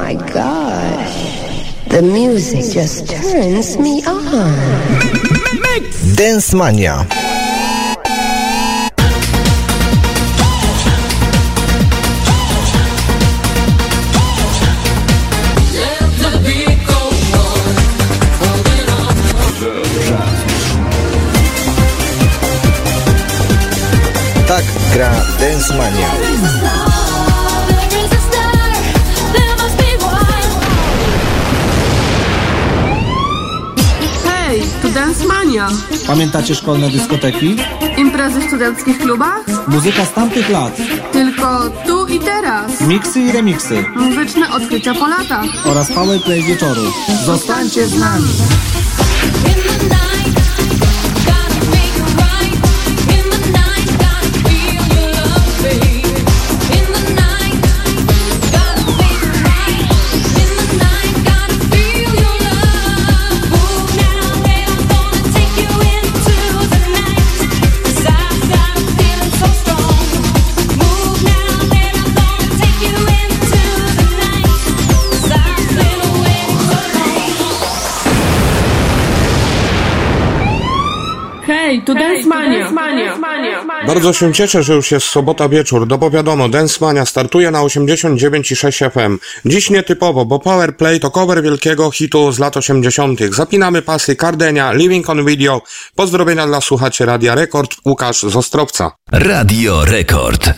my gosh. The music just turns me on. Dance Mania. Tak gra Dance Mania. Hej, to Dance Mania. Pamiętacie szkolne dyskoteki? Imprezy w studenckich klubach? Muzyka z tamtych lat. Tylko tu i teraz. Miksy i remiksy. Muzyczne odkrycia po latach. Oraz powerplay wieczoru. Zostańcie z nami. Hej, to Dance Mania. Bardzo się cieszę, że już jest sobota wieczór, bo wiadomo, Dance Mania startuje na 89,6 FM. Dziś nietypowo, bo Powerplay to cover wielkiego hitu z lat 80. Zapinamy pasy Kardenia, Living on Video. Pozdrowienia dla słuchaczy Radia Rekord, Łukasz z Ostrowca. Radio Rekord.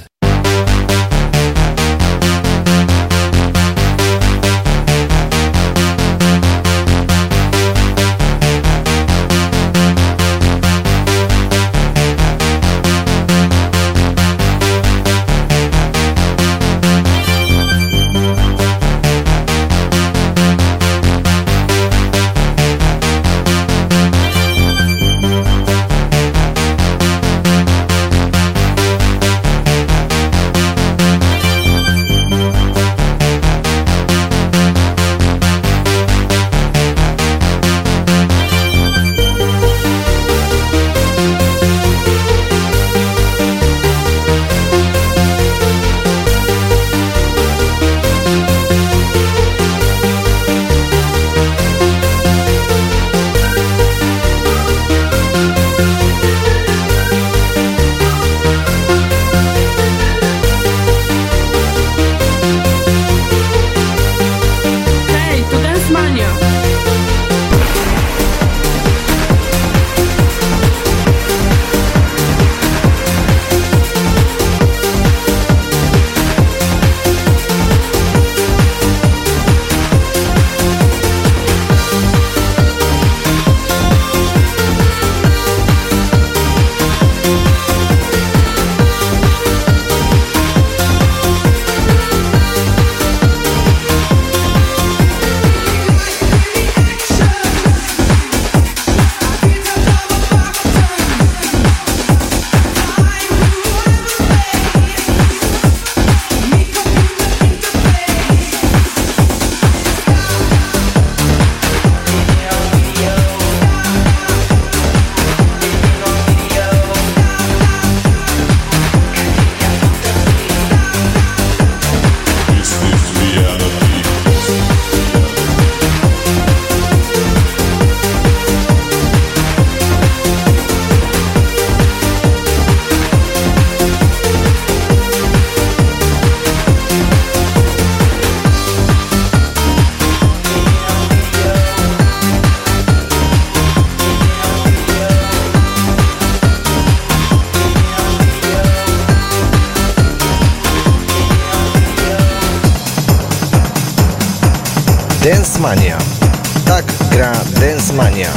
Dance Mania. Tak gra Dance Mania.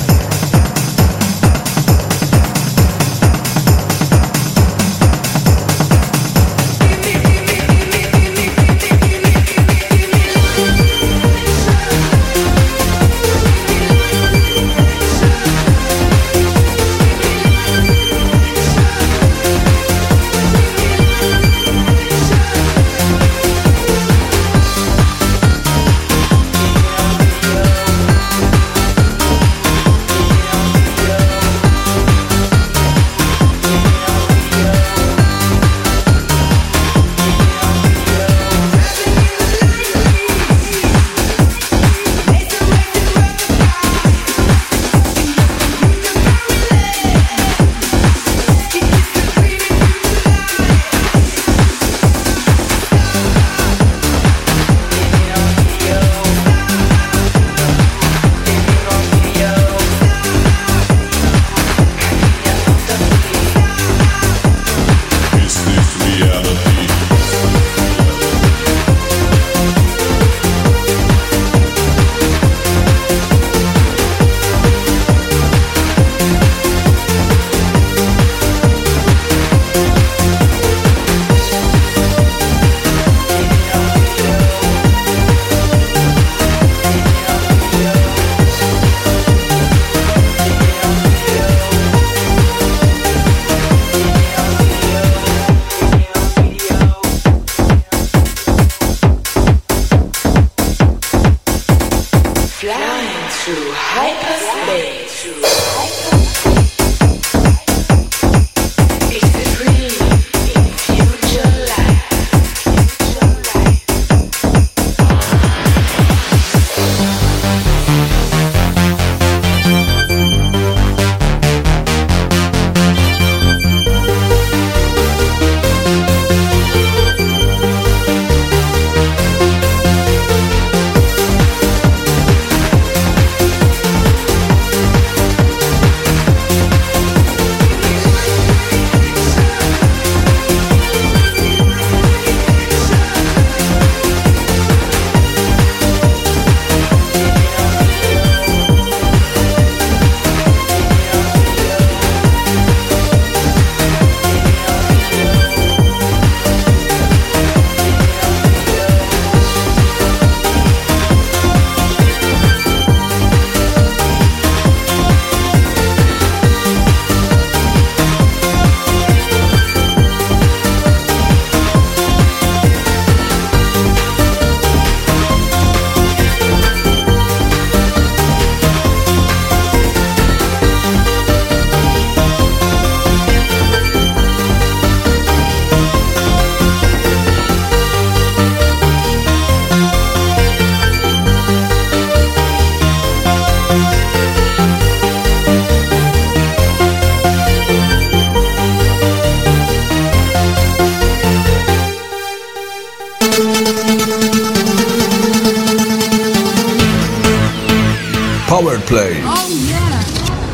Power Play. Oh yeah!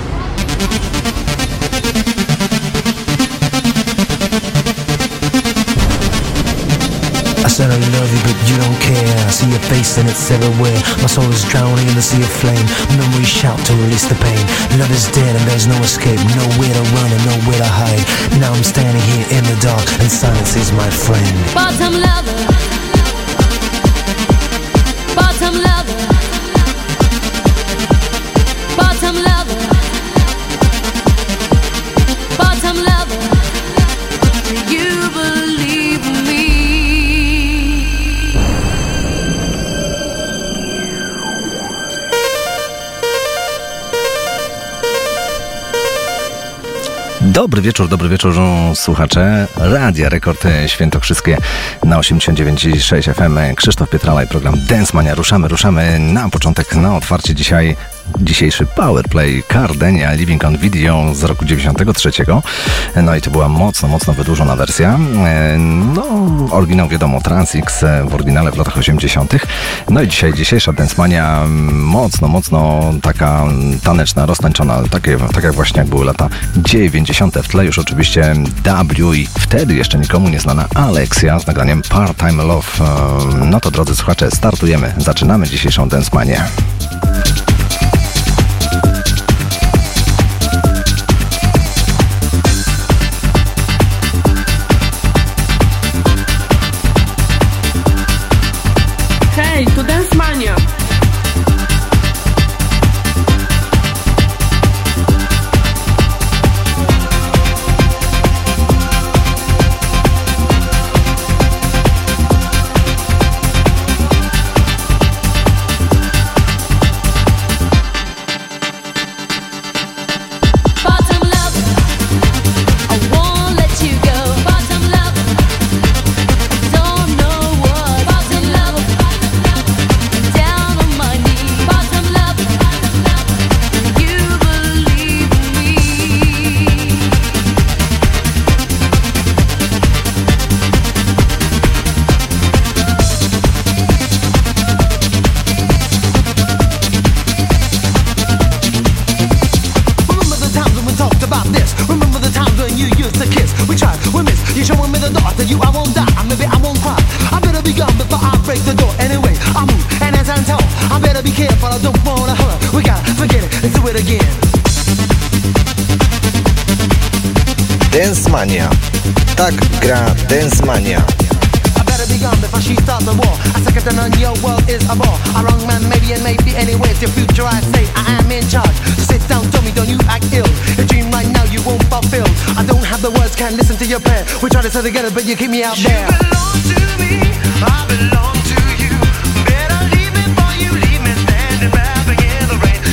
I said I love you, but you don't care. I see your face and it's everywhere. My soul is drowning in the sea of flame. Memories shout to release the pain. Love is dead and there's no escape. Nowhere to run and nowhere to hide. Now I'm standing here in the dark and silence is my friend. Bottom lover. Bottom lover. Bottom lover. Bottom lover. Do you believe me? Dobry wieczór, słuchacze Radia Rekord Świętokrzyskie na 89,6 FM. Krzysztof Pietrala i program Dance Mania. Ruszamy na początek, na otwarcie dzisiejszy Powerplay Cardenia Living on Video z roku 93. No i to była mocno wydłużona wersja. No, oryginał wiadomo, Transix w oryginale w latach 80. No i dzisiejsza Dance Mania mocno taka taneczna, roztańczona, tak jak właśnie jak były lata 90. W tle już oczywiście W i wtedy jeszcze nikomu nieznana Alexia z nagraniem Part-Time Love. No to drodzy słuchacze, startujemy, zaczynamy dzisiejszą Dance Manię. Hej, tu Dance Mania! Dance Mania. Tak gra Dance Mania. Before she starts the war, I second to none, your world is a bore. A wrong man, maybe and maybe anyways. Your future, I say, I am in charge. So sit down, tell me, don't you act ill. A dream right now, you won't fulfill. I don't have the words, can't listen to your prayer. We try to stay together, but you keep me out there. You belong to me, I belong to you. Better leave me before you leave me standing, rapping in the rain.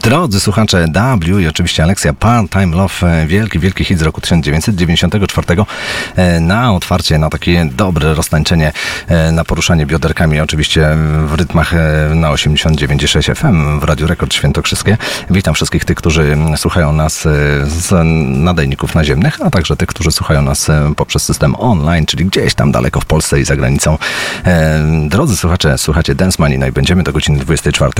Drodzy słuchacze, W i oczywiście Alexia, Part-Time Love, wielki hit z roku 1994 na otwarcie, na takie dobre roztańczenie, na poruszanie bioderkami, oczywiście w rytmach na 89,6 FM w Radiu Rekord Świętokrzyskie. Witam wszystkich tych, którzy słuchają nas z nadajników naziemnych, a także tych, którzy słuchają nas poprzez system online, czyli gdzieś tam daleko w Polsce i za granicą. Drodzy słuchacze, słuchacie Dance Money, no i będziemy do godziny 24.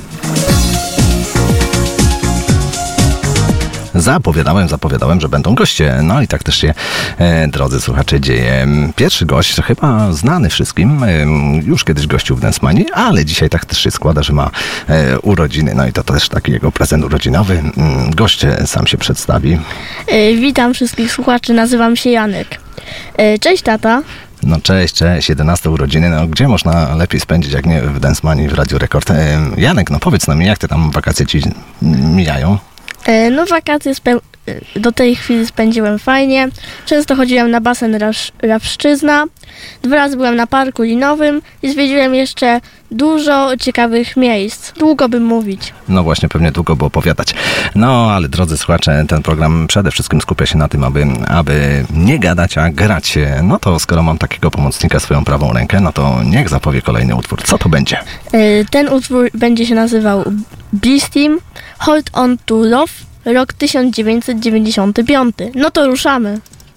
Zapowiadałem, że będą goście. No i tak też się, drodzy słuchacze, dzieje. Pierwszy gość, chyba znany wszystkim, już kiedyś gościł w Dance Money, ale dzisiaj tak też się składa, że ma urodziny. No i to też taki jego prezent urodzinowy. Gość sam się przedstawi. Witam wszystkich słuchaczy, nazywam się Janek. Cześć tata. No cześć, 11 urodziny, no gdzie można lepiej spędzić, jak nie w Dance Money, w Radiu Rekord. Janek, no powiedz nam, jak te tam wakacje ci mijają? No wakacje do tej chwili spędziłem fajnie. Często chodziłem na basen Rawszczyzna. 2 razy byłem na parku linowym i zwiedziłem jeszcze dużo ciekawych miejsc. Długo bym mówić. No właśnie, pewnie długo by opowiadać. No, ale drodzy słuchacze, ten program przede wszystkim skupia się na tym, aby nie gadać, a grać. No to skoro mam takiego pomocnika, swoją prawą rękę, no to niech zapowie kolejny utwór. Co to będzie? Ten utwór będzie się nazywał Beastie, Hold On To Love, rok 1995. No to ruszamy.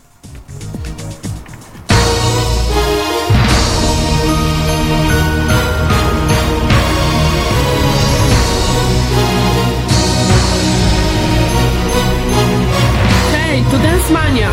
Hej, tu Dance Mania.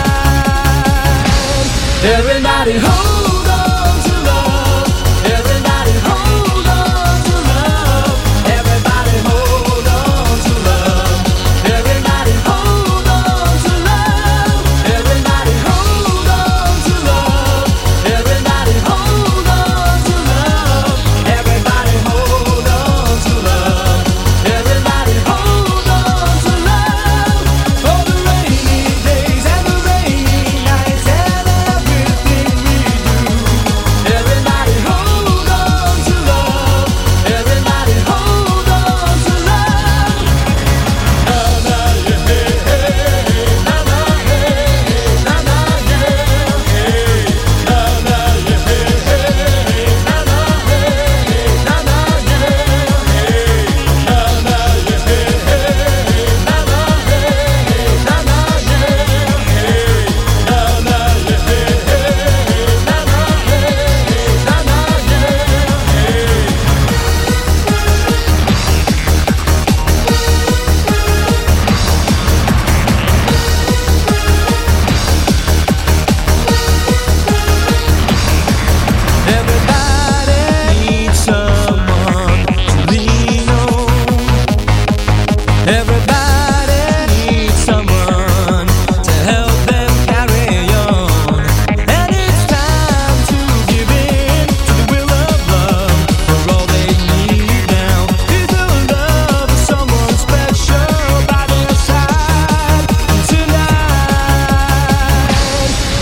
Everybody hold on to love. Everybody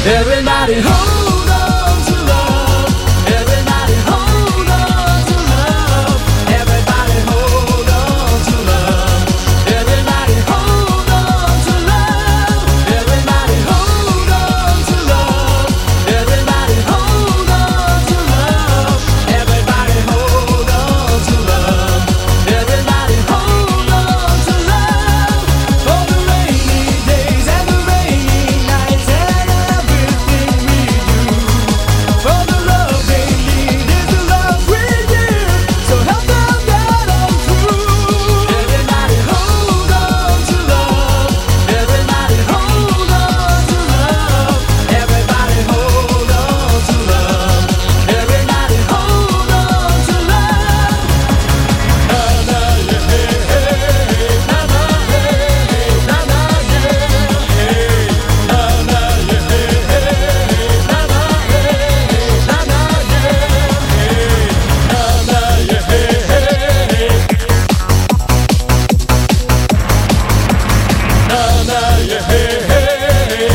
Everybody hold on to love. Everybody hold on to love. Everybody hold on to love. Everybody hold on to love. Everybody hold on to love. Everybody hold on to love. Everybody hold on to love. Everybody hold on to love. For the rainy days and the rainy nights and everything we do. For the love they need is the love we give. So help them get on through. Everybody hold on to love. Everybody hold on to love. Everybody hold on to love. Everybody hold on to love. Na na yeah, hey, hey. Na na hey, na na yeah, hey. Na na yeah, hey, hey. Na na hey, na na yeah, hey. Na na yeah, hey, hey. Na na yeah, hey, hey.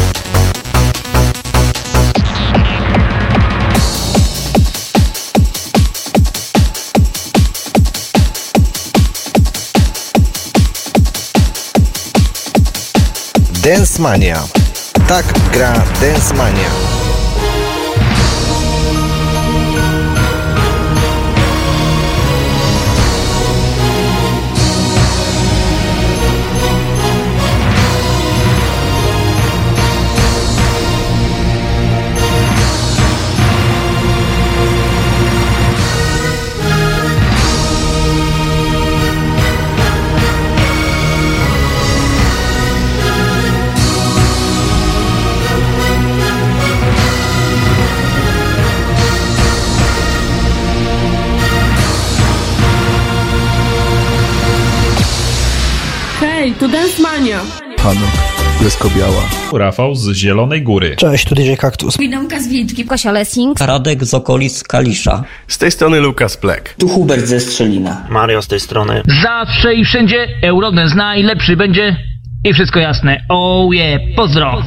Dance Mania. Tak gra Dance Mania. Hej, to Dance Mania. Hanuk, Blesko-Biała. Rafał z Zielonej Góry. Cześć, tu DJ Kaktus. Widomka z Witki, Kasia Lessing. Radek z okolic Kalisza. Z tej strony Lukas Black. Tu Hubert ze Strzelina. Mario z tej strony. Zawsze i wszędzie Eurodance najlepszy będzie i wszystko jasne. Oh yeah, pozdro.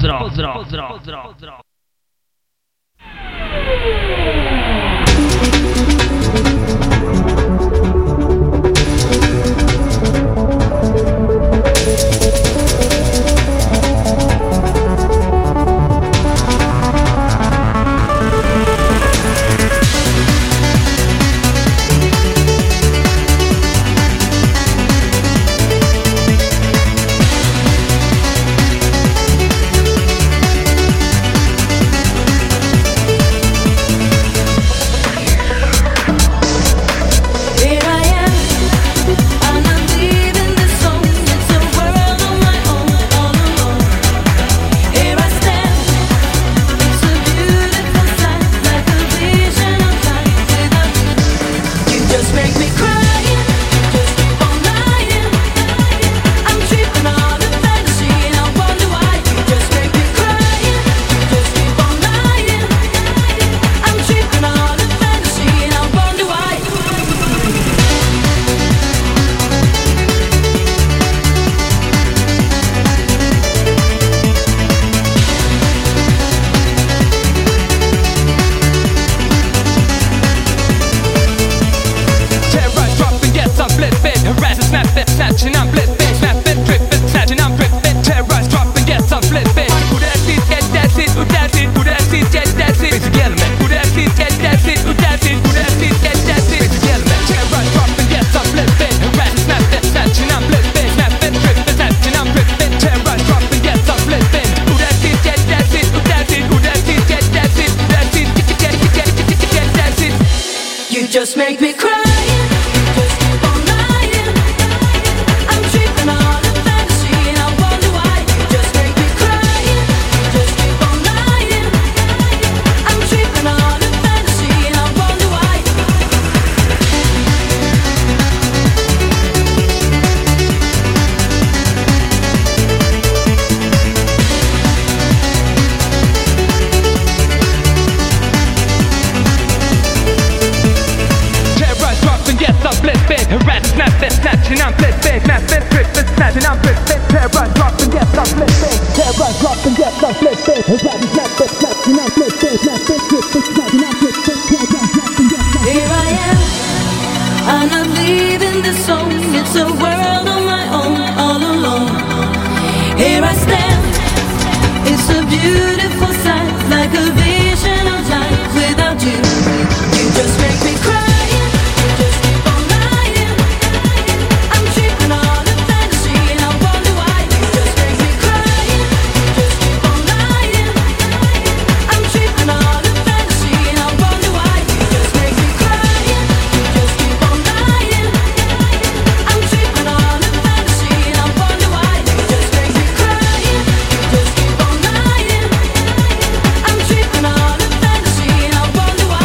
Here I am, I'm not leaving this song. It's a world on my own, all alone. Here I stand, it's a beautiful sight, like a vision of life without you. You just make me cry, you just keep on lying. I'm tripping on a fantasy and I wonder why. You just make me cry, you just keep on lying. I'm tripping on a fantasy and I wonder why. You just make me cry, you just keep on lying. I'm tripping on a fantasy and I wonder why. You just make me cry, you just keep on lying. I'm tripping on a fantasy and I wonder why.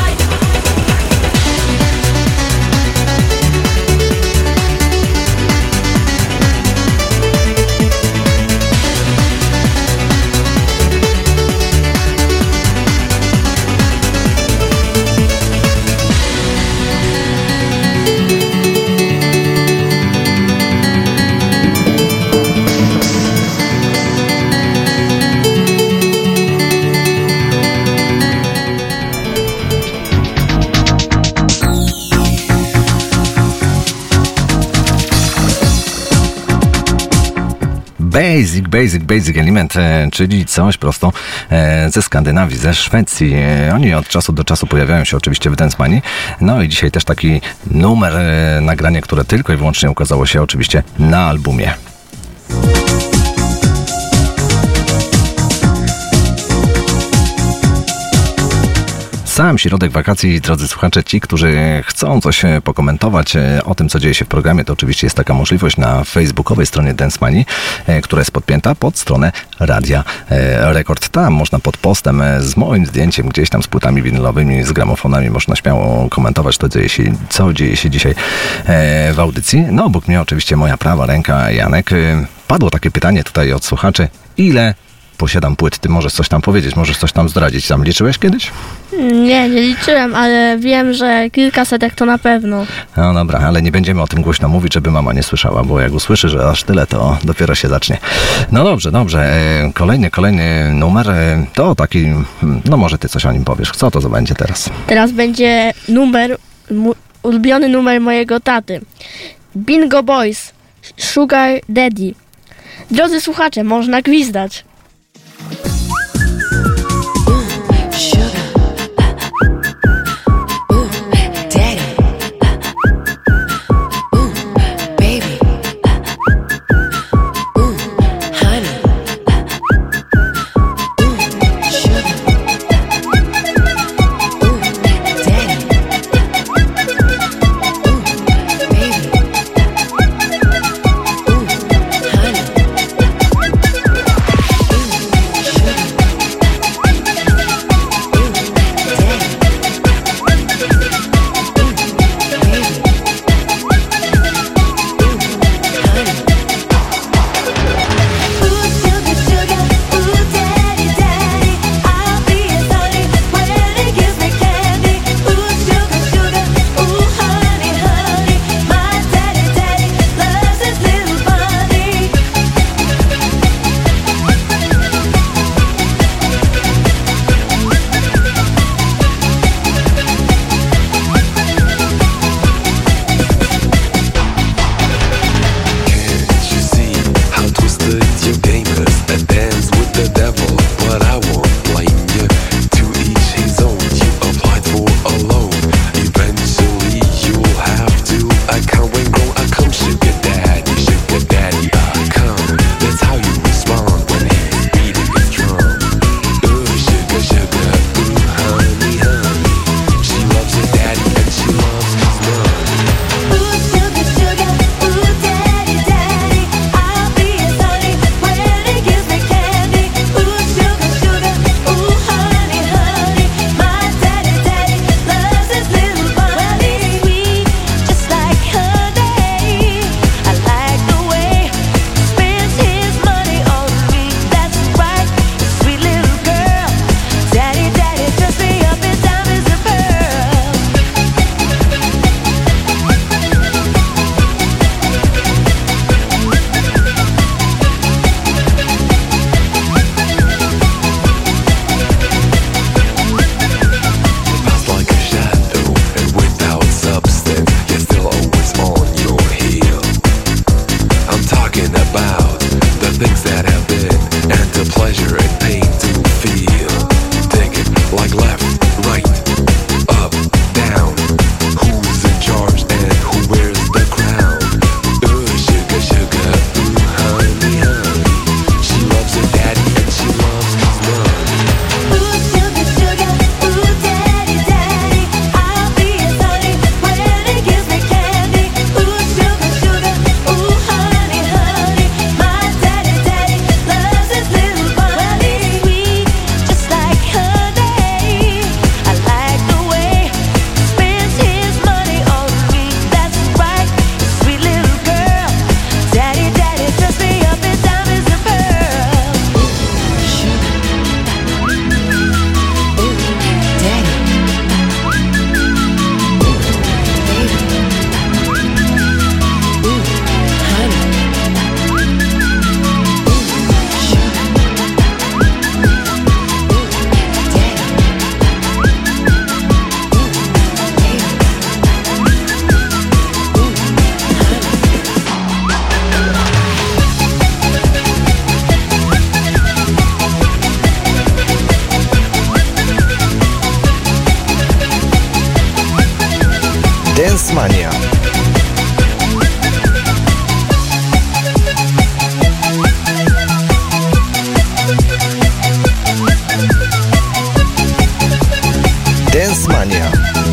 Basic Element, czyli coś prosto ze Skandynawii, ze Szwecji. Oni od czasu do czasu pojawiają się oczywiście w Dance Manii. No i dzisiaj też taki numer, nagranie, które tylko i wyłącznie ukazało się oczywiście na albumie. Sam środek wakacji, drodzy słuchacze, ci, którzy chcą coś pokomentować o tym, co dzieje się w programie, to oczywiście jest taka możliwość na facebookowej stronie Dance Manii, która jest podpięta pod stronę Radia Rekord. Tam można pod postem z moim zdjęciem, gdzieś tam z płytami winylowymi, z gramofonami, można śmiało komentować to, co dzieje się dzisiaj w audycji. No, obok mnie oczywiście moja prawa ręka, Janek. Padło takie pytanie tutaj od słuchaczy, ile posiadam płyt? Ty możesz coś tam powiedzieć, możesz coś tam zdradzić. Tam liczyłeś kiedyś? Nie liczyłem, ale wiem, że kilkasetek to na pewno. No dobra, ale nie będziemy o tym głośno mówić, żeby mama nie słyszała, bo jak usłyszy, że aż tyle, to dopiero się zacznie. No dobrze. Kolejny numer, to taki, no może ty coś o nim powiesz. Co to będzie teraz? Teraz będzie ulubiony numer mojego taty. Bingo Boys, Sugar Daddy. Drodzy słuchacze, można gwizdać. pain to feel. Take it like left, right, up, down. Who's in charge and who wears the crown? Sugar, sugar, honey, honey. She loves her daddy and she loves his money. Sugar, sugar, daddy, daddy. I'll be his honey when he gives me candy. Sugar, sugar, honey, honey. My daddy, daddy loves his little bunny. Sweet, just like honey. I like the way he spends his money on me. That's right, sweet little girl. Daddy, daddy dress me up in diamonds and pearls. Sugar, daddy, Dance Mania. Dance Mania.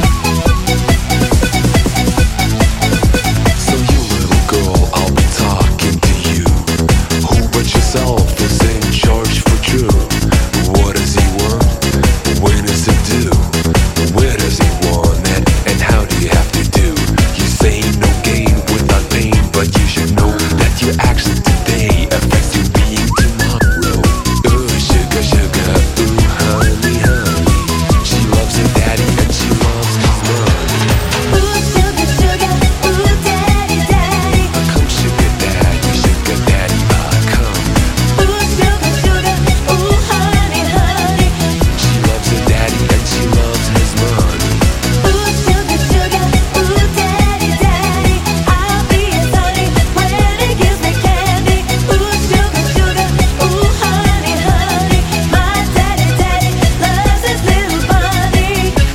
So you little girl, I'll be talking to you. Who but yourself is in charge for true? What does he want? When does it do? Where does he want it? And how do you have to do? You say no gain without pain, but you should know that your action today affects you being tomorrow. Sugar, sugar, honey, honey. She loves her daddy and she loves his money. sugar, sugar, daddy, daddy. Come sugar daddy, come. Sugar, sugar, honey, honey. She loves her daddy and she loves his money. Sugar, sugar, daddy, daddy. I'll be his honey when he gives me candy. Sugar, sugar, honey, honey. My daddy, daddy loves his little bunny.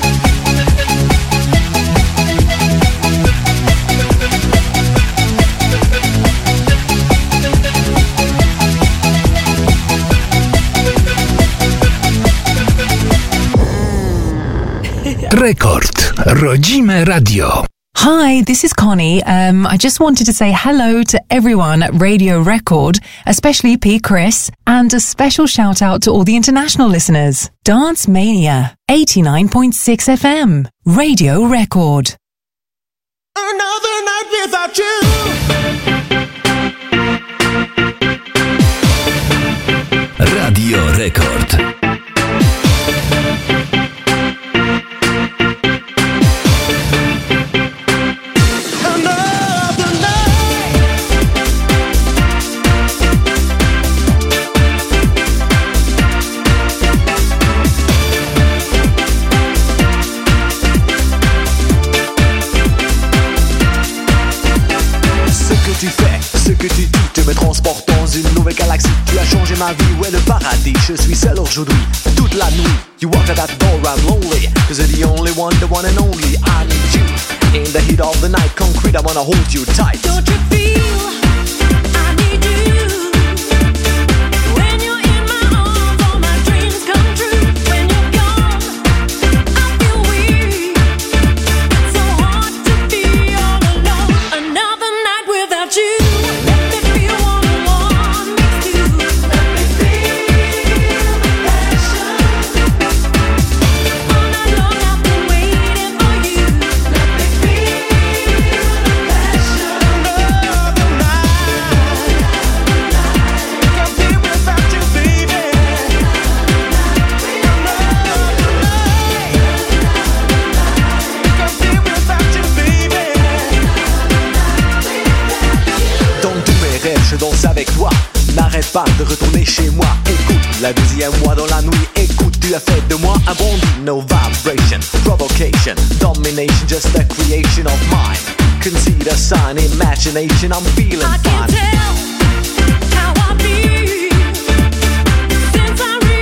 Rekord. Rodzime Radio. Hi, this is Connie. I just wanted to say hello to everyone at Radio Record, especially P. Chris, and a special shout out to all the international listeners. Dance Mania, 89.6 FM, Radio Record. Another night without you. Radio Rekord. Tu fais ce que tu dis, te me transporte dans une nouvelle galaxie. Tu as changé ma vie, ouais le paradis. Je suis seul aujourd'hui, toute la nuit. You walk at that door, I'm lonely, 'cause you're the only one and only. I need you, in the heat of the night. Concrete, I wanna hold you tight. Don't you feel I need you? When you're in my arms, all my dreams come true. When you're gone, I feel weak. It's so hard to be all alone. Another night without you. Let me feel what I want me to. Let me feel the passion. All night long I've been waiting for you. Let me feel the passion. Another night. Can't be without you, baby. Another night. Can't be without you, baby. Dans tous mes rêves, je danse avec toi. N'arrête pas de retourner chez moi. Écoute, la deuxième mois dans la nuit. Écoute, tu as fait de moi un bandit. No vibration, provocation, domination, just a creation of mine. Consider sign, imagination, I'm feeling I fine. can tell how I feel since I realized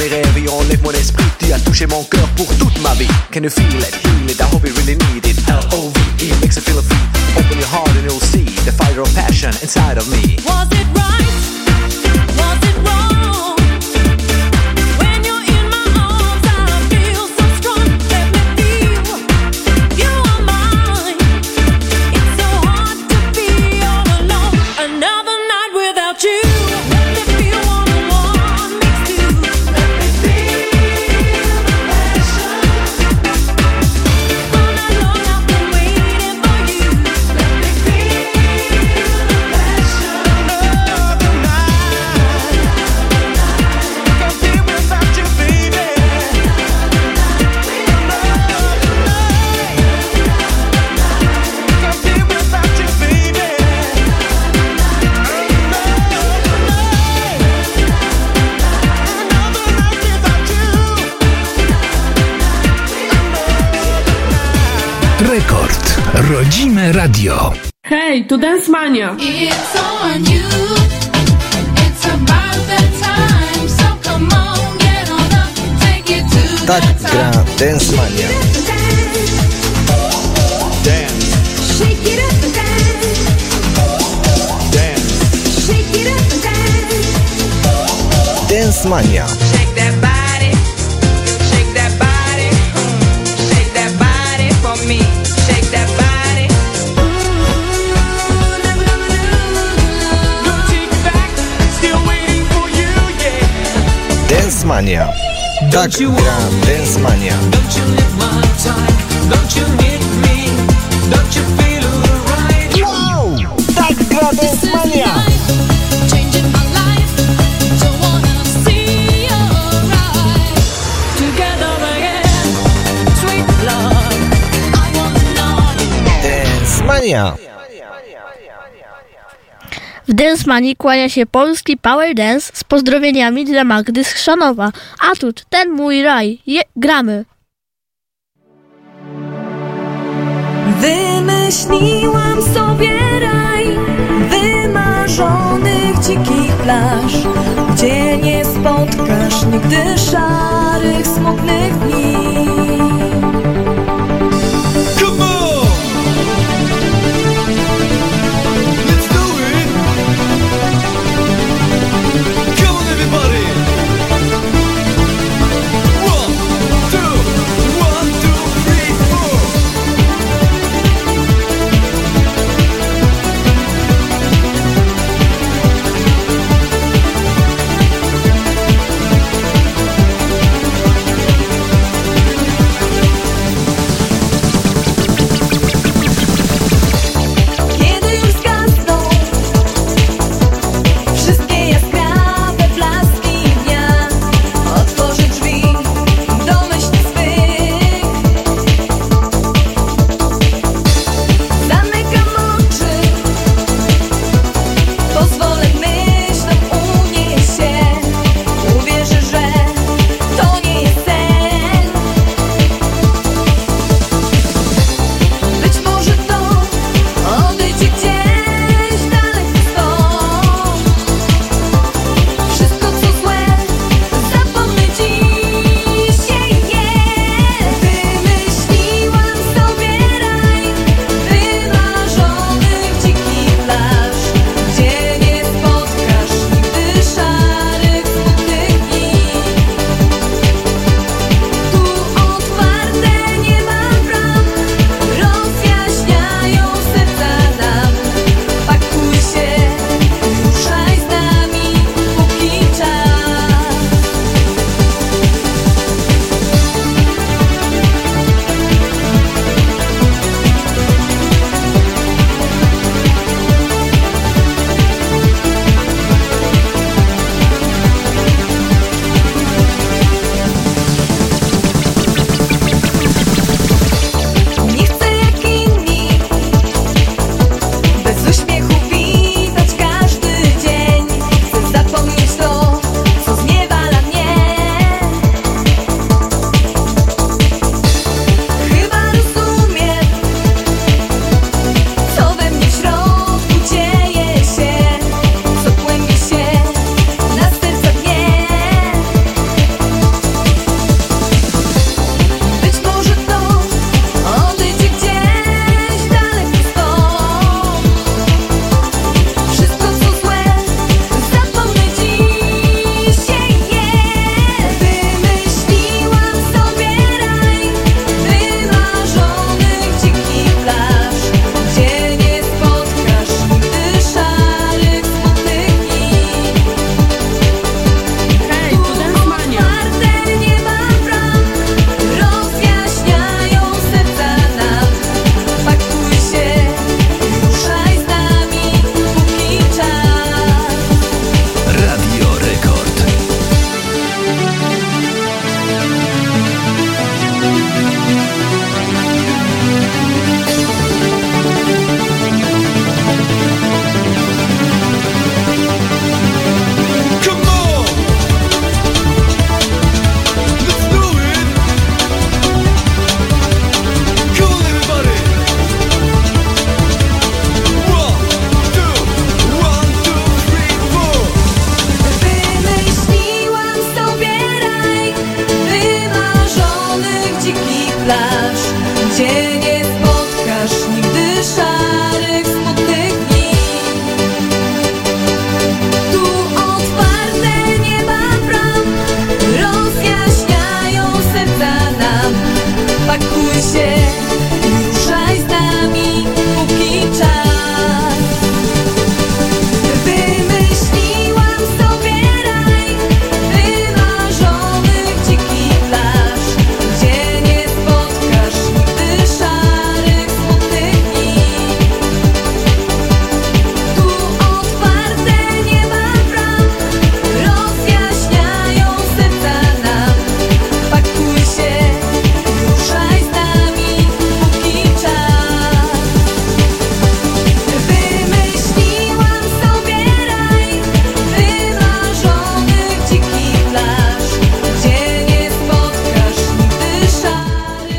les rêves et enlève mon esprit. Tu as touché mon cœur pour toute ma vie. Can you feel it, heal it, I hope you really need it. L-O-V-E makes it feel free. Open your heart and you'll see the fire of passion inside of me. Was it right? Was it wrong? When you're in my arms, I feel so strong. Let me feel you are mine. It's so hard to be all alone. Another night without you. Let me feel one on one makes two. Let me feel the passion. All night long I've been waiting for you. Let me feel the passion. Another night. Can't be without you, baby. Can't be without you, baby. Rekord. Rodzime radio. Hej, tu Dance Mania. It's on you. It's about that time. So come on, get on up, take it to Tak that gra top. Dance Mania. Dance, Shake it up and dance. dance, Shake it up and dance. Dance Mania. Shake that body, shake that body, shake that body for me, shake that body. Gonna take you back, still waiting for you, yeah. Dance Mania. Tak gra Dance Mania. Don't you lick my tongue, don't you hit me, don't you feel alright? Wow! Tak gra Dance Mania. Changing my life. Don't wanna see your eyes. Together again. Sweet love. I wanna know. Dance Mania. W Dance Manii kłania się polski Power Dance z pozdrowieniami dla Magdy z Chrzanowa. A tu ten mój raj. Gramy. Wymyśliłam sobie raj wymarzonych dzikich plaż, gdzie nie spotkasz nigdy szarych, smutnych dni. Come on! Let's do it! Come on, everybody! 1, 2, 1, 2, 3, 4.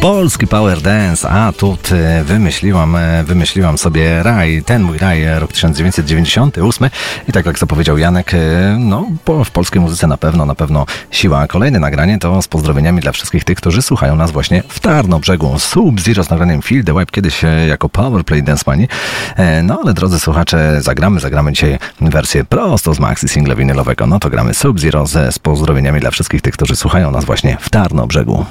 Polski Power Dance, a tu wymyśliłam sobie raj, ten mój raj, rok 1998 i tak jak zapowiedział Janek, no w polskiej muzyce na pewno siła. Kolejne nagranie to z pozdrowieniami dla wszystkich tych, którzy słuchają nas właśnie w Tarnobrzegu. Sub-Zero z nagraniem Feel the Vibe, kiedyś jako Powerplay Dance Mani. No ale drodzy słuchacze, zagramy dzisiaj wersję prosto z maxi singla winylowego. No to gramy Sub-Zero z pozdrowieniami dla wszystkich tych, którzy słuchają nas właśnie w Tarnobrzegu.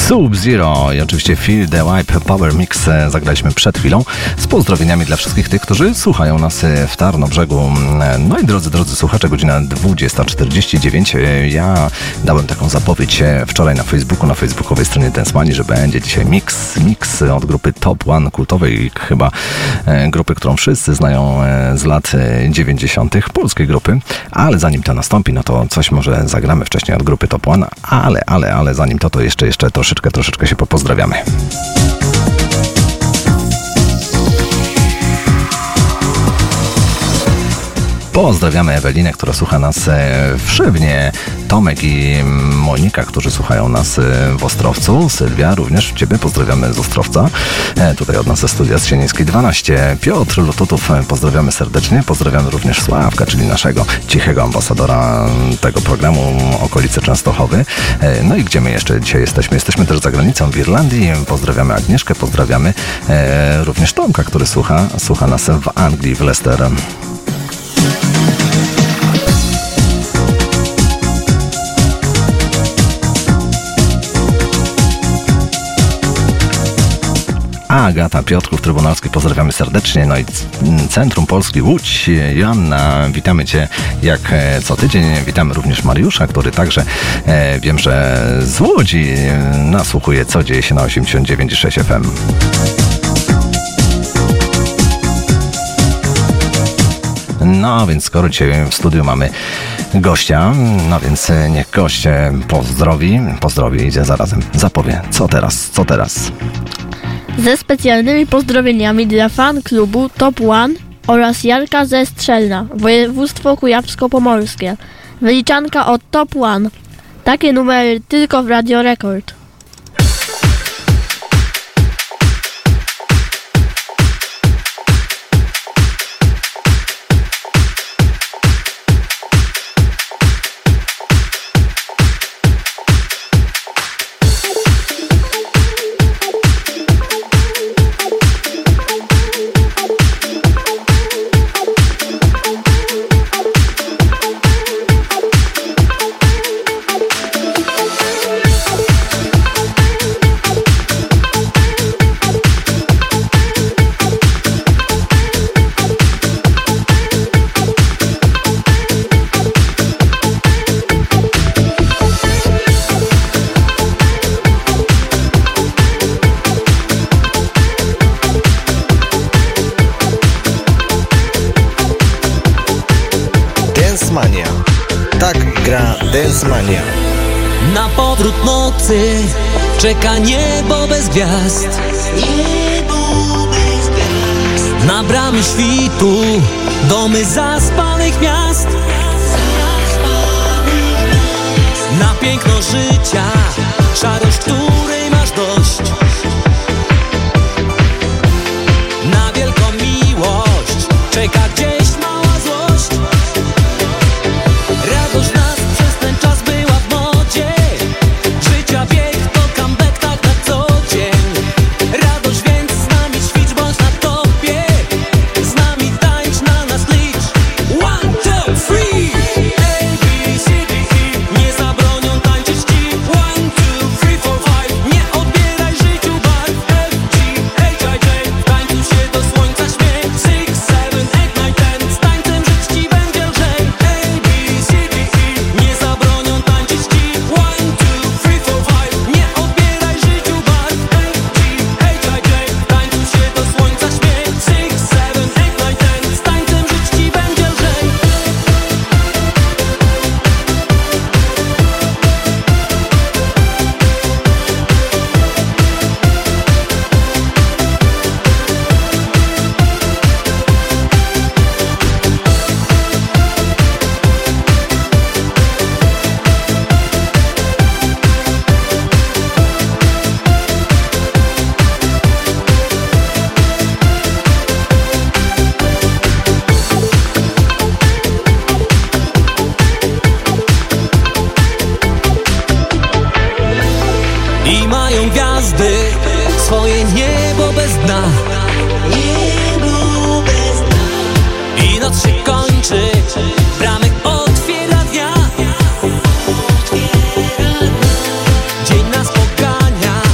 Sub-Zero i oczywiście Feel the Vibe Power Mix zagraliśmy przed chwilą z pozdrowieniami dla wszystkich tych, którzy słuchają nas w Tarnobrzegu. No i drodzy słuchacze, godzina 20:49. Ja dałem taką zapowiedź wczoraj na Facebooku, na facebookowej stronie Dance Money, że będzie dzisiaj mix od grupy Top One, kultowej chyba grupy, którą wszyscy znają z lat 90. polskiej grupy, ale zanim to nastąpi, no to coś może zagramy wcześniej od grupy Top One, ale zanim to jeszcze troszeczkę się popozdrawiamy. Pozdrawiamy Ewelinę, która słucha nas w Szybnie, Tomek i Monika, którzy słuchają nas w Ostrowcu, Sylwia, również Ciebie pozdrawiamy z Ostrowca, tutaj od nas ze studia z Sienińskiej 12, Piotr Lututów, pozdrawiamy serdecznie, pozdrawiamy również Sławka, czyli naszego cichego ambasadora tego programu okolicy Częstochowy. No i gdzie my jeszcze dzisiaj jesteśmy? Jesteśmy też za granicą w Irlandii, pozdrawiamy Agnieszkę, pozdrawiamy również Tomka, który słucha nas w Anglii, w Leicester. Agata Piotrków, Trybunalski, pozdrawiamy serdecznie. No i Centrum Polski Łódź, Joanna, witamy Cię jak co tydzień. Witamy również Mariusza, który także wiem, że z Łodzi nasłuchuje, co dzieje się na 89,6 FM. No więc skoro dzisiaj w studiu mamy gościa, no więc niech gość pozdrowi, idzie zarazem, zapowie, co teraz. Ze specjalnymi pozdrowieniami dla fan klubu Top One oraz Jarka ze Strzelna, województwo kujawsko-pomorskie. Wyliczanka od Top One. Takie numery tylko w Radio Rekord. Dance Mania. Na powrót nocy czeka niebo bez gwiazd. Na bramy świtu domy zaspanych miast. Na piękno życia szarość, której masz dość. Na wielką miłość czeka gdzieś mała złość. Radość nas przez ten czas była w modzie. Życia bieg to comeback tak na co dzień. Radość więc z nami ćwicz, bądź na topie. Z nami tańcz, na nas licz. 1, 2, 3 A, B, C, D, E. Nie zabronią tańczyć ci. 1, 2, 3, 4, 5. Nie odbieraj życiu barw. F, G, H, I, J. W tańcu się do słońca śmiej. 6, 7, 8, 9, 10. Z tańcem żyć ci będzie lżej. A, B, C, D, E. Nie zabronią tańczyć ci. 1, 2, 3, 4, 5. Nie odbieraj życiu barw. F, G, H, I, J. W tańcu się do słońca śmiej. 6, 7, 8, 9, 10. Z tańcem żyć ci będzie lżej. I mają gwiazdy swoje niebo bez dna. Niebo bez dna. I noc się kończy, bramy otwiera dnia. Dzień nas pogania,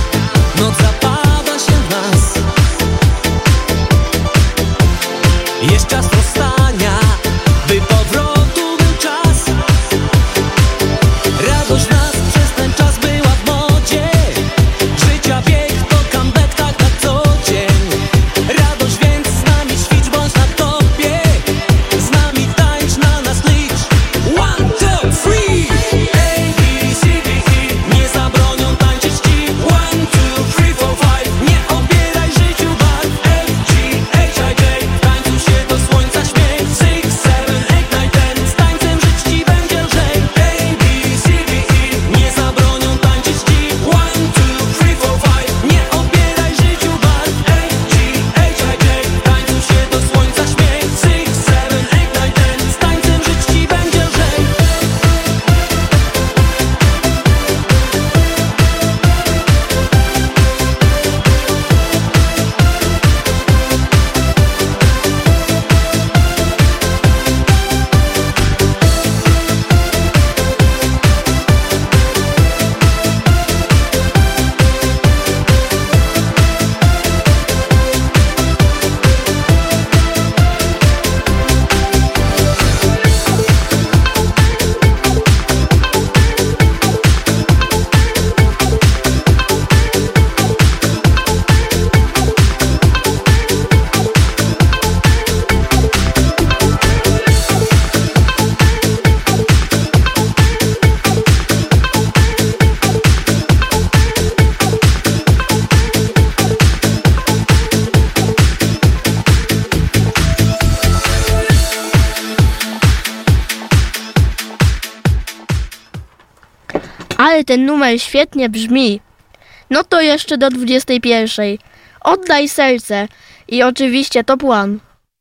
Ale ten numer świetnie brzmi. No to jeszcze do 21. Oddaj serce i oczywiście Top One.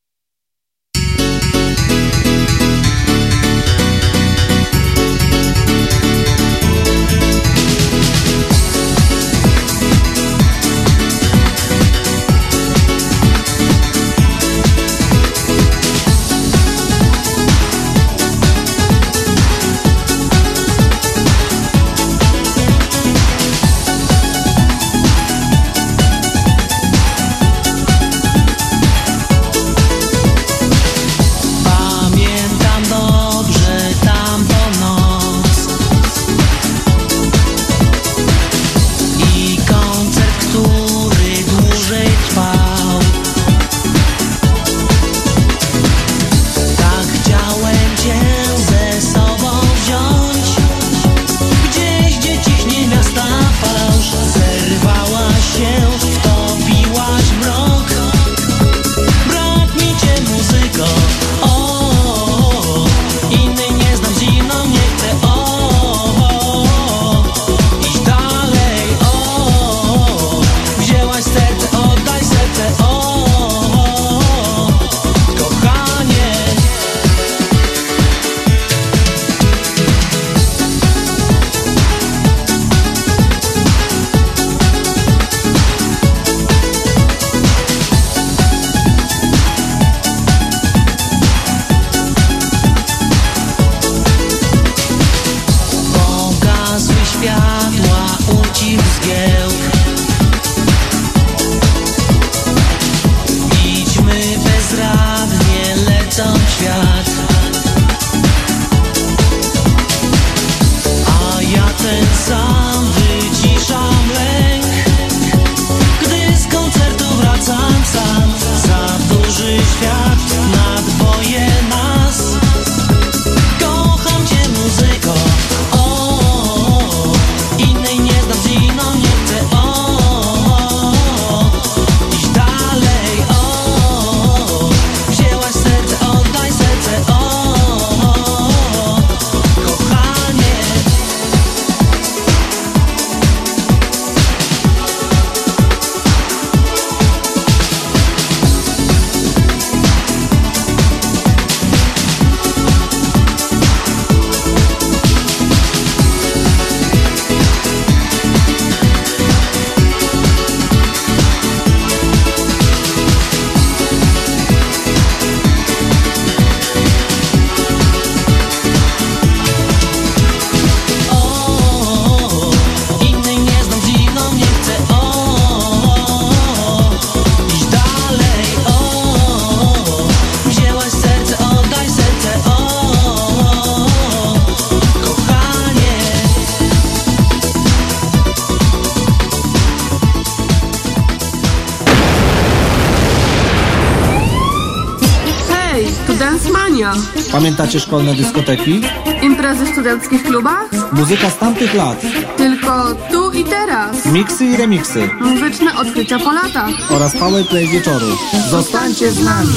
Pamiętacie szkolne dyskoteki? Imprezy w studenckich klubach? Muzyka z tamtych lat. Tylko tu i teraz. Miksy i remiksy. Muzyczne odkrycia po latach. Oraz powerplay wieczoru. Zostańcie z nami!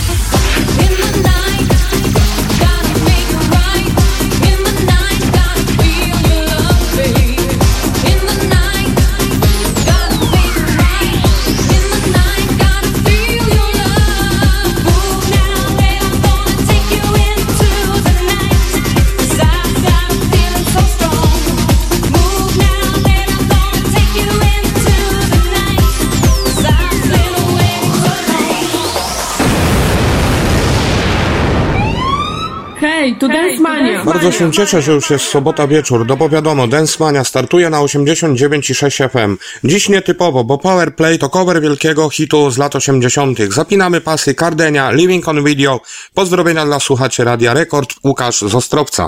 Hej, tu Dance Mania. Bardzo się cieszę, że już jest sobota wieczór, no bo wiadomo, Dance Mania startuje na 89,6 FM. Dziś nietypowo, bo Powerplay to cover wielkiego hitu z lat 80. Zapinamy pasy Kardenia, Living on Video. Pozdrowienia dla słuchaczy Radia Rekord, Łukasz z Ostrowca.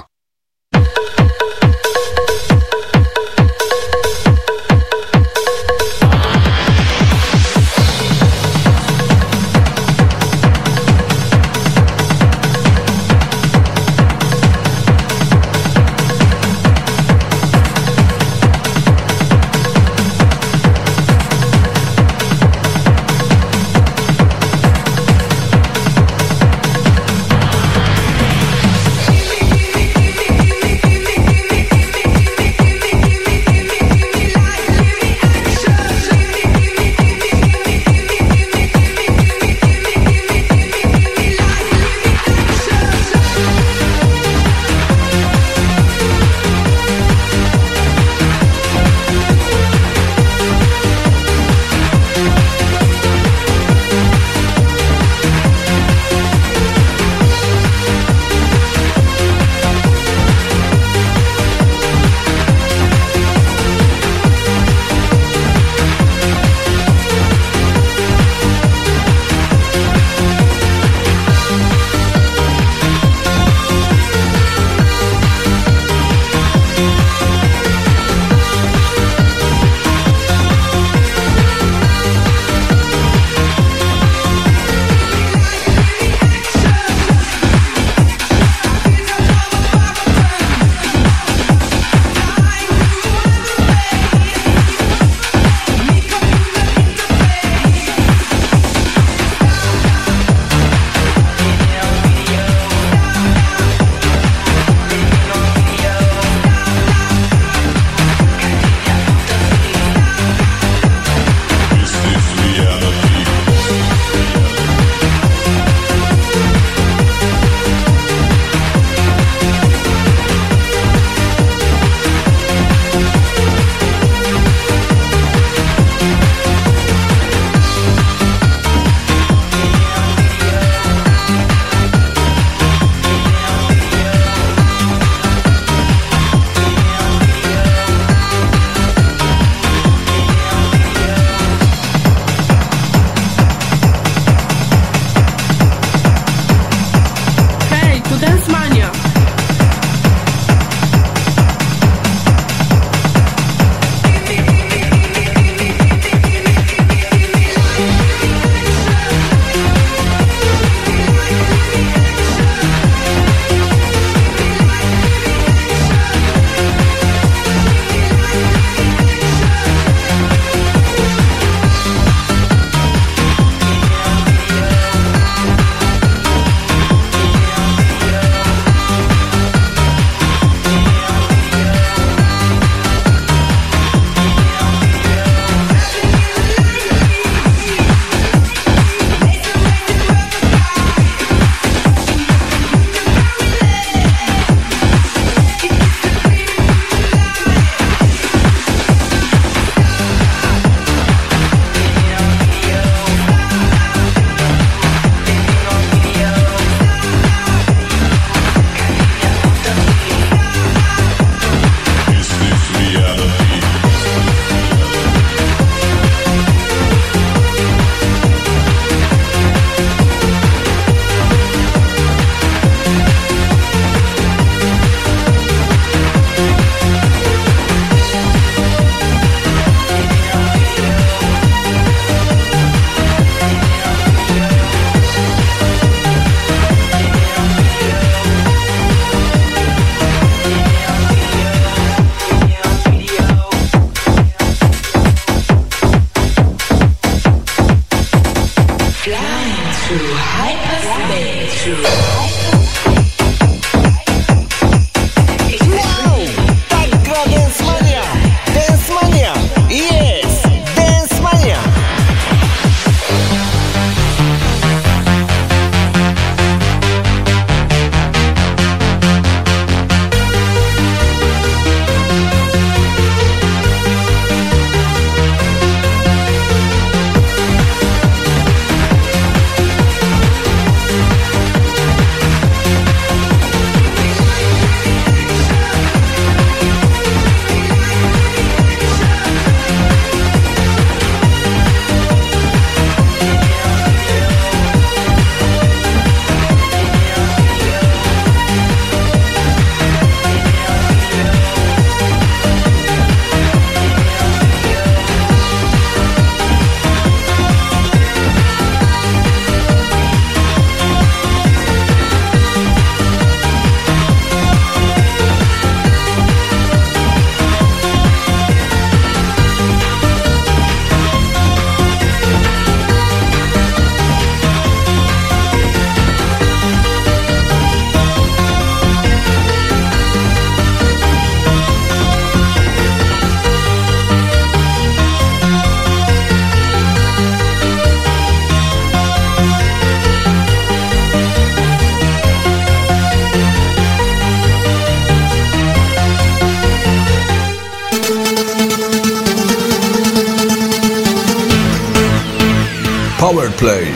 Play.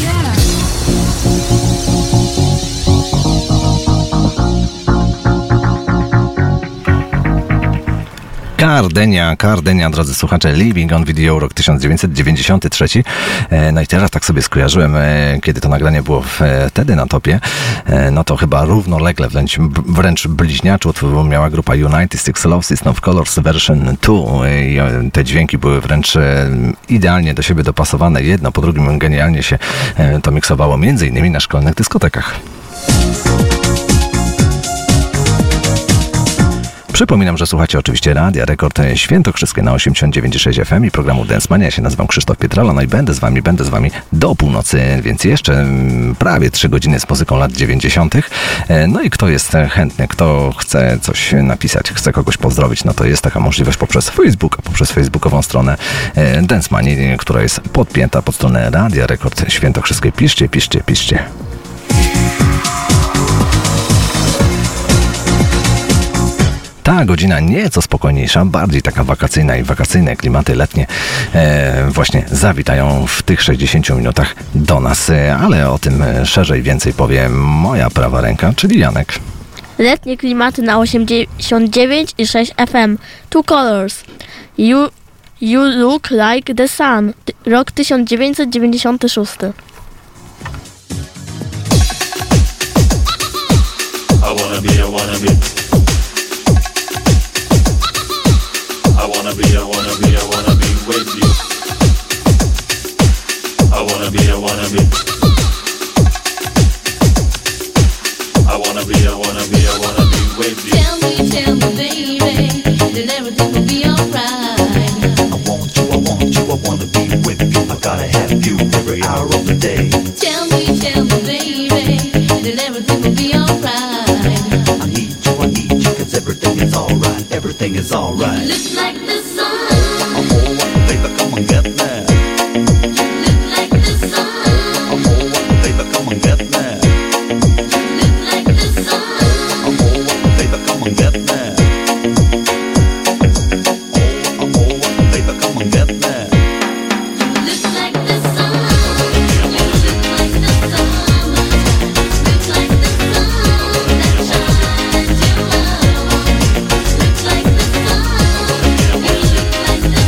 Gardenia, drodzy słuchacze, Living on Video, rok 1993. No i teraz tak sobie skojarzyłem, kiedy to nagranie było wtedy na topie, no to chyba równolegle, wręcz bliźniaczo miała grupa United Six Love System of Colors version 2. I te dźwięki były wręcz idealnie do siebie dopasowane, jedno po drugim genialnie się to miksowało, między innymi na szkolnych dyskotekach. Przypominam, że słuchacie oczywiście Radia Rekord Świętokrzyskie na 89,6 FM i programu Dance Mania. Ja się nazywam Krzysztof Pietrala, no i będę z wami do północy, więc jeszcze prawie 3 godziny z muzyką lat 90. No i kto jest chętny, kto chce coś napisać, chce kogoś pozdrowić, no to jest taka możliwość poprzez Facebooka, poprzez facebookową stronę Dance Mania, która jest podpięta pod stronę Radia Rekord Świętokrzyskie. Piszcie. Ta godzina nieco spokojniejsza, bardziej taka wakacyjna i wakacyjne klimaty letnie właśnie zawitają w tych 60 minutach do nas, ale o tym szerzej więcej powie moja prawa ręka, czyli Janek. Letnie klimaty na 89,6 FM. Two Colors. You Look Like the Sun. Rok 1996. I wanna be with you. I wanna be with you. Tell me, baby, that everything will be alright. I want you, I wanna be with you. I gotta have you every hour of the day. Tell me, baby, that everything will be alright. I need you, 'cause everything is alright. Everything is alright. You look like the sun. Baby, come on, get me. You look like the sun. Baby, come on, get me. You look like the sun. Baby, come on, get me. Baby, come on, get me. You look like the sun. You look like the sun. Look like the sun that shines your love. Look like the sun. You look like the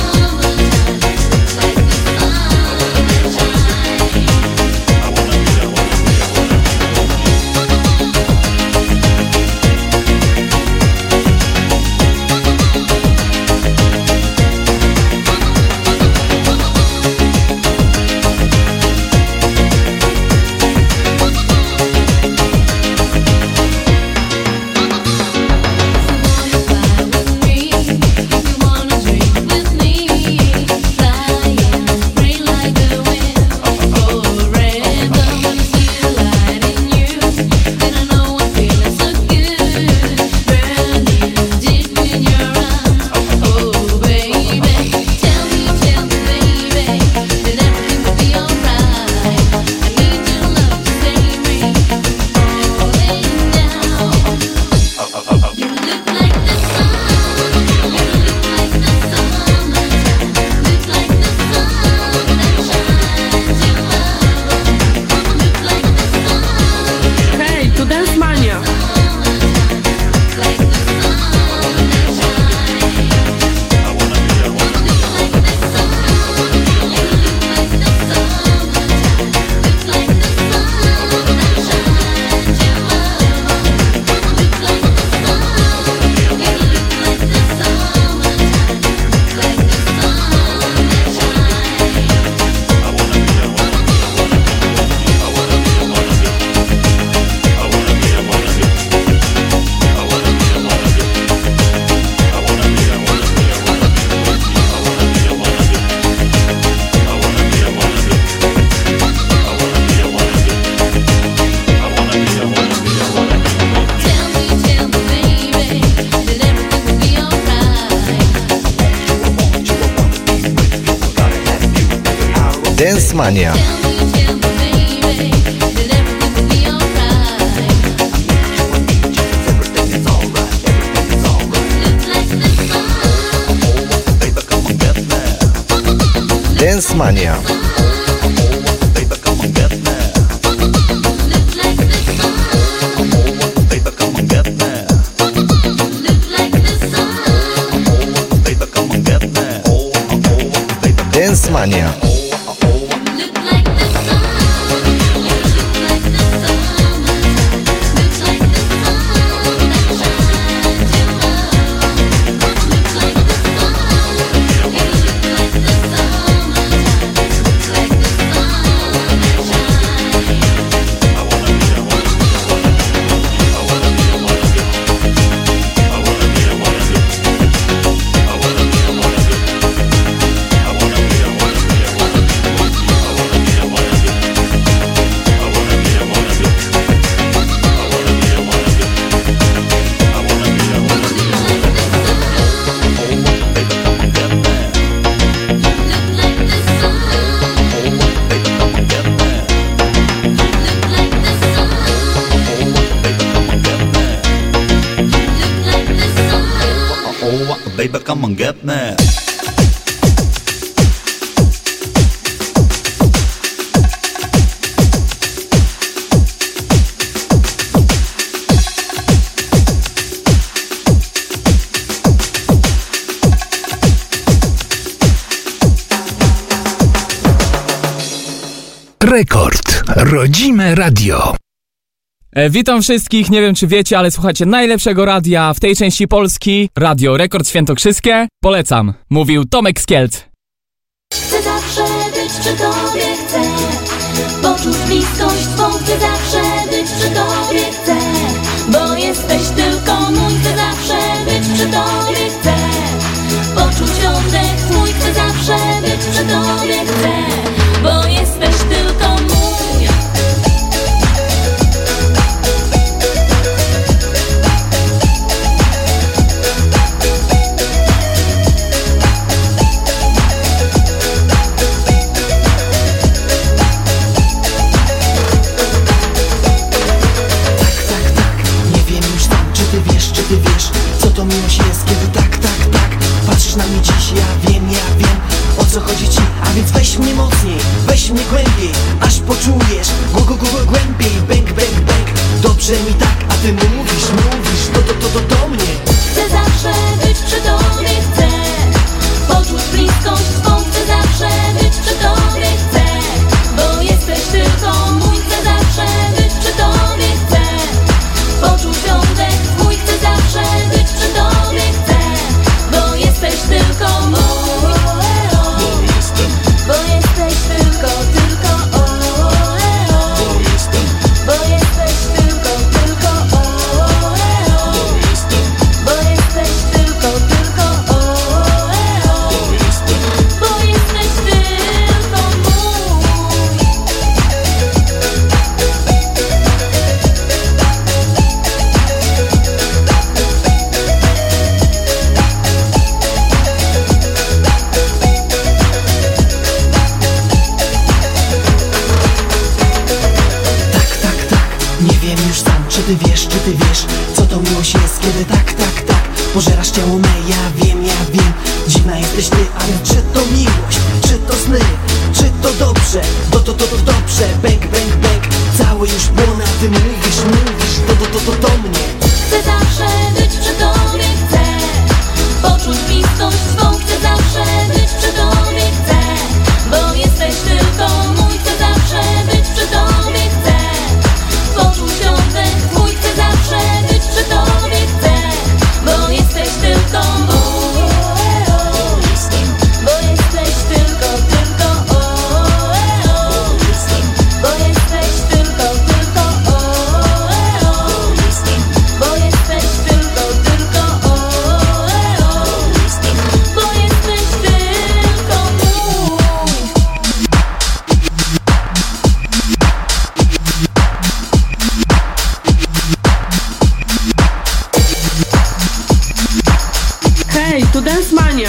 Dance Mania. Dance Mania. Mania. Baby, come on, get mad. Rekord. Rodzime radio. Witam wszystkich, nie wiem czy wiecie, ale słuchacie najlepszego radia w tej części Polski, Radio Rekord Świętokrzyskie. Polecam, mówił Tomek z Kielc. Chcę zawsze być przy tobie, chcę poczuć bliskość twą, chcę zawsze być przy tobie, chcę, bo jesteś tylko mój, chcę zawsze być przy tobie, chcę poczuć oddech twój, chcę zawsze być przy tobie, chcę, bo jesteś tylko mój. Ty wiesz, co to miłość jest, kiedy tak, patrzysz na mnie dziś, ja wiem, o co chodzi ci, a więc weź mnie mocniej, weź mnie głębiej, aż poczujesz, głębiej, bang, dobrze mi tak, a ty mówisz, to mnie. Chcę zawsze być przy tobie, chcę poczuć bliskość twą, chcę zawsze być przy tobie, chcę, bo jesteś tylko mój, chcę zawsze być przy tobie, chcę poczuć oddech twój, chcę zawsze być przy tobie, chcę, bo jesteś tylko mój, bo jesteś tylko, bo jesteś tylko, bo jesteś tylko, bo jesteś tylko mój. Nie wiem już sam, czy ty wiesz, co to miłość jest, kiedy tak, pożerasz ciało me, ja wiem, dziwna jesteś ty, ale czy to miłość, czy to sny, czy to dobrze, to dobrze, bang, cały już płonę, ty mówisz, to mnie. Chcę zawsze być przy tobie, chcę poczuć bliskość twą, chcę zawsze być przy tobie, chcę, bo jesteś tylko mój, chcę zawsze być przy tobie, chcę poczuć oddech twój, chcę zawsze być przy tobie, chcę, bo jesteś tylko mój, bo jesteś tylko, bo jesteś tylko, bo jesteś tylko, bo jesteś tylko mój. Hej, tu Dance Mania.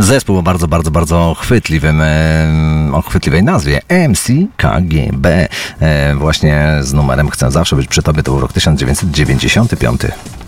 Zespół o bardzo, bardzo, bardzo o chwytliwej nazwie MCKGB. Właśnie z numerem Chcę zawsze być przy tobie, to był rok 1995.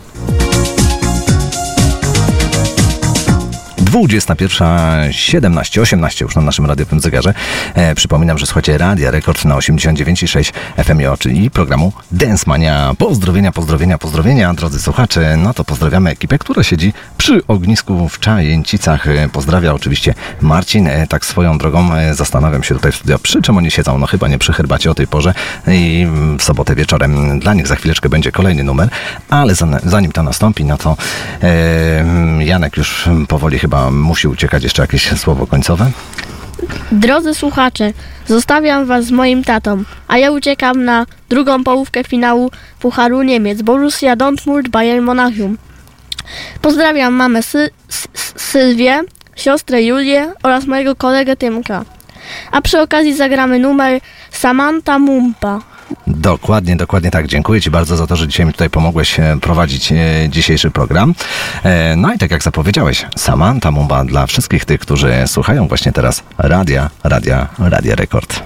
21:17, 18 już na naszym radiowym zegarze. Przypominam, że słuchacie Radia Rekord na 89,6 FM i programu Dance Mania. Pozdrowienia, drodzy słuchacze. No to pozdrawiamy ekipę, która siedzi przy ognisku w Czajęcicach. Pozdrawia oczywiście Marcin. Tak swoją drogą zastanawiam się tutaj w studio, przy czym oni siedzą. No chyba nie przy herbacie o tej porze i w sobotę wieczorem. Dla nich za chwileczkę będzie kolejny numer, ale zanim to nastąpi, no to Janek już powoli chyba musi uciekać. Jeszcze jakieś słowo końcowe? Drodzy słuchacze, zostawiam was z moim tatą, a ja uciekam na drugą połówkę finału Pucharu Niemiec, Borussia Dortmund, Bayern Monachium. Pozdrawiam mamę Sylwię, siostrę Julię oraz mojego kolegę Tymka. A przy okazji zagramy numer Samantha Mumpa. Dokładnie tak. Dziękuję Ci bardzo za to, że dzisiaj mi tutaj pomogłeś prowadzić dzisiejszy program. No i tak jak zapowiedziałeś, Samantha Mumba dla wszystkich tych, którzy słuchają właśnie teraz Radia Rekord.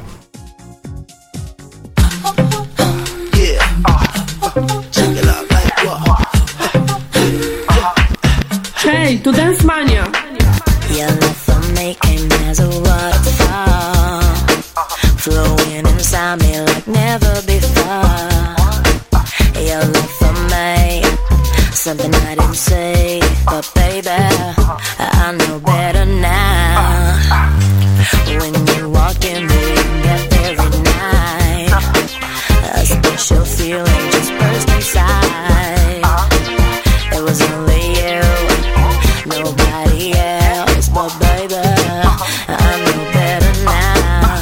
Hej, tu Dance Mania. Flowing inside me like never before. Your love for me, something I didn't say, but baby, I know better now. When you walk in the room every night, a special feeling just burst inside. It was only you, nobody else, but baby, I know better now.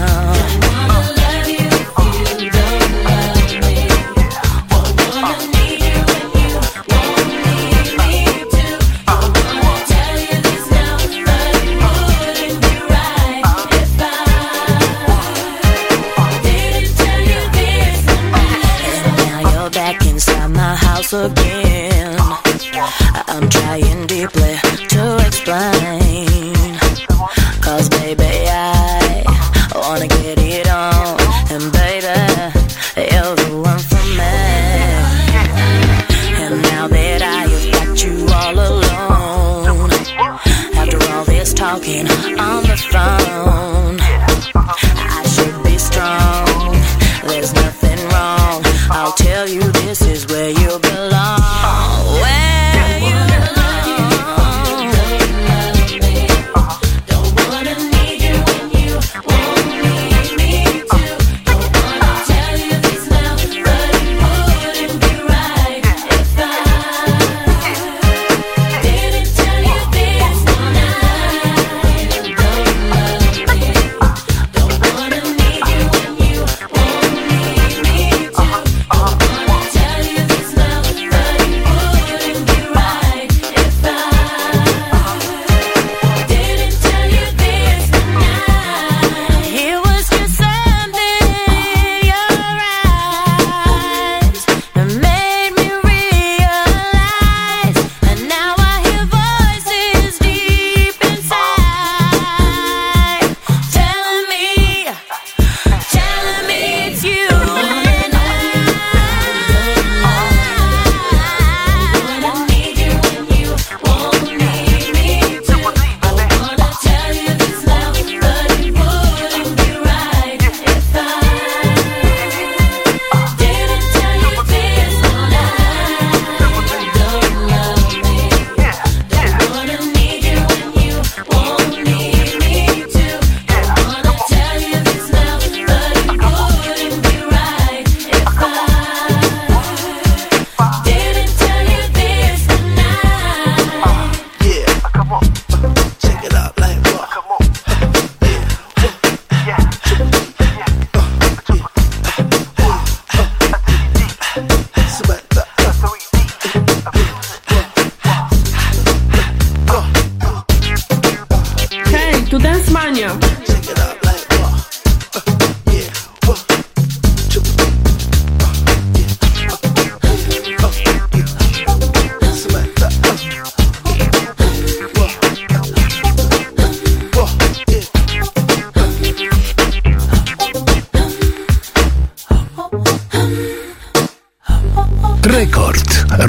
Again, I'm trying deeply to explain, 'cause baby I wanna get it on, and baby you're the one for me. And now that I've got you all alone, after all this talking on the phone, I should be strong, there's nothing wrong, I'll tell you this is where you belong. Where you belong.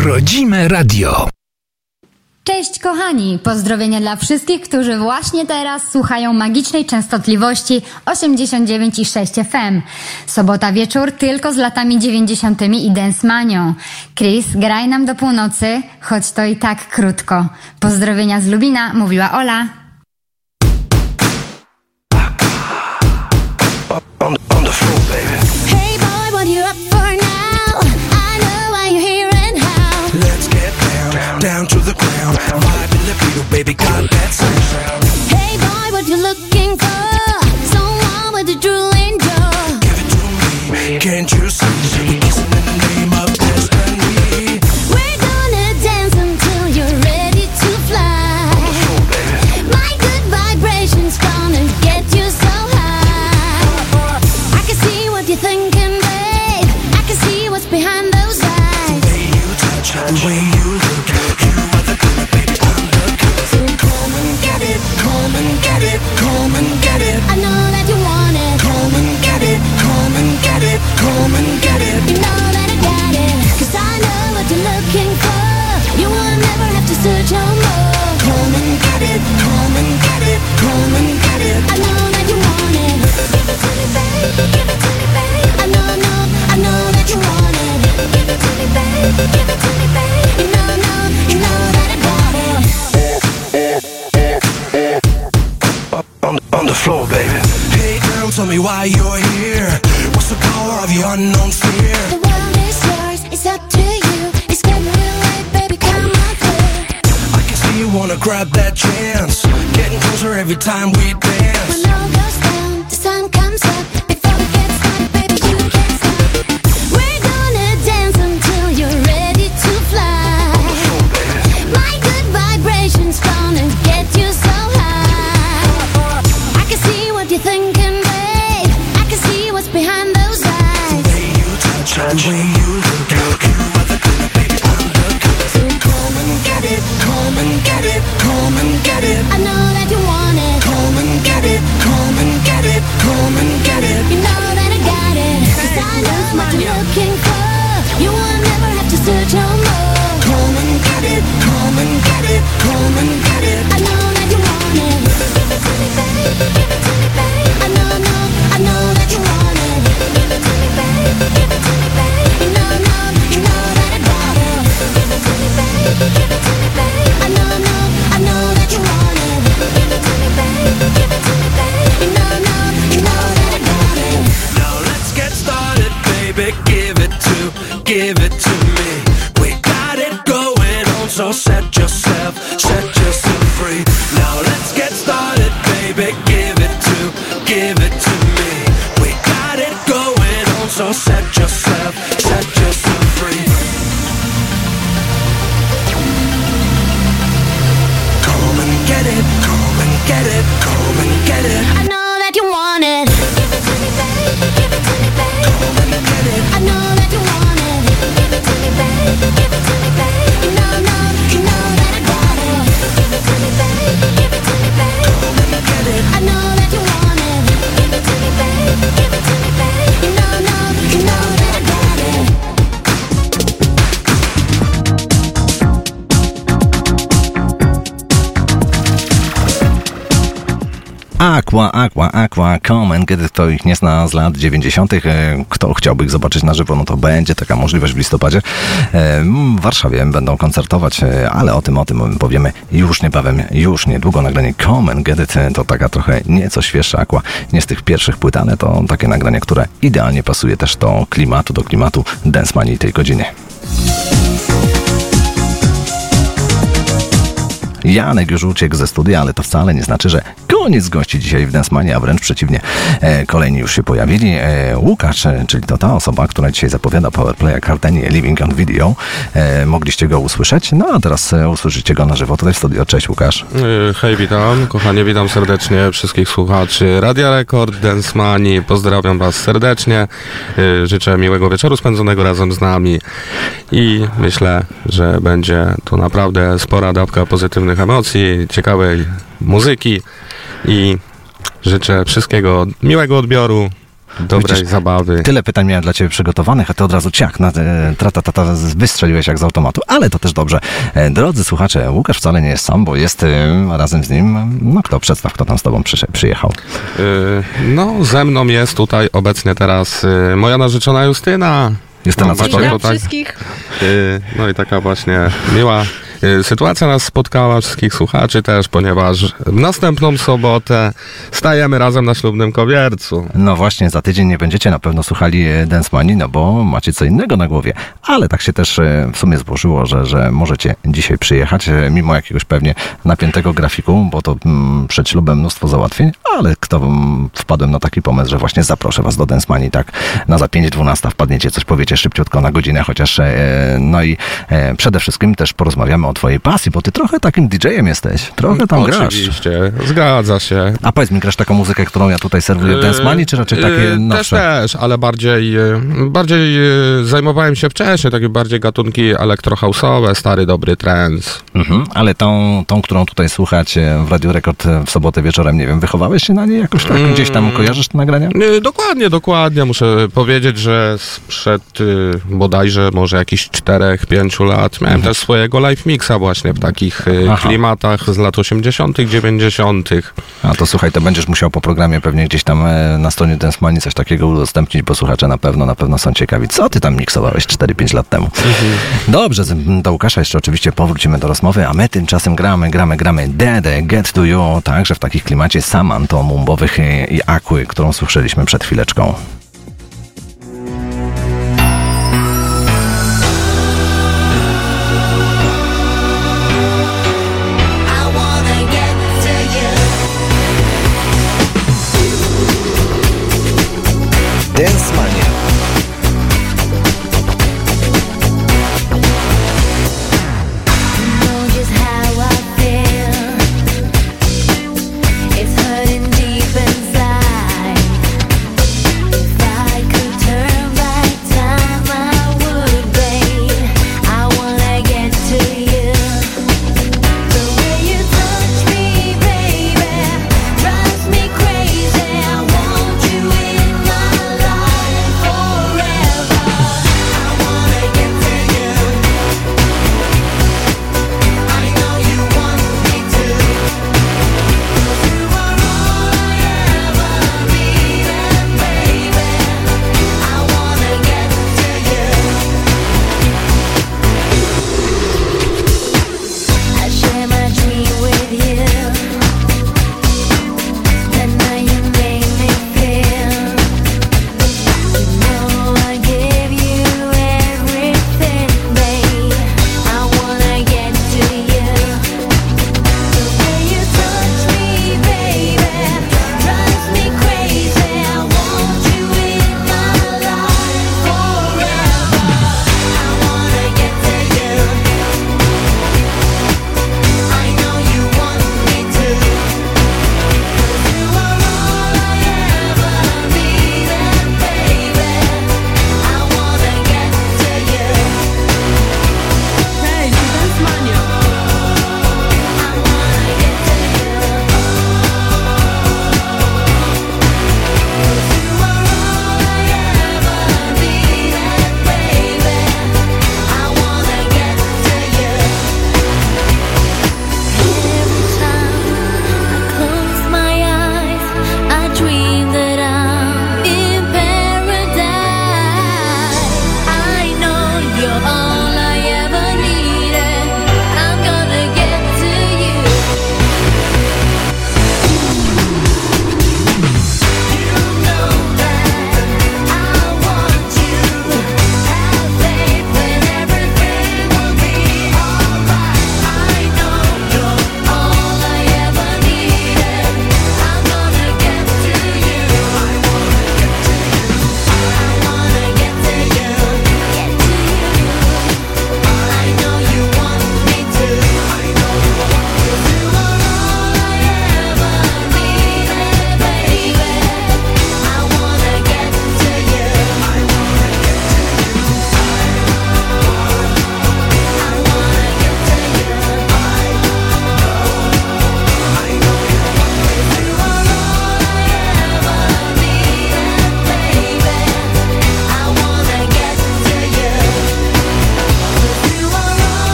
Rodzime Radio. Cześć kochani! Pozdrowienia dla wszystkich, którzy właśnie teraz słuchają magicznej częstotliwości 89,6 FM. Sobota wieczór tylko z latami 90. i Dance Manią. Chris, graj nam do północy, choć to i tak krótko. Pozdrowienia z Lubina, mówiła Ola. On the floor, baby. Hey boy, what you up for now? I know why you're here and how. Let's get down to the ground. Vibe in the beat, baby, got that sound. Hey boy, what you looking for? Someone with a drooling jaw. Give it to me, can't you see? We're kissing in the name of destiny. We're gonna dance until you're ready to fly. On the floor, baby. My good vibrations gonna get you so high. I can see what you're thinking, babe. I can see what's behind those eyes. The way you touch, the way you look, you are the good, baby, I'm the good. So come and get it, come and get it, come and get it. I know that you want it. Come and get it, come and get it, come and get it. You know that I got it. 'Cause I know what you're looking for. You will never have to search no more. Come and get it, come and get it, come and get it. I know that you want it. Give it to me, babe. Give it to me, babe. I know that you want it. Give it to me, babe. Give it to me, babe. You know that I got it. On the floor, baby. Hey girl, tell me why you're here. What's the power of your unknown fear? The world is yours, it's up to you. It's getting real late, baby, come on through. I can see you wanna grab that chance. Getting closer every time we dance. When all goes down, the sun comes up. Before we get started, baby, you can't stop. We're gonna dance until you're ready to fly. My good vibrations gonna get you so high. I can see what you're thinking, babe. I can see what's behind those eyes. The way you touch, the way you look, you are the good, baby, I'm the good. So come and get it, come and get it, come and get it. I know that you want it. Come and get it, come and get it, come and get it. You know that I got it. 'Cause I know what you're looking for. You will never have to search no more. Come and get it, come and get it, come and get it. I know that you want it. Give it to me, babe. Give it to me, babe. I know that you want it. Give it to me, babe. Give it to me, babe. You know that I got it. Give it to me, babe. Give it to me, babe. I know that you want it. Give it to me, babe. Give it to me, babe. You know that I got it. Now let's get started, baby. Give it to me. We got it going on, so set yourself free. Now let's get started, baby. Give it to me. We got it going on, so set yourself free. Come and get it, come and get it, come and get it. I know that you want it. Give it to me, babe. Give it to me, babe. Come and get it. I know that you want it. Give it to me, babe. Give it to me, babe. You know that I got it. Give it to me, babe. Give it to me, babe. Come and get it. I know that you want it. Give it to me, babe. Give it to me, babe. You know that I got it. Aqua, Come and Get It. Kto ich nie zna z lat 90., kto chciałby ich zobaczyć na żywo, no to będzie taka możliwość w listopadzie. W Warszawie będą koncertować, ale o tym powiemy już niebawem, już niedługo. Nagranie Come and Get It to taka trochę nieco świeższa Aqua, nie z tych pierwszych płyt, ale to takie nagranie, które idealnie pasuje też do klimatu Dance Manii tej godziny. Janek już uciekł ze studia, ale to wcale nie znaczy, że koniec gości dzisiaj w Dance Mania, a wręcz przeciwnie, kolejni już się pojawili. Łukasz, czyli to ta osoba, która dzisiaj zapowiada Powerplaya Cardenia Living on Video. Mogliście go usłyszeć, no a teraz usłyszycie go na żywo tutaj w studio. Cześć Łukasz. Hej, witam, kochanie, witam serdecznie wszystkich słuchaczy Radia Rekord, Dance Manii, pozdrawiam was serdecznie, życzę miłego wieczoru spędzonego razem z nami i myślę, że będzie tu naprawdę spora dawka pozytywnych emocji, ciekawej muzyki i życzę wszystkiego miłego odbioru dobrej zabawy. Tyle pytań miałem dla ciebie przygotowanych, a ty od razu ciach, wystrzeliłeś jak z automatu, ale to też dobrze. Drodzy słuchacze, Łukasz wcale nie jest sam, bo jest razem z nim, przedstaw, kto tam z tobą przyjechał. Ze mną jest tutaj obecnie teraz moja narzeczona Justyna. Justyna, co Witam wszystkich. No i taka właśnie miła sytuacja nas spotkała, wszystkich słuchaczy też, ponieważ w następną sobotę stajemy razem na ślubnym kowiercu. No właśnie, za tydzień nie będziecie na pewno słuchali Dance Manii, no bo macie co innego na głowie. Ale tak się też w sumie złożyło, że możecie dzisiaj przyjechać, mimo jakiegoś pewnie napiętego grafiku, bo to przed ślubem mnóstwo załatwień, ale wpadłem na taki pomysł, że właśnie zaproszę was do Dance Manii, tak na za 5:12 wpadniecie, coś powiecie szybciutko na godzinę, chociaż no i przede wszystkim też porozmawiamy o twojej pasji, bo ty trochę takim DJ-em jesteś. Trochę tam grasz. Oczywiście, zgadza się. A powiedz mi, grasz taką muzykę, którą ja tutaj serwuję w Dance Manii, czy raczej takie nowsze? Też, ale bardziej zajmowałem się wcześniej, takie bardziej gatunki elektrohouse'owe, stary, dobry trance. Ale tą, którą tutaj słuchać w Radio Rekord w sobotę wieczorem, nie wiem, wychowałeś się na niej jakoś tak? Gdzieś tam kojarzysz te nagrania? Dokładnie. Muszę powiedzieć, że sprzed bodajże może jakichś 4-5 lat miałem też swojego live mixa właśnie w takich klimatach z lat 80., 90. A to słuchaj, to będziesz musiał po programie pewnie gdzieś tam na stronie Dance Manii coś takiego udostępnić, bo słuchacze na pewno są ciekawi. Co ty tam miksowałeś 4-5 lat temu? Dobrze, do Łukasza jeszcze oczywiście powrócimy do rozmowy, a my tymczasem gramy Dede, Get To You, także w takich klimacie Samanto, Mumbowych i Aquy, którą słyszeliśmy przed chwileczką. Dance Mania. It's hurting deep inside.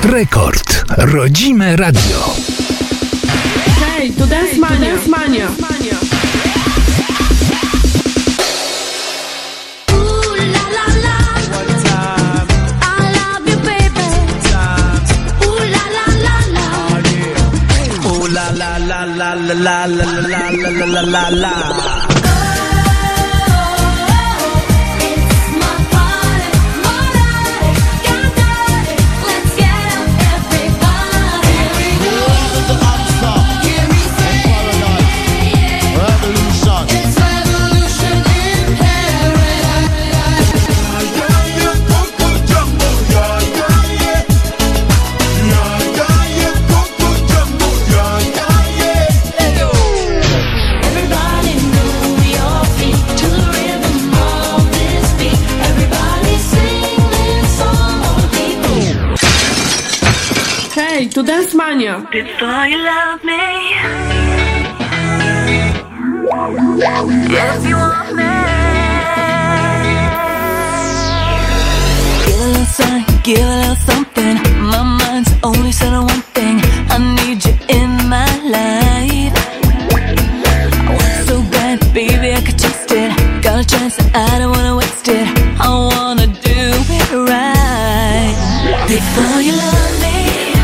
Rekord. Rodzime radio. Hej, to Dance Mania. La la la la la la la. Hej, to Dance Mania. Before you love me, if you want me, give a little sign, give a little something. My mind's only set on one thing. I need you in my life. I want so bad, baby, I could taste it. Got a chance, I don't wanna waste it. I wanna do it right. Before you love me,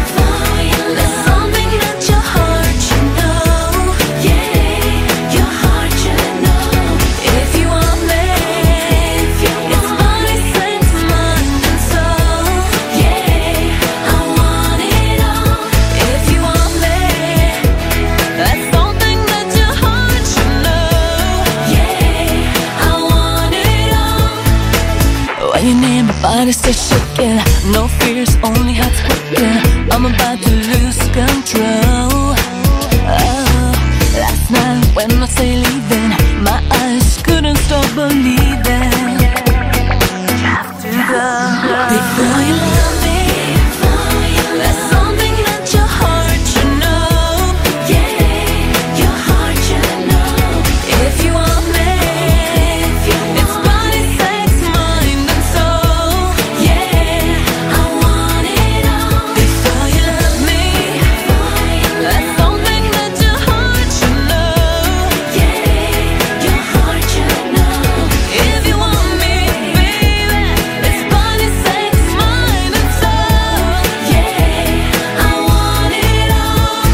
body starts shaking, no fears, only hearts breaking. I'm about to lose control. Oh, last night when I say leaving, my eyes couldn't stop believing. You have to go before you love me. There's something that your heart should know. Yeah, your heart should know. If you want me, it's body, sex, mind, and soul. Yeah, I want it all. Before you love me, there's something that your heart should know. Yeah, your heart should know. If you want me, baby, it's body, sex, mind, and soul. Yeah, I want it all.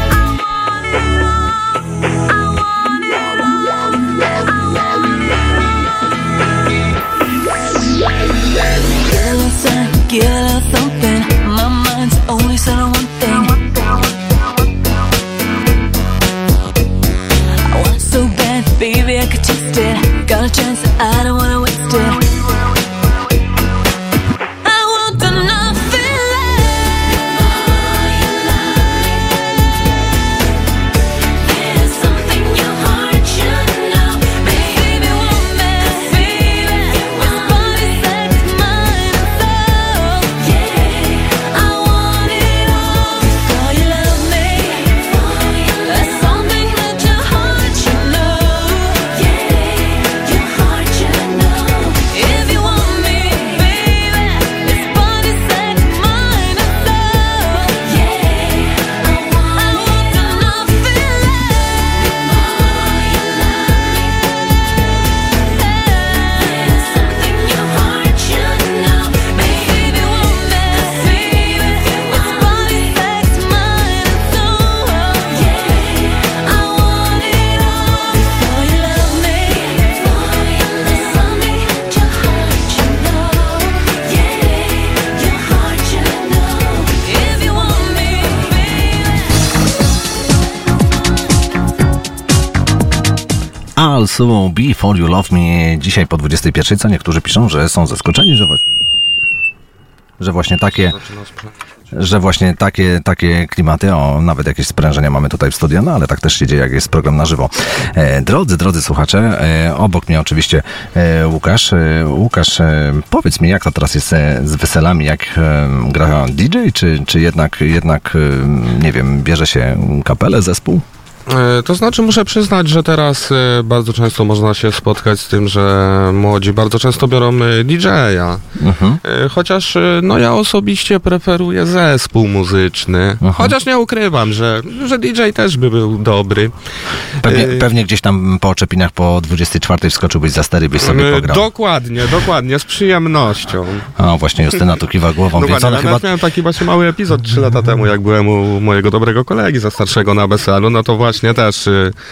Give a little sign, give a little something. My mind's only set on one thing. I want it so bad, baby, I could taste it. Got a chance, I don't wanna waste it. I want to nothing less. There's something your heart should know. Baby, want me, baby. It's body, sex, mind, and soul. Yeah, I want it all. Before you love me, there's something that your heart should know. Yeah, your heart should know. If you want me, baby, it's body, sex, mind, and soul. Yeah, I want to nothing less. There's something your heart should know. Baby, want me, baby. It's body, sex, mind, and soul. Yeah, I want it all. Before you love me, there's something your heart should know. Yeah, your heart should know. If you want me, Also Before You Love Me dzisiaj po 21, co niektórzy piszą, że są zaskoczeni, że właśnie takie klimaty, nawet jakieś sprężenia mamy tutaj w studiu, no ale tak też się dzieje, jak jest program na żywo. Drodzy słuchacze, obok mnie oczywiście Łukasz. Łukasz, powiedz mi, jak to teraz jest z weselami, jak gra DJ, czy jednak nie wiem, bierze się kapelę, zespół? To znaczy muszę przyznać, że teraz bardzo często można się spotkać z tym, że młodzi bardzo często biorą DJ-a. Chociaż no ja osobiście preferuję zespół muzyczny. Chociaż nie ukrywam, że DJ też by był dobry. Pewnie gdzieś tam po Oczepinach po 24 wskoczyłbyś za stery, byś sobie pograł. Dokładnie, z przyjemnością. O, właśnie Justyna tu kiwa głową, więc ona chyba... Miałem taki właśnie mały epizod 3 lata temu, jak byłem u mojego dobrego kolegi za starszego na weselu, no to właśnie też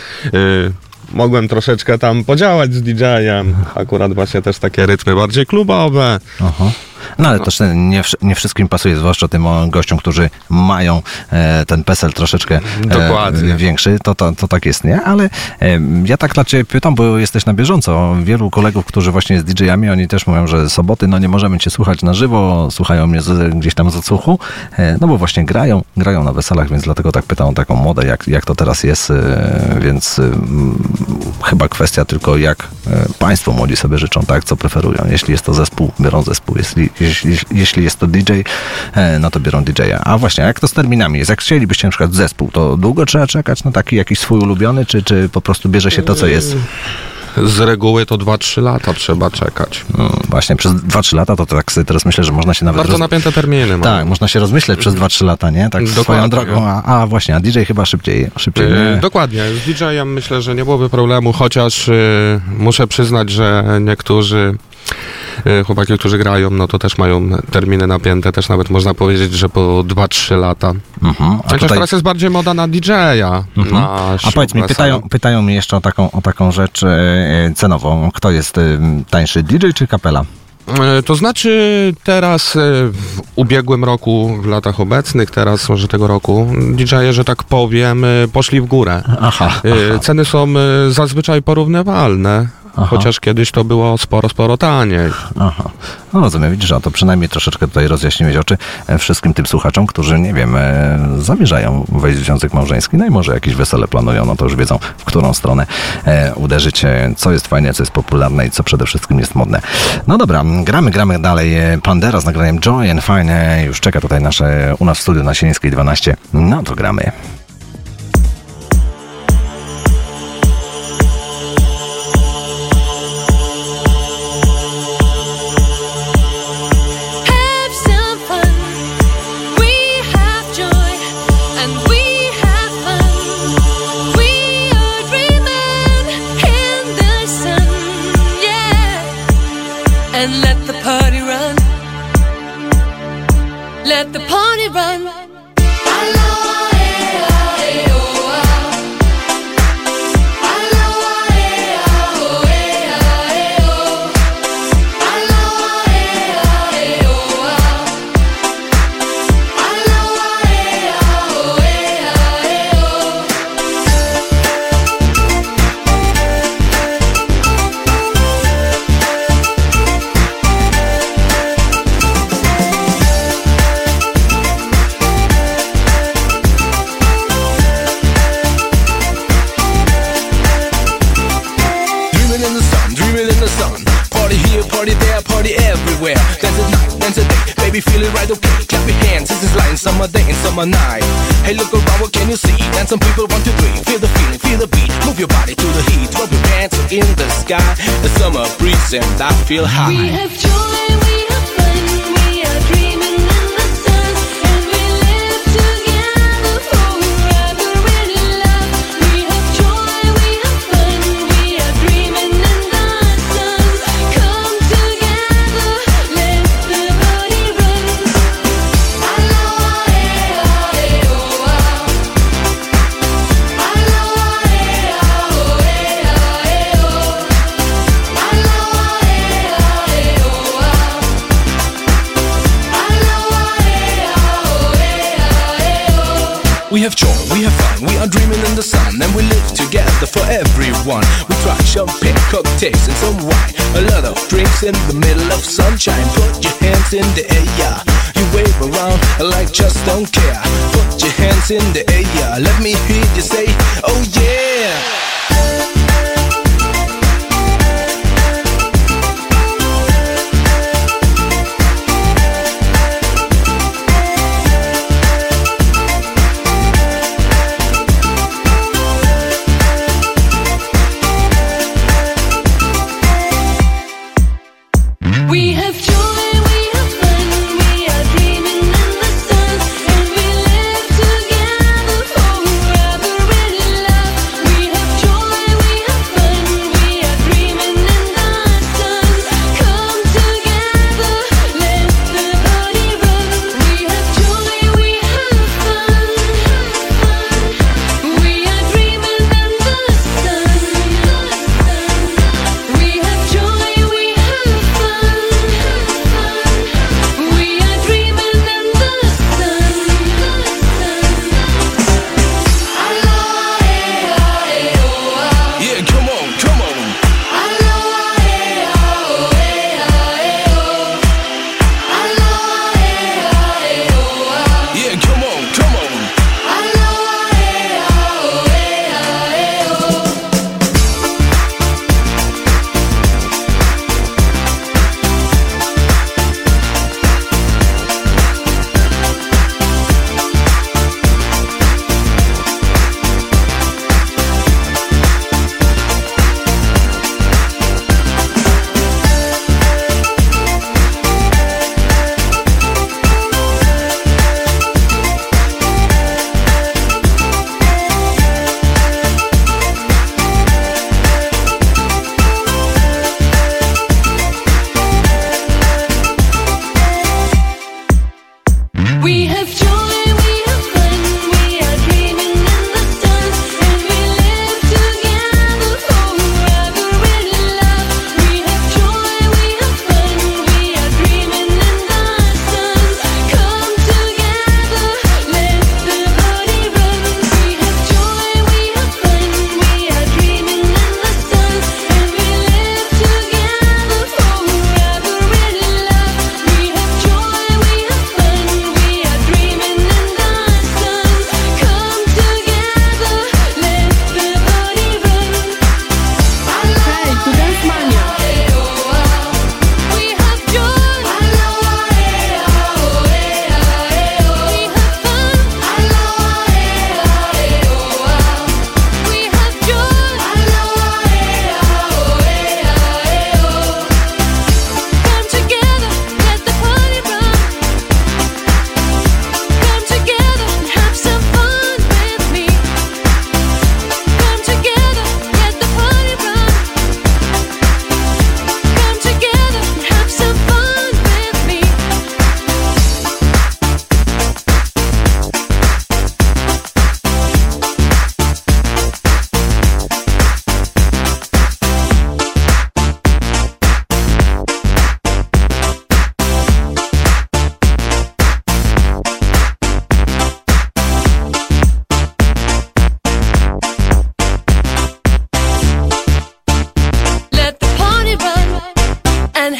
mogłem troszeczkę tam podziałać z DJ-em. Akurat właśnie też takie rytmy bardziej klubowe. No ale też nie wszystkim pasuje, zwłaszcza tym gościom, którzy mają ten PESEL troszeczkę większy, to tak jest, nie? Ale ja tak dla ciebie pytam, bo jesteś na bieżąco. Wielu kolegów, którzy właśnie jest DJ-ami, oni też mówią, że soboty, no nie możemy cię słuchać na żywo, słuchają mnie gdzieś tam z odsłuchu, no bo właśnie grają na weselach, więc dlatego tak pytam o taką modę, jak to teraz jest, więc chyba kwestia tylko jak państwo młodzi sobie życzą, tak, co preferują. Jeśli jest to zespół, biorą zespół, jeśli jest to DJ, no to biorą DJ-a. A właśnie, jak to z terminami jest? Jak chcielibyście na przykład zespół, to długo trzeba czekać na taki jakiś swój ulubiony, czy po prostu bierze się to, co jest? Z reguły to 2-3 lata trzeba czekać. Właśnie, przez 2-3 lata to tak sobie teraz myślę, że można się nawet... Bardzo napięte terminy. Tak, można się rozmyśleć przez 2-3 lata, nie? Tak swoją drogą. A właśnie, a DJ chyba szybciej nie? Dokładnie. Z DJ-em myślę, że nie byłoby problemu, chociaż muszę przyznać, że niektórzy chłopaki, którzy grają, no to też mają terminy napięte, też nawet można powiedzieć, że po 2-3 lata. Chociaż teraz jest bardziej moda na DJ-a. A powiedz mi, pytają mnie jeszcze o taką rzecz cenową. Kto jest tańszy, DJ czy kapela? To znaczy teraz w ubiegłym roku, w latach obecnych, teraz może tego roku, DJ-e, że tak powiem, poszli w górę. Ceny są zazwyczaj porównywalne. Chociaż kiedyś to było sporo taniej. No rozumiem, widzisz, a to przynajmniej troszeczkę tutaj rozjaśniłeś oczy wszystkim tym słuchaczom, którzy, nie wiem, zamierzają wejść w związek małżeński, no i może jakieś wesele planują, no to już wiedzą, w którą stronę uderzyć, co jest fajne, co jest popularne i co przede wszystkim jest modne. No dobra, gramy dalej. Pandera z nagraniem Joy and Fine już czeka tutaj u nas w studiu na Sienińskiej 12. No to gramy. Let the party run. Feel it right, okay, clap your hands, this is like summer day and summer night. Hey, look around, what can you see? Dance some people 1, 2, 3, feel the feeling, feel the beat. Move your body to the heat, rub your hands in the sky. The summer breeze and I feel high. We have joy, we have fun, we are dreaming in the sun, and we live together forever in love. We have joy, we have fun, we are dreaming in the sun. Come together, let the body run. We have joy, we have fun, we are dreaming in the sun, and we live together for everyone. We try champagne, cocktails and some wine, a lot of drinks in the middle of sunshine. Put your hands in the air, you wave around like just don't care. Put your hands in the air, let me hear you say, oh yeah.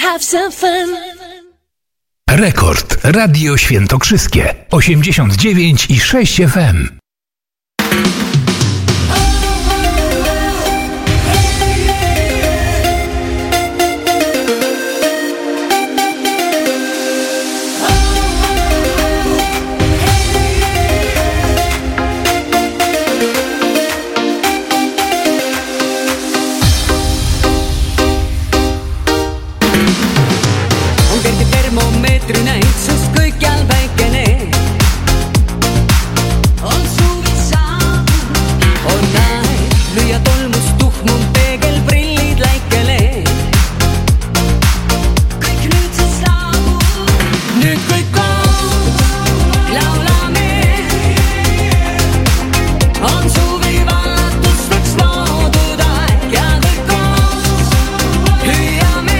have some fun. Rekord Radio Świętokrzyskie 89,6 FM. termomeetri näitus kõikjal väikene. On suvi saabunud, on aeg lüüa tolmus tuhmum peegelprillid läikele. Kõik nüüd see saabub, nüüd kõik koos laulame. On suvi vallatusteks loodud aeg ja kõik koos hüüame.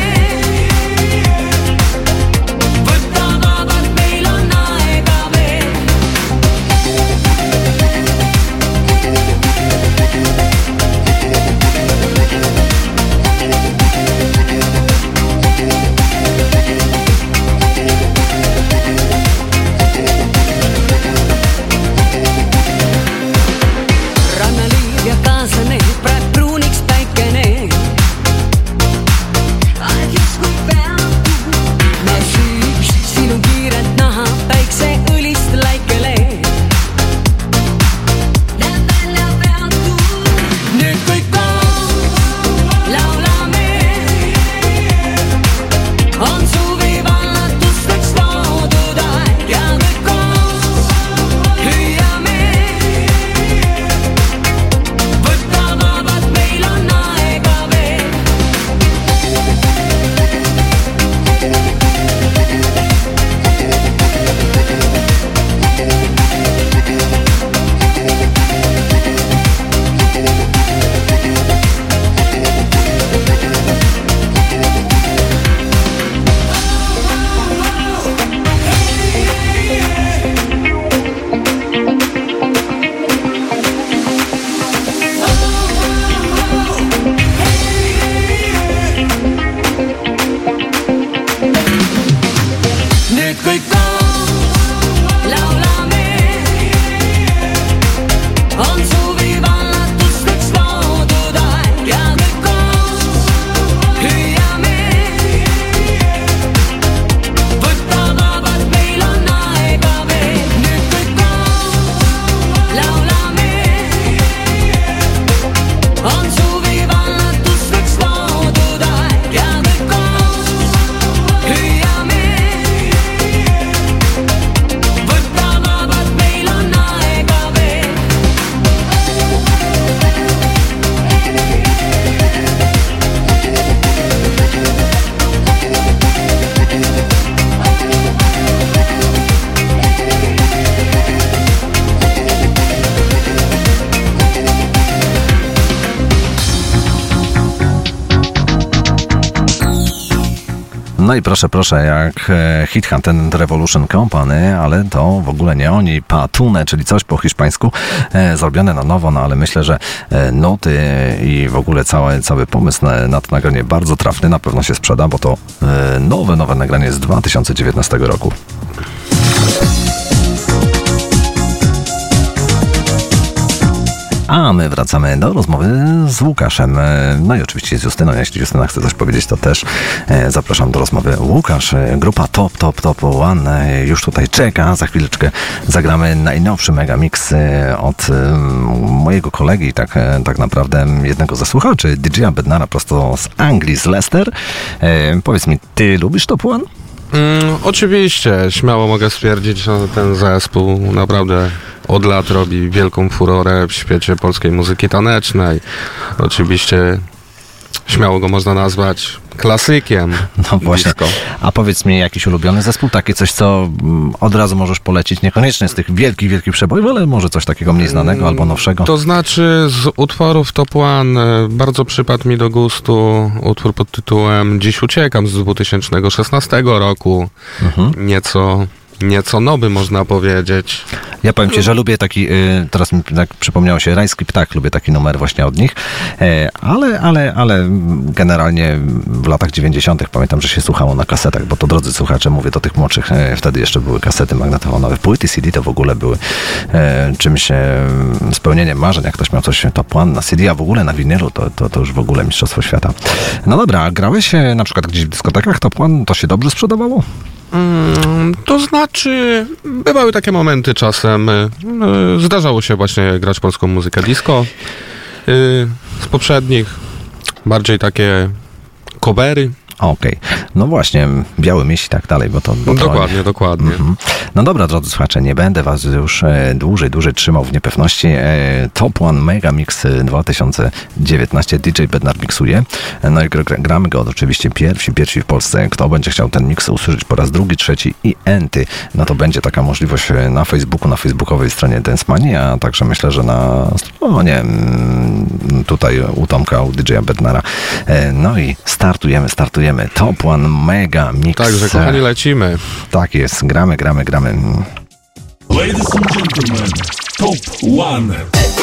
No i proszę, jak Hit Hunt Revolution Company, ale to w ogóle nie oni, Patune, czyli coś po hiszpańsku, zrobione na nowo, no ale myślę, że nuty i w ogóle cały pomysł na to nagranie bardzo trafny, na pewno się sprzeda, bo to nowe nagranie z 2019 roku. A my wracamy do rozmowy z Łukaszem. No i oczywiście z Justyną. Jeśli Justyna chce coś powiedzieć, to też zapraszam do rozmowy. Łukasz, grupa Top One już tutaj czeka. Za chwileczkę zagramy najnowszy megamix od mojego kolegi, tak naprawdę jednego ze słuchaczy, DJ-a Bednara prosto z Anglii, z Leicester. Powiedz mi, ty lubisz Top One? Oczywiście, śmiało mogę stwierdzić, że ten zespół naprawdę od lat robi wielką furorę w świecie polskiej muzyki tanecznej. Oczywiście śmiało go można nazwać klasykiem. No właśnie. A powiedz mi, jakiś ulubiony zespół, takie coś, co od razu możesz polecić, niekoniecznie z tych wielkich przebojów, ale może coś takiego mniej znanego albo nowszego? To znaczy z utworów Top One bardzo przypadł mi do gustu utwór pod tytułem Dziś uciekam z 2016 roku. Nieco Nieco nowy, można powiedzieć. Ja powiem ci, że lubię taki, teraz mi tak przypomniało się, Rajski Ptak, lubię taki numer właśnie od nich, ale generalnie w latach 90. pamiętam, że się słuchało na kasetach, bo to, drodzy słuchacze, mówię do tych młodszych, wtedy jeszcze były kasety magnetofonowe, płyty CD to w ogóle były czymś spełnieniem marzeń, jak ktoś miał coś Top One na CD, a w ogóle na winylu, to już w ogóle mistrzostwo świata. No dobra, a grałeś na przykład gdzieś w dyskotekach Top One, to się dobrze sprzedawało? To znaczy, bywały takie momenty czasem. Zdarzało się właśnie grać polską muzykę disco. Z poprzednich bardziej takie covery. Okej. No właśnie, Biały Miś i tak dalej, bo to... Dokładnie. Mhm. No dobra, drodzy słuchacze, nie będę was już dłużej trzymał w niepewności. Top One Mega Mix 2019 DJ Bednar miksuje. No i gramy go oczywiście pierwsi w Polsce. Kto będzie chciał ten mix usłyszeć po raz drugi, trzeci i enty, no to będzie taka możliwość na Facebooku, na facebookowej stronie Dance Mania, a także myślę, że na stronie tutaj u Tomka, u DJ-a Bednara. No i startujemy. Top One Mega Mix. Także, kochani, lecimy. Tak jest, gramy. Ladies and gentlemen, Top One.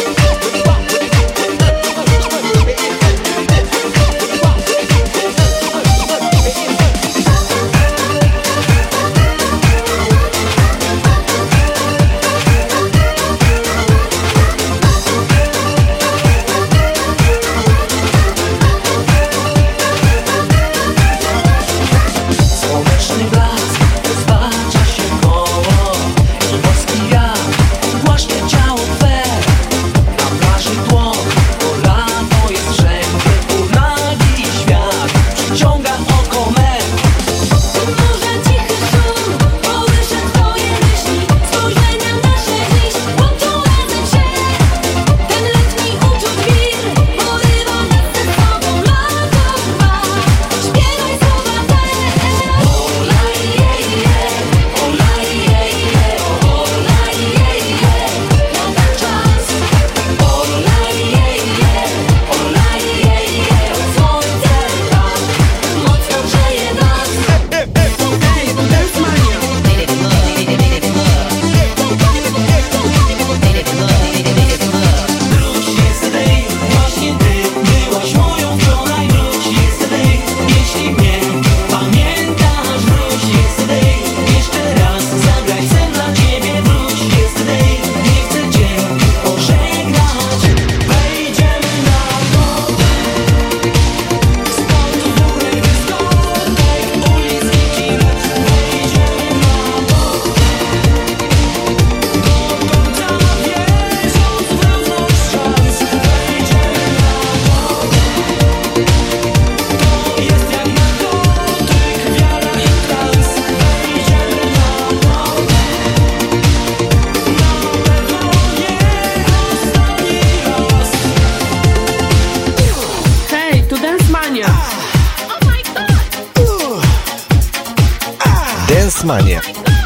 Słoneczny blask rozbacza się koło i boski wiatr głaszcze ciało twe. Na plaży tło, bo lato jest wszędzie, tu nagi świat przyciąga oko me. Może cichy szum kołysze twoje myśli, spojrzenia nasze dziś łączą razem się. Ten letni uczuć wir porywa nas ze sobą, lato trwa. Śpiewaj słowa te. Wróć yesterday, właśnie ty byłaś moją wczoraj. Wróć yesterday, jeśli mnie pamiętasz. Wróć yesterday, jeszcze raz zagraj sen dla ciebie. Wróć yesterday, nie chcę cię pożegnać. Wejdziemy na to, z podwórek dyskotek, ulic i kinet. Wejdziemy na to, do końca wierząc w równość szans. Wejdziemy na to, to jest jak narkotyk, wiara i trans. Wejdziemy na to, na pewno nie ostatni raz. Hej, tu Dance Mania. Dance Mania.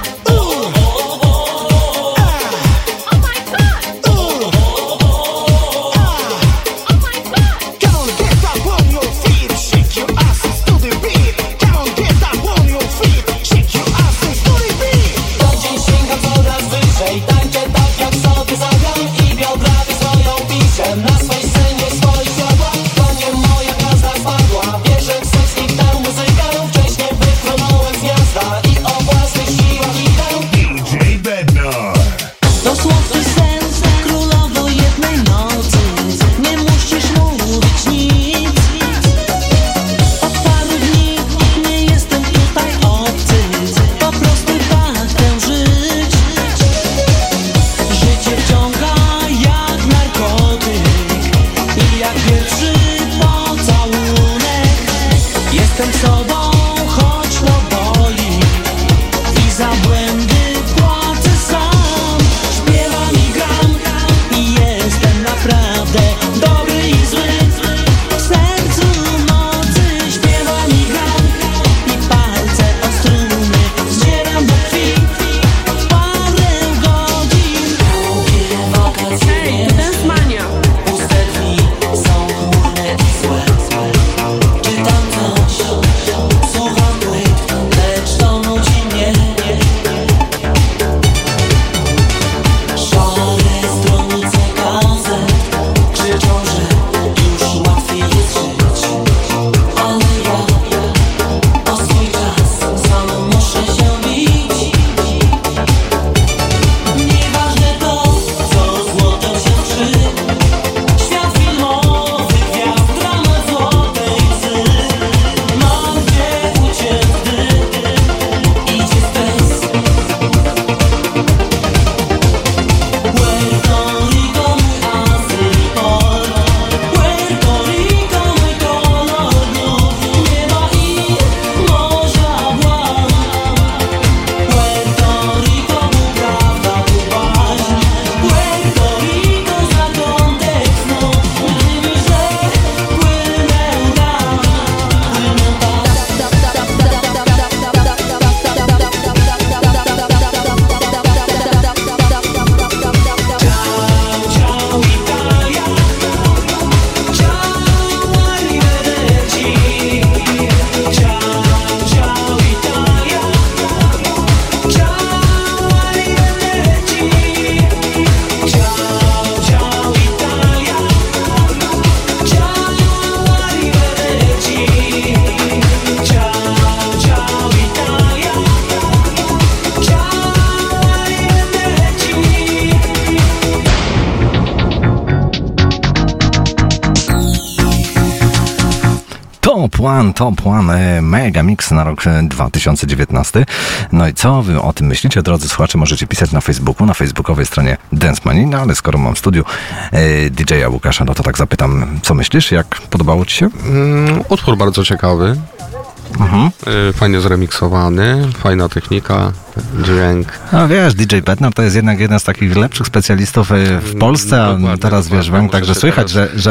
To dzień sięgam coraz wyżej, tańczę tak jak sobie zagram i biografię swoją piszę. Na swej scenie swoich światła, to nie moja gwiazda spadła. Wierzę w sens, nikt tam muzykę, wcześniej wypłynąłem z miasta i o własnych siłach Top One Mega Mix na rok 2019. No i co wy o tym myślicie, drodzy słuchacze? Możecie pisać na Facebooku, na facebookowej stronie Dance Mania, no ale skoro mam w studiu DJ-a Łukasza, no to tak zapytam, co myślisz? Jak podobało ci się? Utwór bardzo ciekawy. Fajnie zremiksowany, fajna technika, dźwięk. No wiesz, DJ Bednar to jest jednak jeden z takich lepszych specjalistów w Polsce, a teraz wiesz, także słychać,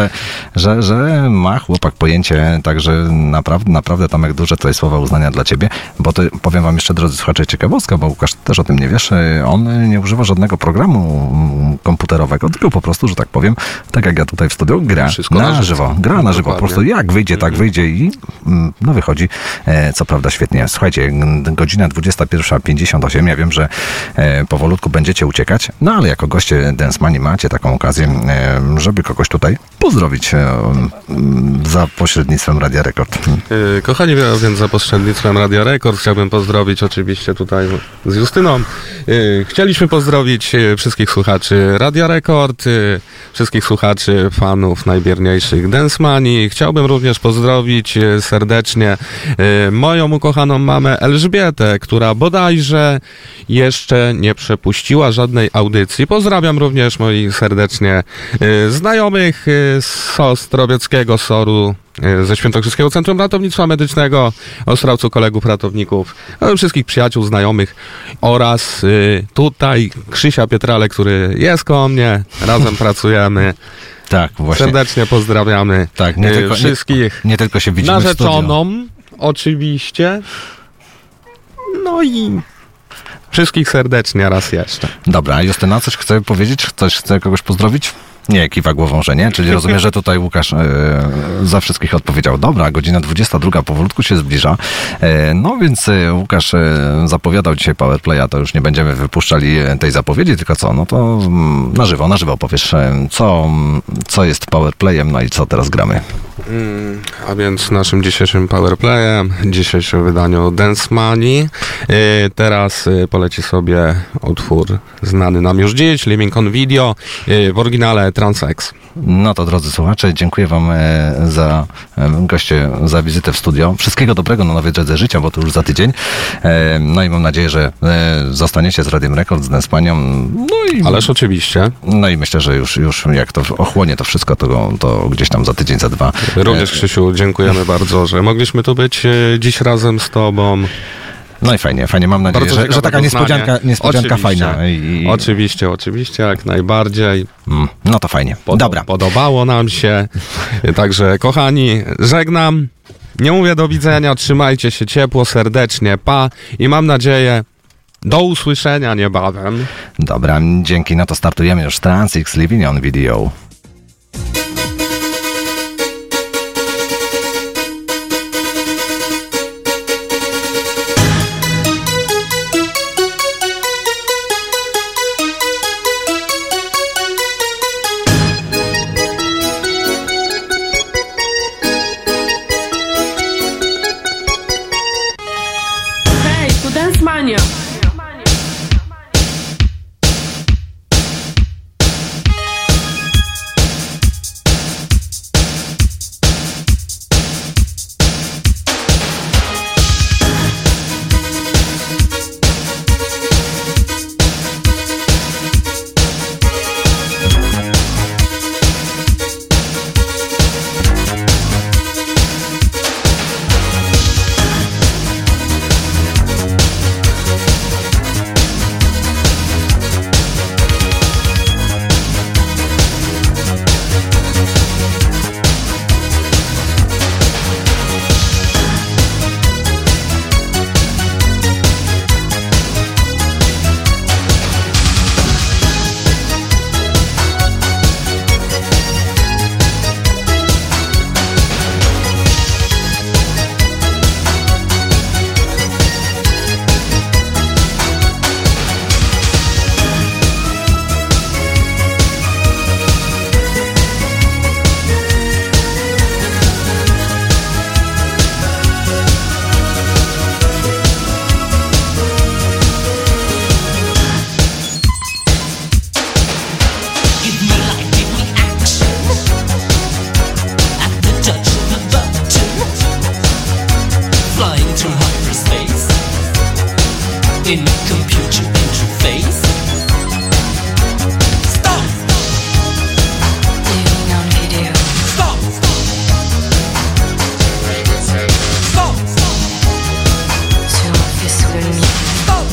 że ma chłopak pojęcie, także naprawdę Tomek, duże tutaj słowa uznania dla ciebie, bo to powiem wam jeszcze, drodzy słuchacze, ciekawostka, bo Łukasz też o tym nie wiesz, on nie używa żadnego programu komputerowego, tylko po prostu, że tak powiem, tak jak ja tutaj w studiu, gra na żywo, po prostu jak wyjdzie, tak wyjdzie i no wychodzi. Co prawda świetnie. Słuchajcie, godzina 21:58. Ja wiem, że powolutku będziecie uciekać, no ale jako goście Dance Manii macie taką okazję, żeby kogoś tutaj pozdrowić za pośrednictwem Radia Rekord. Kochani, więc za pośrednictwem Radia Rekord chciałbym pozdrowić oczywiście tutaj z Justyną. Chcieliśmy pozdrowić wszystkich słuchaczy Radia Rekord, wszystkich słuchaczy, fanów najbierniejszych Dance Manii. Chciałbym również pozdrowić serdecznie moją ukochaną mamę Elżbietę, która bodajże jeszcze nie przepuściła żadnej audycji. Pozdrawiam również moich serdecznie znajomych z Ostrowieckiego SOR-u, ze Świętokrzyskiego Centrum Ratownictwa Medycznego, Ostrawcu kolegów ratowników, wszystkich przyjaciół, znajomych oraz tutaj Krzysia Pietrale, który jest koło mnie, razem pracujemy. Tak, właśnie. Serdecznie pozdrawiamy wszystkich. Nie tylko się widzimy narzeczoną, oczywiście. No i wszystkich serdecznie raz jeszcze. Dobra, Justyna, coś chce powiedzieć? Coś chce kogoś pozdrowić? Nie, kiwa głową, że nie. Czyli rozumiem, że tutaj Łukasz za wszystkich odpowiedział. Dobra, godzina 22 powolutku się zbliża. No więc Łukasz zapowiadał dzisiaj Powerplaya, to już nie będziemy wypuszczali tej zapowiedzi, tylko co? No to na żywo powiesz, co jest Powerplayem, no i co teraz gramy. A więc naszym dzisiejszym Powerplayem, dzisiejszym wydaniu Dance Manii, teraz poleci sobie utwór znany nam już dziś, Living on Video, w oryginale Transex. No to drodzy słuchacze, dziękuję wam za goście, za wizytę w studio. Wszystkiego dobrego na nowej drodze życia, bo to już za tydzień. No i mam nadzieję, że zostaniecie z Radiem Rekord, z Dance Manią. No ależ oczywiście. No i myślę, że już jak to ochłonie to wszystko, to gdzieś tam za tydzień, za dwa. Również Krzysiu, dziękujemy bardzo, że mogliśmy tu być dziś razem z tobą. No i fajnie, mam nadzieję, że taka niespodzianka fajna. Oczywiście, jak najbardziej. No to fajnie. Dobra. Podobało nam się. Także kochani, żegnam. Nie mówię do widzenia, trzymajcie się ciepło, serdecznie, pa i mam nadzieję do usłyszenia niebawem. Dobra, dzięki, no to startujemy już Transex Living on Video. cyberspace in a computer interface. Stop! Living on video. Stop! Stop! Sur un vaisseau de lumière. Stop!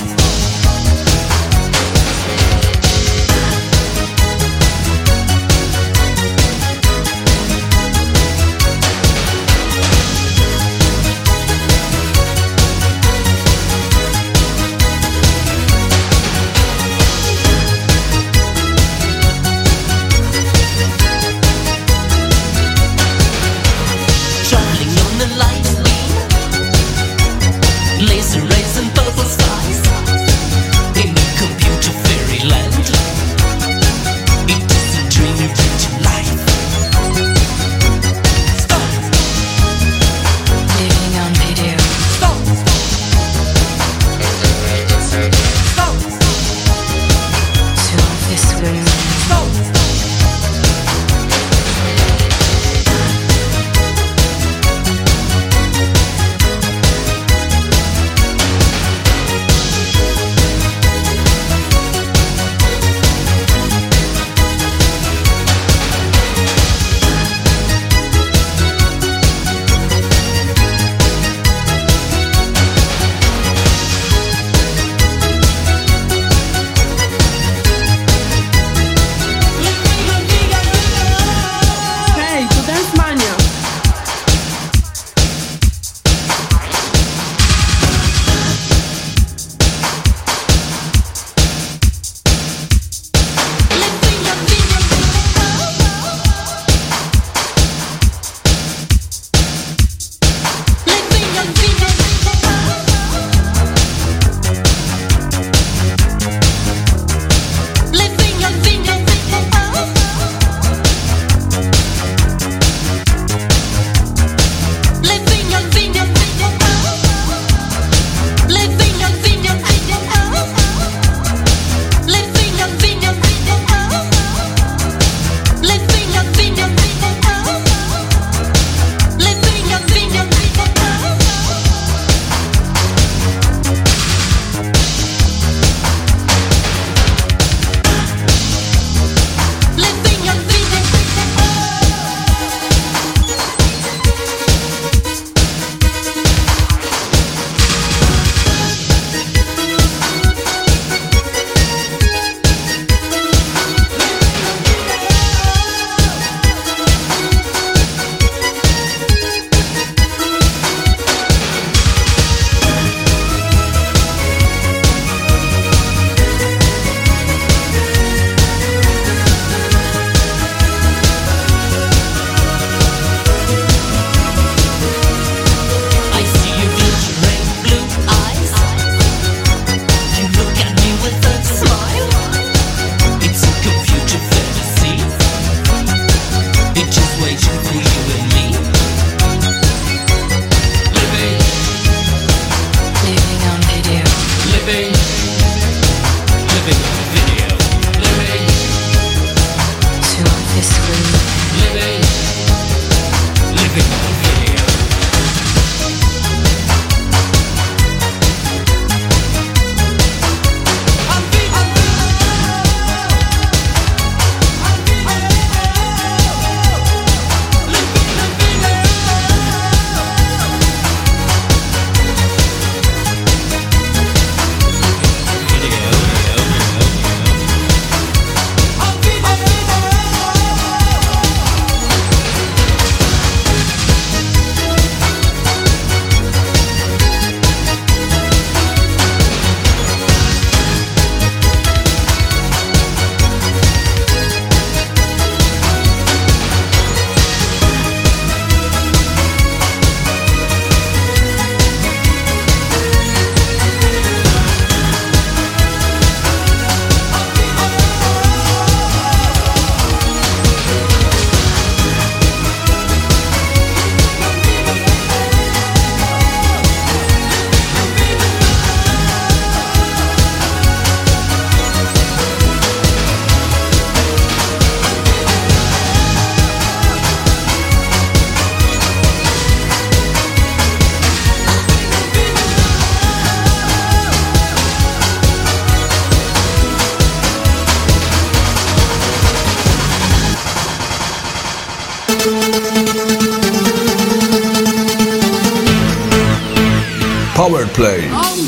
Powerplay.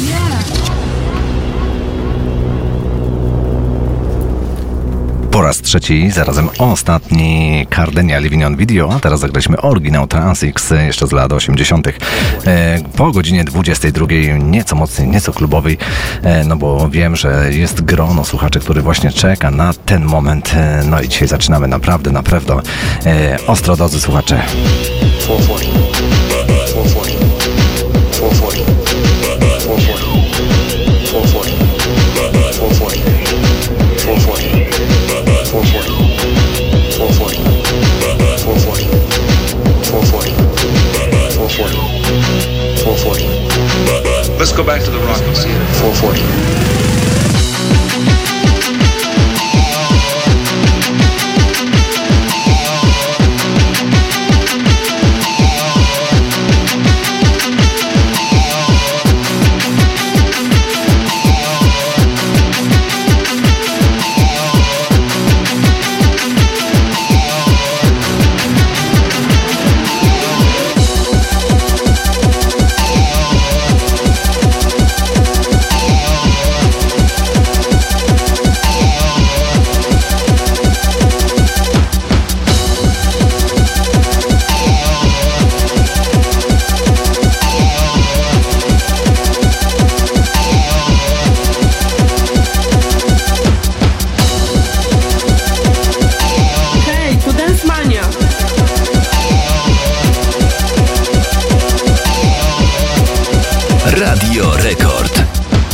Po raz trzeci, zarazem ostatni Cardenia Living on Video, a teraz zagraliśmy oryginał Transix jeszcze z lat 80. Po godzinie 22, nieco mocniej, nieco klubowej, no bo wiem, że jest grono słuchaczy, który właśnie czeka na ten moment. No i dzisiaj zaczynamy naprawdę ostro, drodzy słuchacze. 440. 440. 440. 440. 440. 440. 440. Let's go back to the rocking scene at 440. Radio Rekord.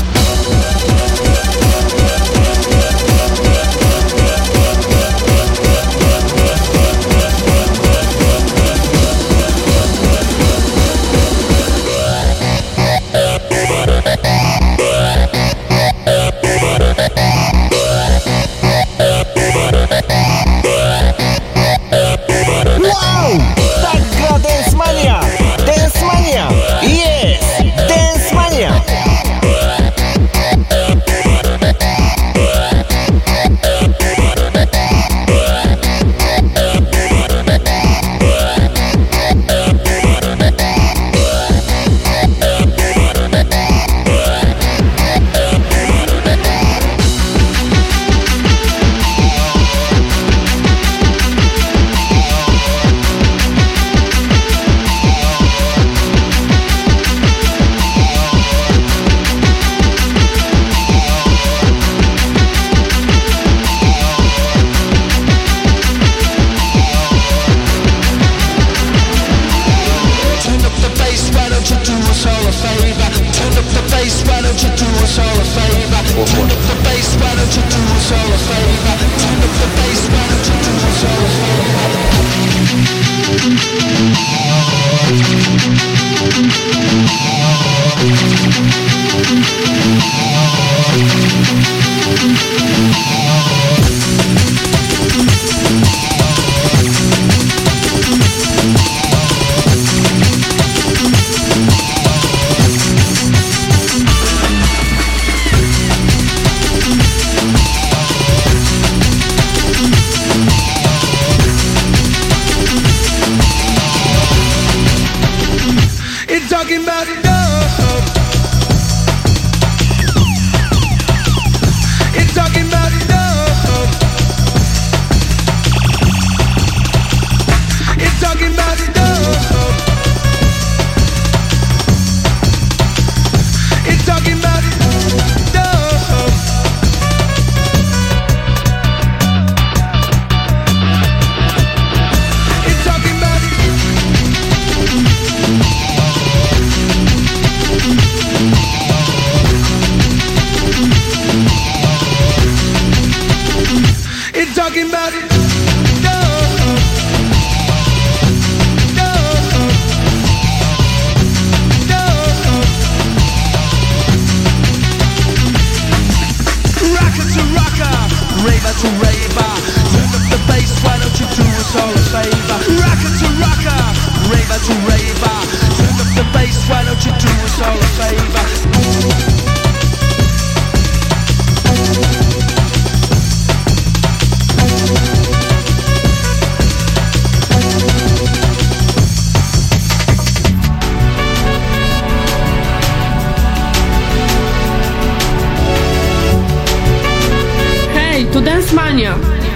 Wow! Tak gra Dance Mania! Dance Mania! Yes! Dance Mania! It's talking about love. to Dance Mania.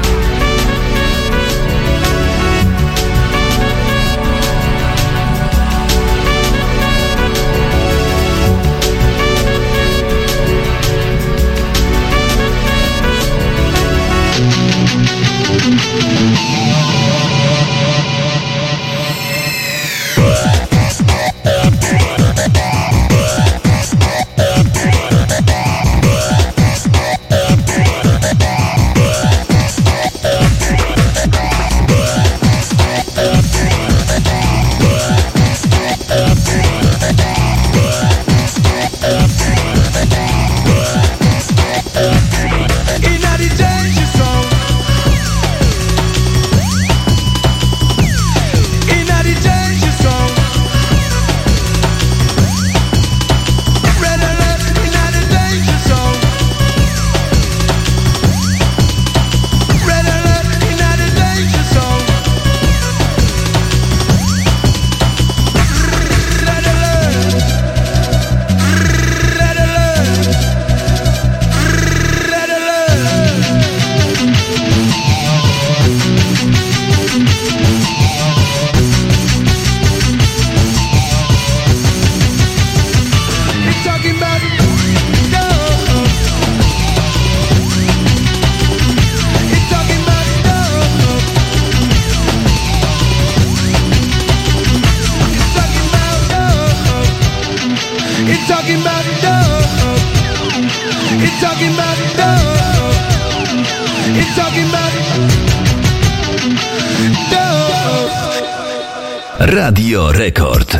Radio Rekord.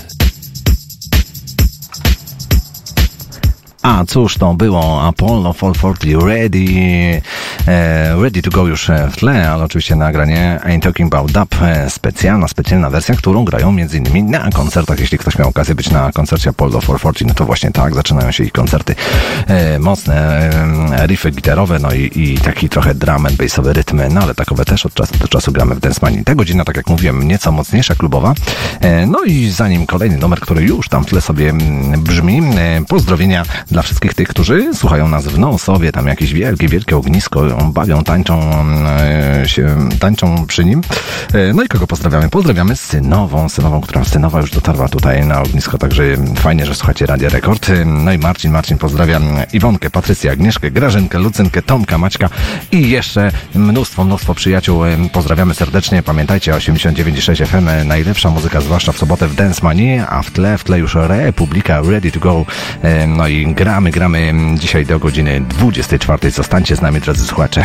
A cóż to było? Apollo 440 Ready to Go już w tle, ale oczywiście nagranie Ain't Talking About Dub, specjalna wersja, którą grają m.in. na koncertach. Jeśli ktoś miał okazję być na koncercie Apollo 440, no to właśnie tak zaczynają się ich koncerty. Mocne riffy gitarowe, no i taki trochę drum and bassowy rytmy, no ale takowe też od czasu do czasu gramy w Dance Manii. Ta godzina, tak jak mówiłem, nieco mocniejsza, klubowa. No i zanim kolejny numer, który już tam w tle sobie brzmi, pozdrowienia dla wszystkich tych, którzy słuchają nas w Nosowie, tam jakieś wielkie ognisko, bawią, tańczą przy nim. No i kogo pozdrawiamy? Pozdrawiamy Synową, która Synowa już dotarła tutaj na ognisko, także fajnie, że słuchacie Radia Rekord. No i Marcin pozdrawia Iwonkę, Patrycję, Agnieszkę, Grażynkę, Lucynkę, Tomka, Maćka i jeszcze mnóstwo przyjaciół. Pozdrawiamy serdecznie. Pamiętajcie, 89,6 FM, najlepsza muzyka, zwłaszcza w sobotę w Dance Manii, a w tle już Republika, Ready to Go. No i gramy dzisiaj do godziny 24. Zostańcie z nami, drodzy słuchacze.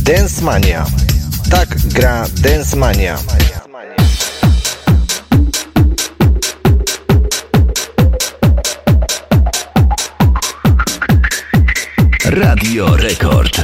Dance Mania. Tak gra Dance Mania. Radio Rekord.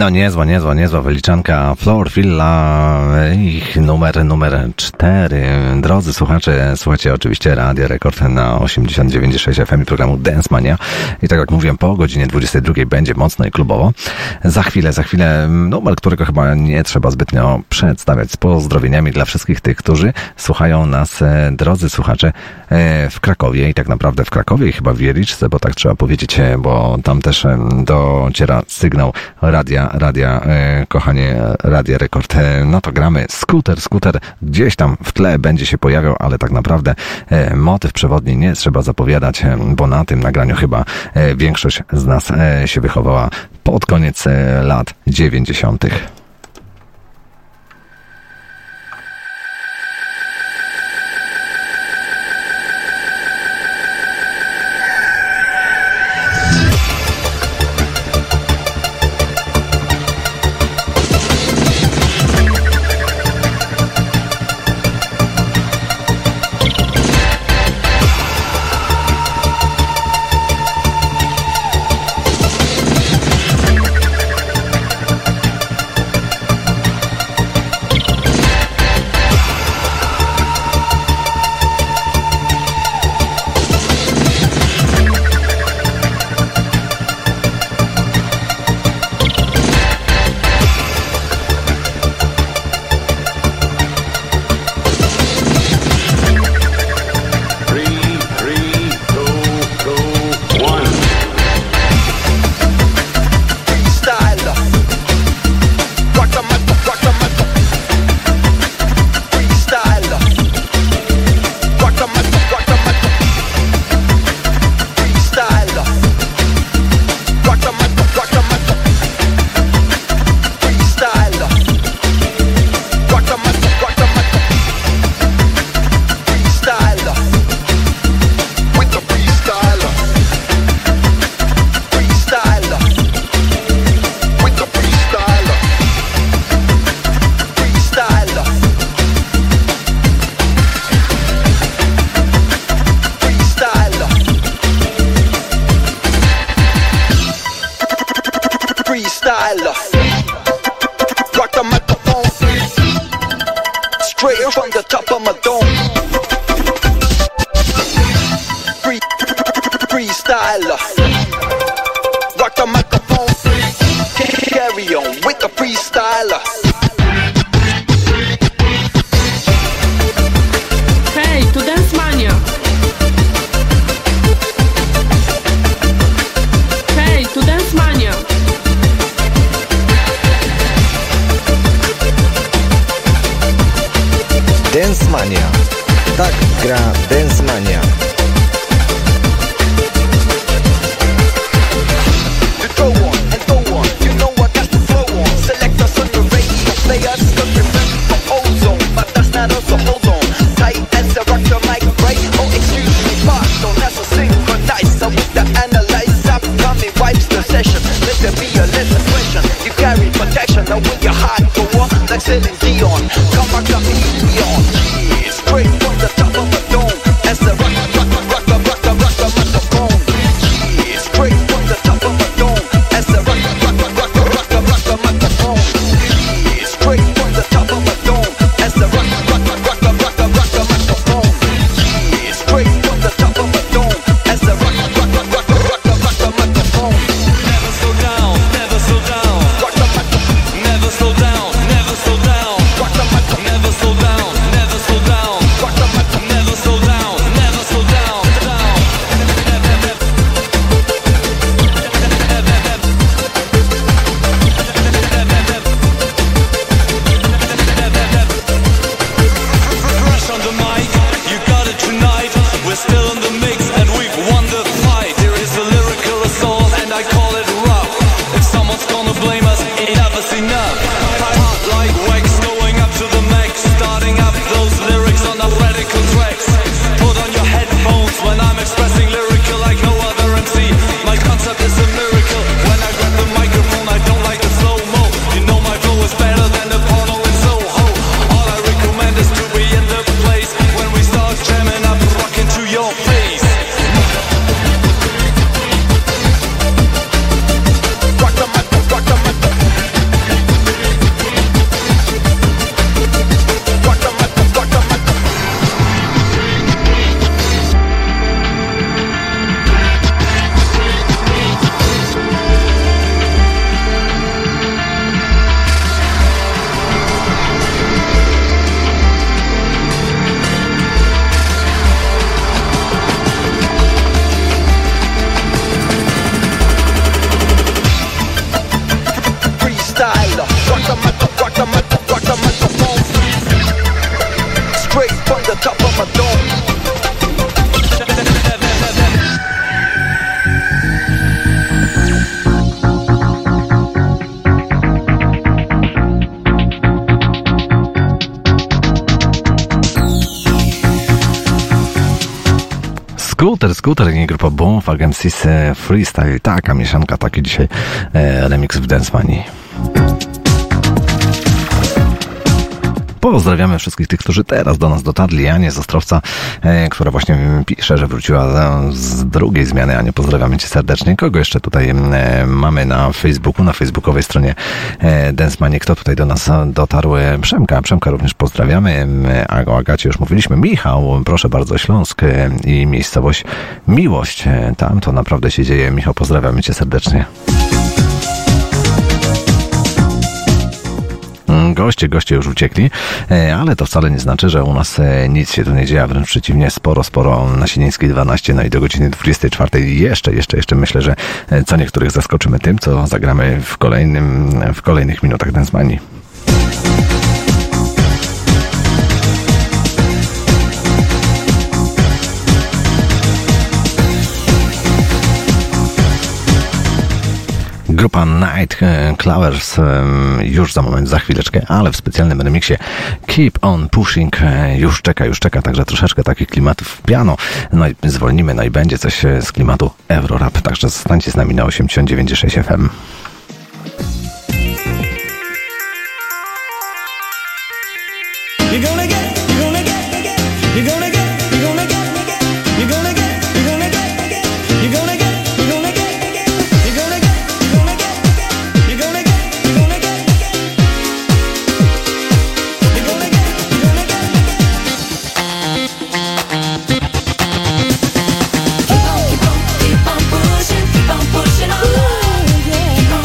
No niezła wyliczanka. Floor Villa, ich numer 4. Drodzy słuchacze, słuchajcie oczywiście Radia Rekord na 89,6 FM i programu Dance Mania. I tak jak mówiłem, po godzinie 22 będzie mocno i klubowo. Za chwilę numer, którego chyba nie trzeba zbytnio przedstawiać, z pozdrowieniami dla wszystkich tych, którzy słuchają nas, drodzy słuchacze, w Krakowie i tak naprawdę w Krakowie i chyba w Wieliczce, bo tak trzeba powiedzieć, bo tam też dociera sygnał radia, kochanie, Radia Rekord. No to gramy Skuter gdzieś tam w tle będzie się pojawiał, ale tak naprawdę motyw przewodni nie trzeba zapowiadać, bo na tym nagraniu chyba większość z nas się wychowała pod koniec lat 90. Dance Mania. Tak gra Dance Mania. Never slow down, if I don't. Scooter i grupa Bonfag MC's Freestyle. Taka mieszanka, taki dzisiaj remix w Dance Manii. Pozdrawiamy wszystkich tych, którzy teraz do nas dotarli. Anię z Ostrowca, która właśnie pisze, że wróciła z drugiej zmiany. Aniu, pozdrawiamy Cię serdecznie. Kogo jeszcze tutaj mamy na Facebooku, na facebookowej stronie Dance Manii? Kto tutaj do nas dotarł? Przemka również pozdrawiamy. O Agacie już mówiliśmy. Michał, proszę bardzo, Śląsk i miejscowość Miłość. Tam to naprawdę się dzieje. Michał, pozdrawiamy Cię serdecznie. Goście już uciekli, ale to wcale nie znaczy, że u nas nic się tu nie dzieje, a wręcz przeciwnie, sporo na Sienińskiej 12, no i do godziny 24 jeszcze myślę, że co niektórych zaskoczymy tym, co zagramy w kolejnych minutach Dance Manii. Grupa Nightcrawlers już za moment, za chwileczkę, ale w specjalnym remiksie Keep on Pushing już czeka, także troszeczkę takich klimatów piano, no i zwolnimy, no i będzie coś z klimatu Eurorap, także zostańcie z nami na 89,6 FM. Keep on pushing on.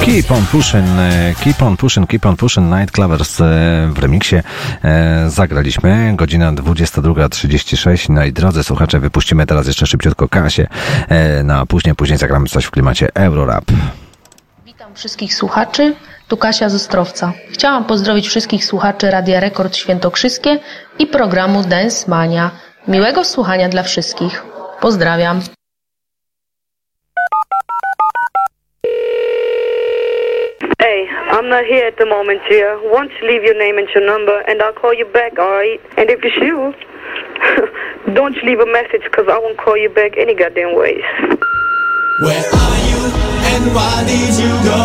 Keep on pushing, Night Clovers w remiksie zagraliśmy. Godzina 22:36. No i drodzy słuchacze, wypuścimy teraz jeszcze szybciutko Kasię. No a później zagramy coś w klimacie Eurorap. Witam wszystkich słuchaczy, tu Kasia z Ostrowca. Chciałam pozdrowić wszystkich słuchaczy Radia Rekord Świętokrzyskie i programu Dance Mania. Miłego słuchania dla wszystkich. Pozdrawiam. Hey, I'm not here at the moment, dear. Won't you leave your name and your number, and I'll call you back, alright? And if it's you, don't you leave a message, because I won't call you back any goddamn ways. Where are you and why did you go?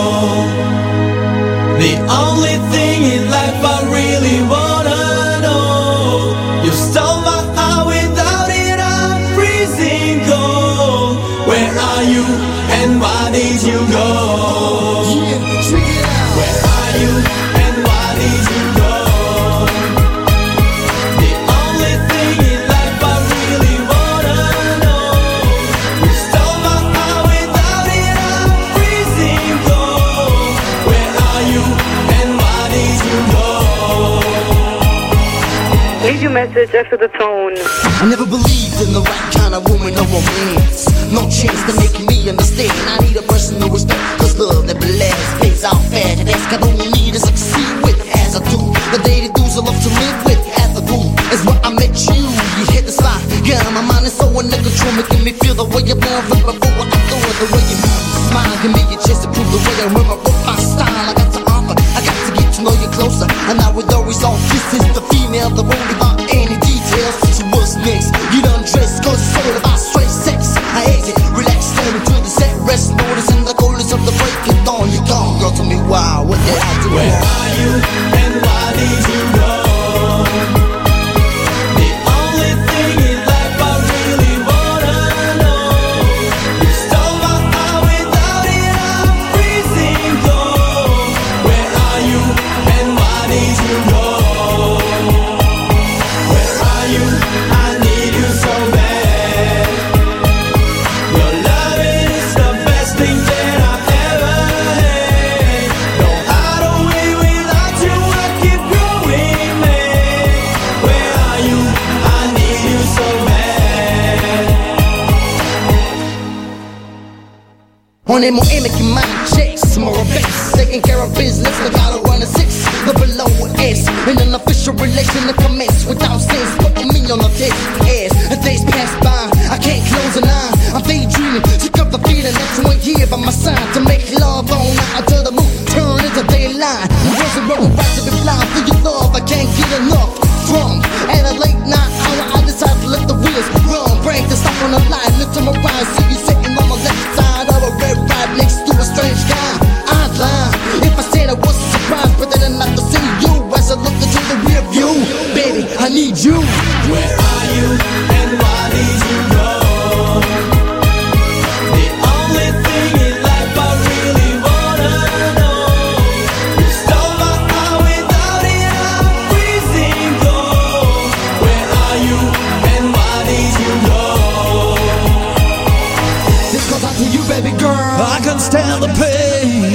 The only thing in life I really wanna know. You stole my heart, without it I'm freezing cold. Where are you and why did you go? Where are you and why did you go? The only thing in life I really wanna know. You stole my heart, without it I'm freezing cold. Where are you and why did you go? Leave your message after the tone. I never believed in the right kind of woman or romance. No chance to make me understand. I need a person to respect, cause love never lasts. Pays out fast, and that's got all you need to succeed with. As I do, the daily dudes I love to live with. As a rule, is where I met you. You hit the spot, yeah, my mind is so under control, making me feel the way you love. Right before what I do, the way you move, smile, give me a chance to prove the way I remember my style. I got to offer, I got to get to know you closer. And now with the result, this is the female, the only about any details. So what's next? You done dressed, cause it's all about straight sex. I exit, relax, stand into the set, rest, noticing the coldness of the break of dawn. You gone, girl, tell me why, what did I do? Where are you and why did you go? The only thing in life I really wanna know. You stole my heart, without it I'm freezing cold. Where are you and why did you go? Where are you? I need you so bad. Your love is the best thing that I've ever had. No hideaway without you, I keep growing mad. Where are you? I need you so bad. On them more making my checks, more base, taking care of business, I gotta run a six, the below S, in an official relation to commence without sense, putting me on the test, ass, as days pass by, I can't close an eye, I'm daydreaming, sick of the feeling that you ain't here by my side, to make love all night until the moon turn into daylight, you wasn't running right to be blind for your love, I can't get enough from, at a late night hour, I decide to let the wheels run, break the stop on the line, look to my right, see you sitting on the left side of a red ride next to a strange guy. I'd lie if I said I was surprised, but then not to see you as I looked into the rear view. Baby, I need you. Where are you and why did you go? The only thing in life I really wanna know. You stole my heart, without it I'm freezing cold. Where are you and why did you go? This goes out to you, baby girl. I can stand the pain.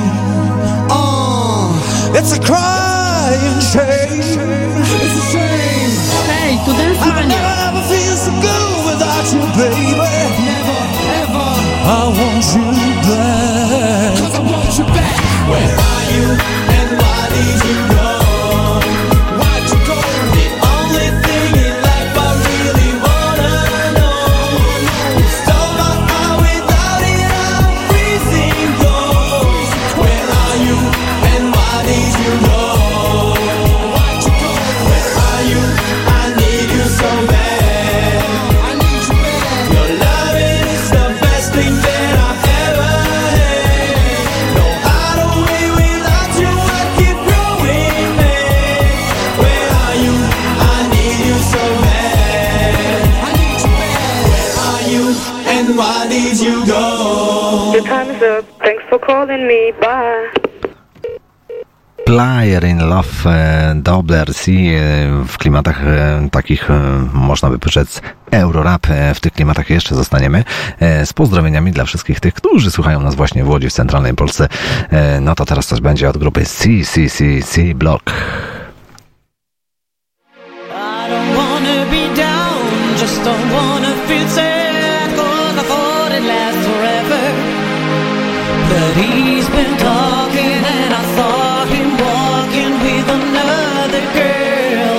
It's a crying shame. It's a shame. Hey, to Dance I Mania. never ever feel so good without you, baby. Never, ever. I want you back. Cause I want you back. Where are you and why did you go? Why'd you go? The only thing in life I really wanna know. You stole my heart, without it I'm freezing cold. Where are you and why did you go? Why'd you go? Where are you? I need you so bad. I need you back. Your love is the best thing that I've ever had. No hideaway without you, I keep growing mad. Where are you? I need you so bad. I need you back. Where are you and why did you go? Your time is up. Thanks for calling me. Bye. Flyer in Love, Dobler C w klimatach takich, można by powiedzieć, Eurorap. W tych klimatach jeszcze zostaniemy. Z pozdrowieniami dla wszystkich tych, którzy słuchają nas właśnie w Łodzi, w centralnej Polsce. No to teraz coś będzie od grupy C Block. I don't wanna be down, just don't wanna feel sad, 'cause I thought it lasts forever. But he's been talking and I saw him walking with another girl.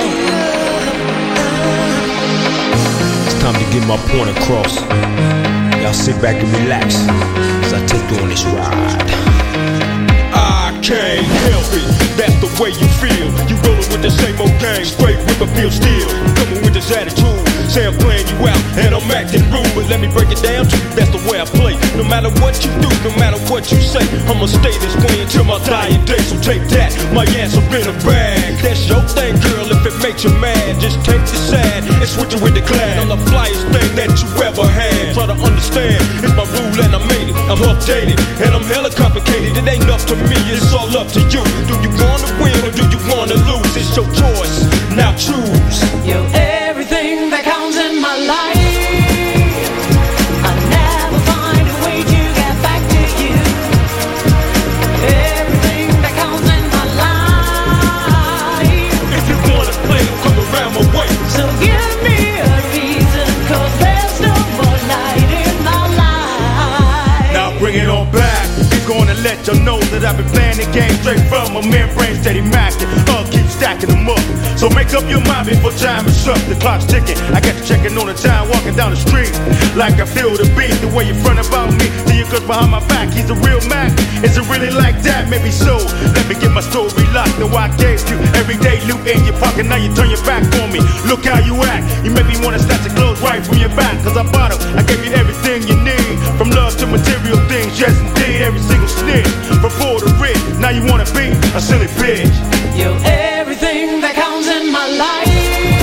It's time to get my point across. Y'all sit back and relax as I take you on this ride. I can't help it, that's the way you feel. You rollin' with the same old gang, straight whip appeal steel. Coming with this attitude, say I'm playing you out and I'm acting rude. But let me break it down to you, that's the way I play. No matter what you do, no matter what you say, I'ma stay this way until my dying day. So take that, my answer in a bag. That's your thing, girl, if it makes you mad. Just take the sad and switch it with the glad. I'm the flyest thing that you ever had. Try to understand, it's my rule and I made it. I'm updated and I'm hella complicated. It ain't up to me, it's all up to you. Do you wanna win or do you wanna lose? It's your choice, now choose. You're everything that counts in my life. I never find a way to get back to you. Everything that counts in my life. If you wanna play, come around my way. So give me a reason, 'cause there's no more light in my life. Now bring it on back. We're gonna let you know that I've been playing the game straight from my membrane, steady macking. Keep stacking them up. So make up your mind before time is up. The clock's ticking. I got you checking on the time, walking down the street. Like I feel the beat, the way you front about me. See your girl behind my back, he's a real Mac. Is it really like that? Maybe so. Let me get my story locked. Know I gave you everyday loot in your pocket. Now you turn your back on me. Look how you act. You make me wanna snatch your clothes right from your back. 'Cause I bought them. I gave you everything you need. From love to material things. Yes, indeed. Every single snitch. From poor to rich. Now you wanna be a silly bitch. You're everything that counts in my life.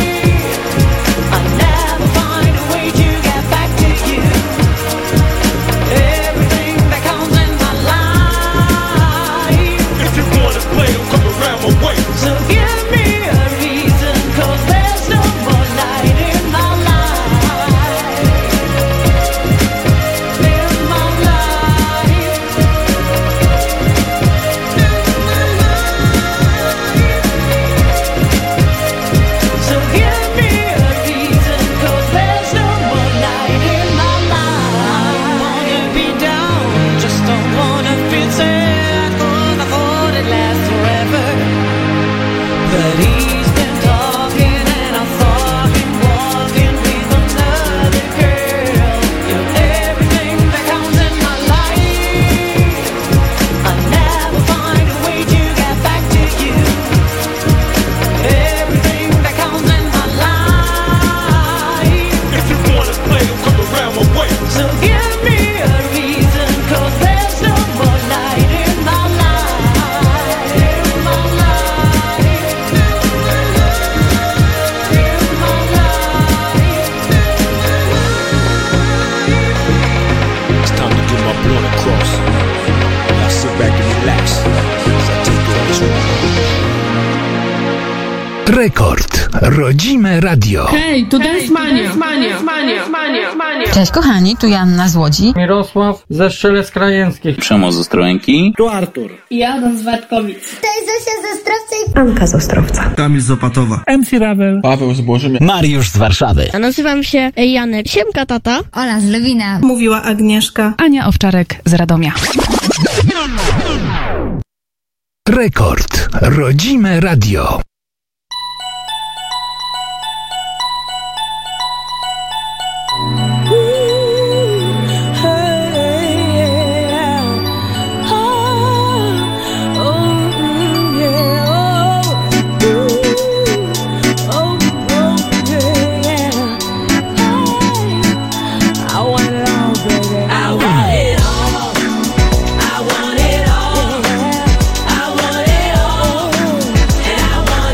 I never find a way to get back to you. Everything that counts in my life. If you wanna play, don't come around my way. So give me a reason, 'cause there's no more light in my life. In my life. So give me a reason, 'cause there's no more light in my life. I wanna be down, just don't wanna feel sad, 'cause I thought it lasts forever. But he's been talking and I saw him walking with another girl. You're everything that counts in my life. I never find a way to get back to you. Everything that counts in my life. If you wanna play, don't come around my way. So give me a reason, 'cause there's no more light in my life. In my life. It's time to get my point across. Now sit back and relax as I take you on this ride. Rekord. Rodzime radio. Hej, tu Dance Mania. Cześć kochani, tu Janna z Łodzi. Mirosław ze Strzelec Krajeńskich. Przemoc z Ostrołęki. Tu Artur. I Adam z Wartkowic. Cześć, Zosia z Ostrowca i Anka z Ostrowca. Kamil z Opatowa. MC Ravel. Paweł z Bożymia. Mariusz z Warszawy. A nazywam się Janek. Siemka tata. Ola z Lubina. Mówiła Agnieszka. Ania Owczarek z Radomia. Rekord. Rodzime radio. I want it all.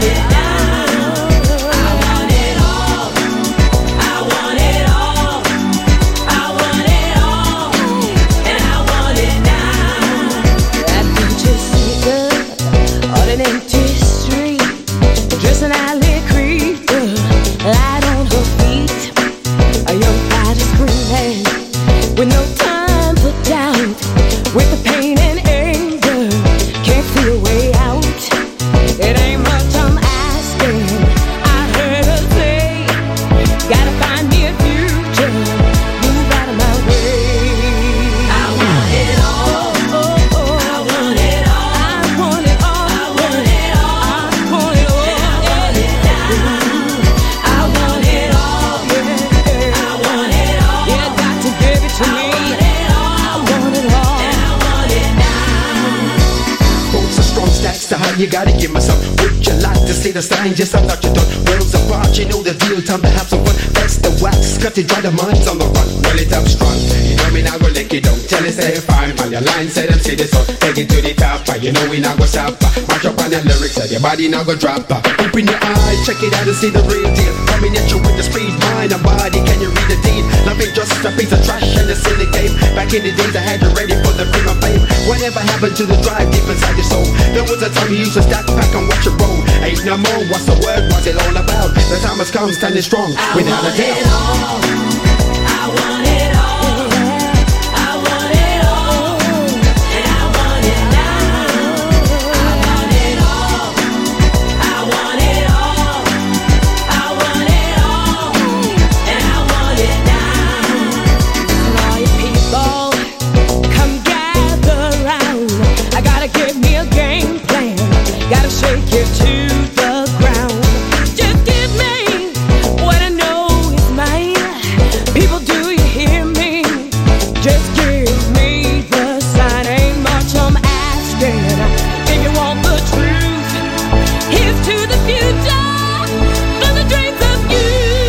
So how you gotta give me some? Would you like to see the sign? Yes, I'm not your done. Worlds apart, you know the deal. Time to have some fun. That's the wax, cut it dry, the minds on the run. Well, it up strong. You know me now go lick it up. Tell it stay fine. On your line, say them see this one. Take it to the top. You know we now go stop. March up on the lyrics, and your body now go drop. Open your eyes, check it out and see the real deal. Coming at you with the speed, mind and body. Can you read the deed? Love ain't just a piece of trash in the silly game. Back in the days I had you ready for the fame of fame. Whatever happened to the drive deep inside your soul? There was a time you used to stack back and watch your roll. Ain't no more, what's the word, what's it all about? The time has come, standing strong, without a doubt. I want it all. I want it all. And I want it now. I want it all. I want it all. I want it all. And I want it now. All you people, come gather round. I gotta give me a game plan. Gotta shake it to the ground. Just give me what I know is mine. People, do you hear me? Just give me the sign. Ain't much I'm asking. If you want the truth, here's to the future. For the dreams of you.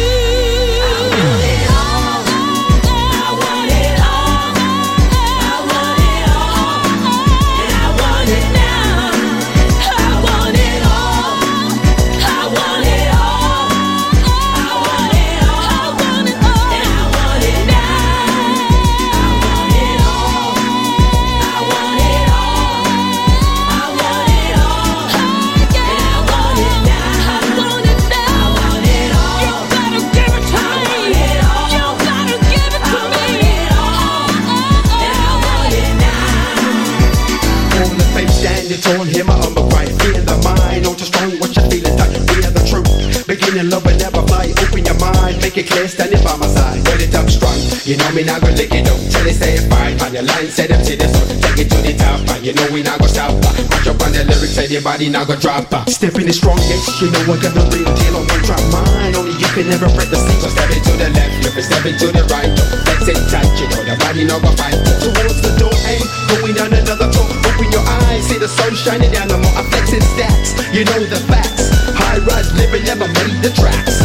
I want it all. I want it all. And I want it now. I want it all. I want it all. I want it all. I want it all. And I want it now. I want it all. I want it all. I want it all. And I want it now. I want it now. I want it all. You better give it to me. You better give it to me. And I want it now. On the face, standing tall, hear my humble cry. Feel the mind, not too strong, what you feeling tight. We are the truth, beginning love and never fly. Open your mind, make it clear, standing by my side. Well, it up strong, you know me now go lick it up. Tell it stay fine, on your line, say them see this one. Take it to the top, you know we now go stop. March up on the lyrics, say your body now go drop. Stepping is strong, yes, you know I got the real deal on one drop. Mine, only you can never break the seat. So step it to the left, flip it, step it to the right. Let's it tight, you know the body now go fight. Towards the door, aim, going down another door. Open your eyes, see the sun shining down the more. I'm flexing stats, you know the facts. High rise living, never made the tracks.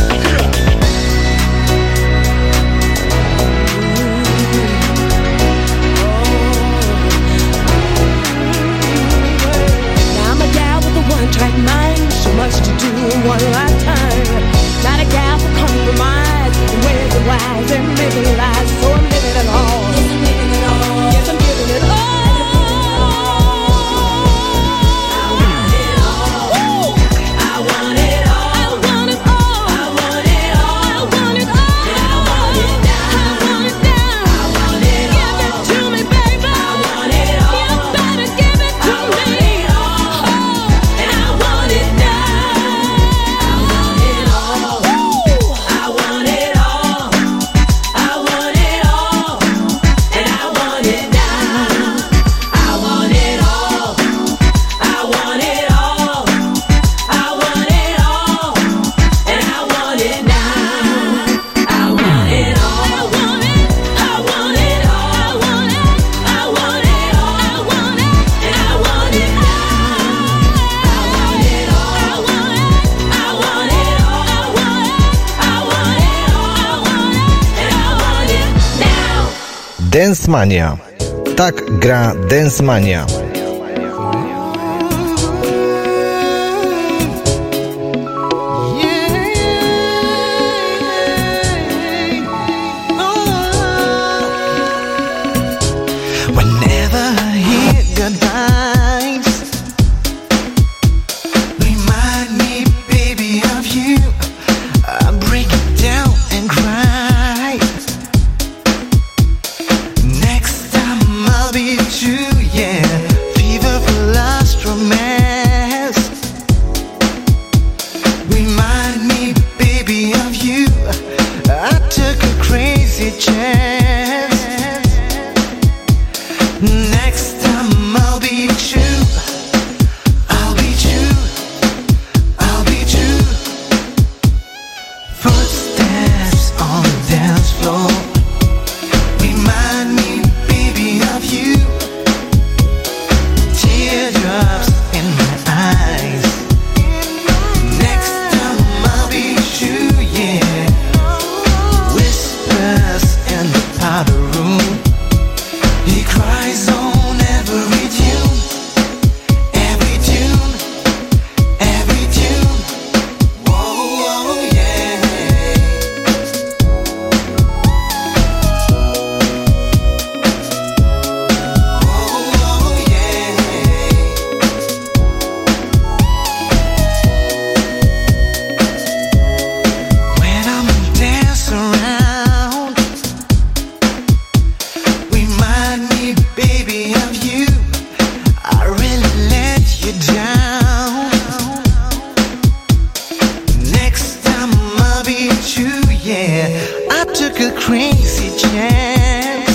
Now I'm a gal with a one-track mind. So much to do in one lifetime. Not a gal for compromise. Where's the wise and living lies? So I'm living it all. Yes, I'm giving it all. Dance Mania. Tak gra Dance Mania. Whenever I hear goodbyes, remind me, baby, of you. I break down and cry. Next time I'll be true, yeah. you down. Next time I'll be true, yeah. I took a crazy chance.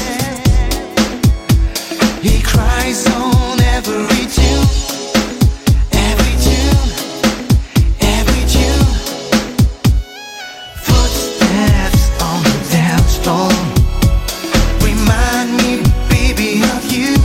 He cries on every tune, every tune, every tune. Footsteps on the dance floor remind me, baby, of you.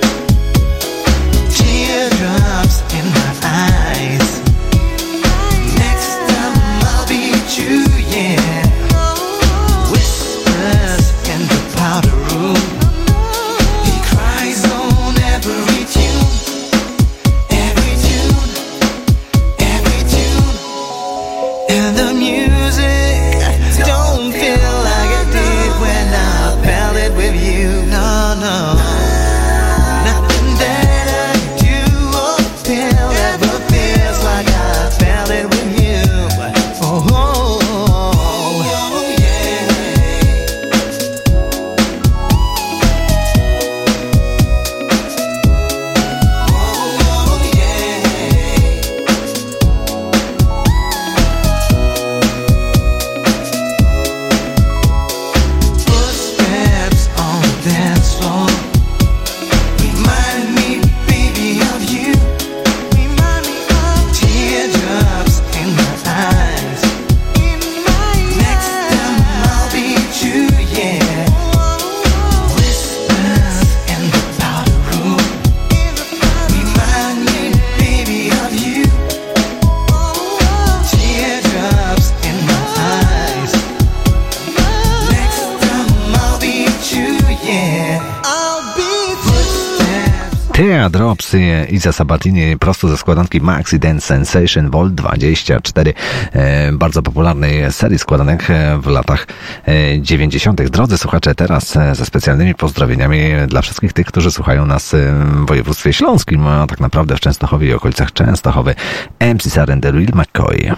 Teardrops in my eyes. Next time I'll be true, yeah. Whispers in the powder room. He cries on every tune, every tune, every tune. And the music don't feel like it did when I felt it with you. No, no. Nothing that I do or feel ever feels like I felt it with you. Oh, oh, oh, yeah. Oh, yeah. Footsteps on the dance floor remind me, baby, of you. Remind me of teardrops in my eyes. Next time I'll be true, yeah. Whispers in the powder room remind me, baby, of you. Teardrops in my eyes. Next time I'll be true, yeah. I'll be footsteps. Teardrops, Iza Sabatini, prosto ze składanki Maxi Dance Sensation Vol 24, bardzo popularnej serii składanek w latach 90. Drodzy słuchacze, teraz ze specjalnymi pozdrowieniami dla wszystkich tych, którzy słuchają nas w województwie śląskim, a tak naprawdę w Częstochowie i okolicach Częstochowy. MC Surrender, Will McCoy.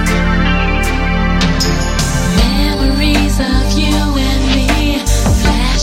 Memories of you and me flash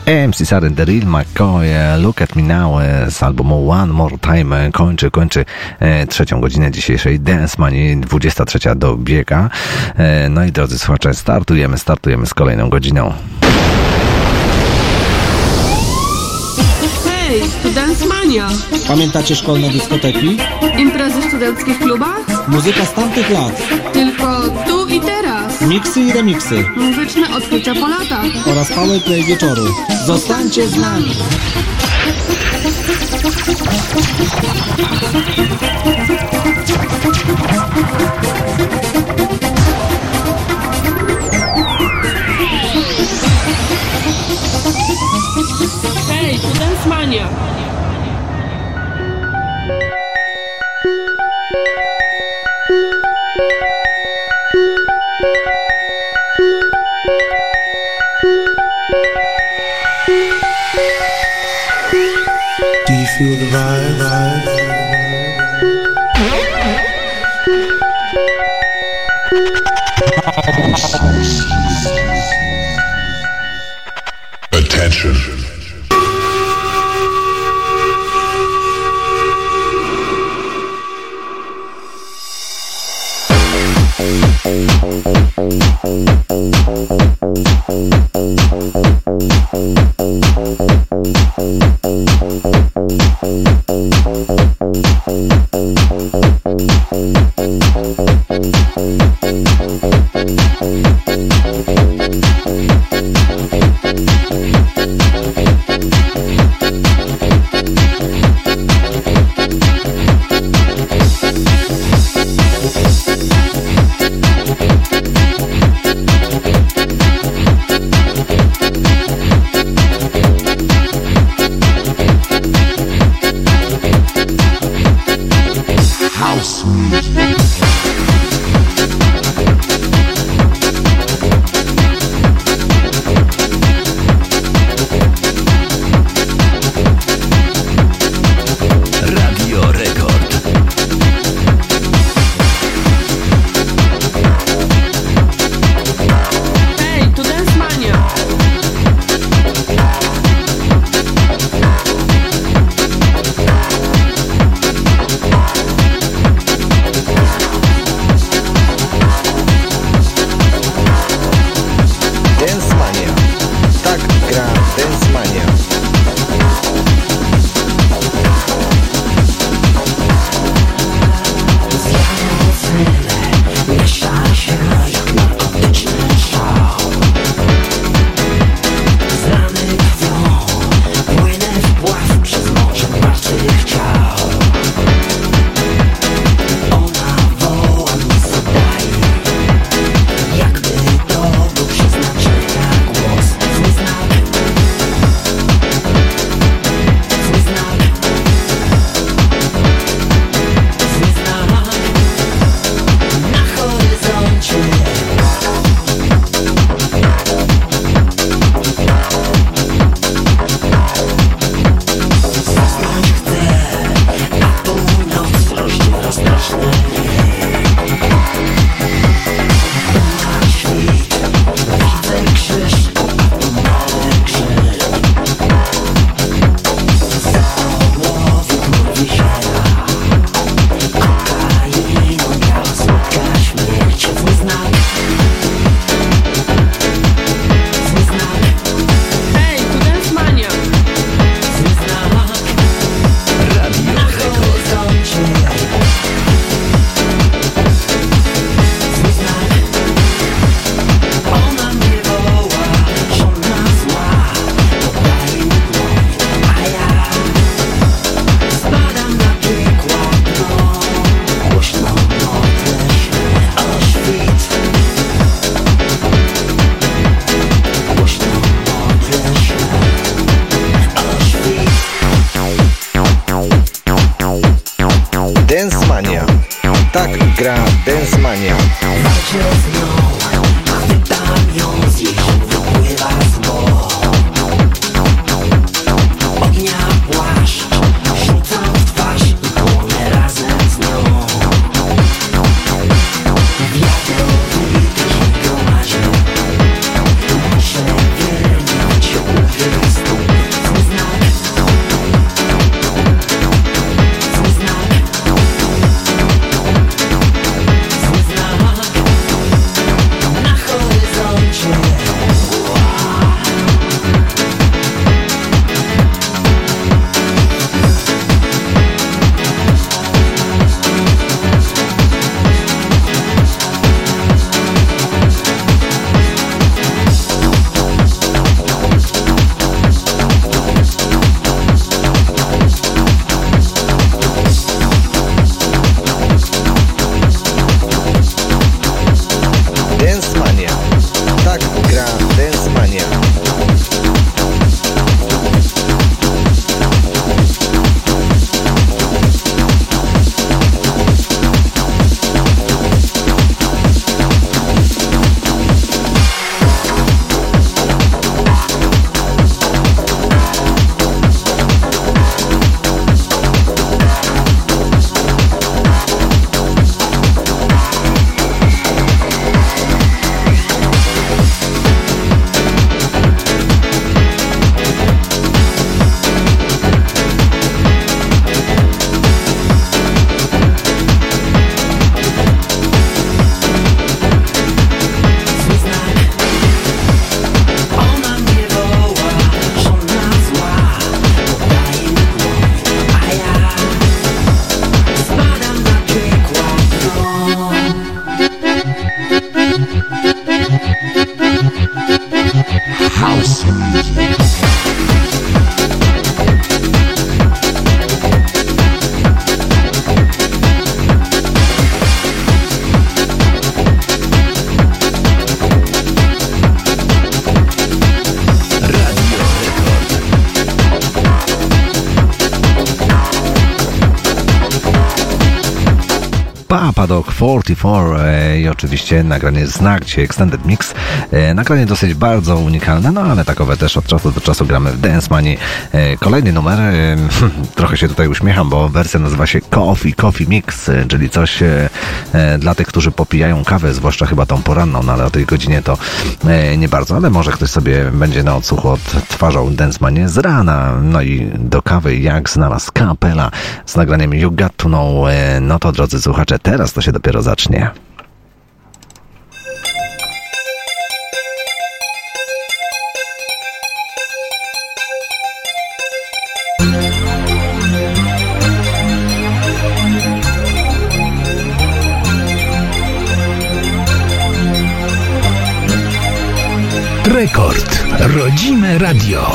MC Saren, Daryl McCoy, Look at Me Now z albumu One More Time kończy trzecią godzinę dzisiejszej Dance Manii, 23 dobiega. No i drodzy słuchacze, startujemy z kolejną godziną. Hej, to Dance Mania. Pamiętacie szkolne dyskoteki? Imprezy w studenckich klubach? Muzyka z tamtych lat. Tylko tu i teraz. Miksy i remiksy. Muzyczne odkrycia po latach. Oraz powerplay wieczoru. Zostańcie z nami. Hej, to Dance Mania. Do you feel the vibe? Attention. House music. Paddock 44 i oczywiście nagranie Znak, dzisiaj Extended Mix. Nagranie dosyć bardzo unikalne, no ale takowe też od czasu do czasu gramy w Dance Manii. Kolejny numer, trochę się tutaj uśmiecham, bo wersja nazywa się Coffee Mix, czyli coś dla tych, którzy popijają kawę, zwłaszcza chyba tą poranną, no ale o tej godzinie to nie bardzo, ale może ktoś sobie będzie na odsłuchu odtwarzał Dance Manię z rana, no i do kawy jak znalazł kapela z nagraniem You Got To Know. No to drodzy słuchacze, teraz to się dopiero zacznie. Rekord. Rodzime radio.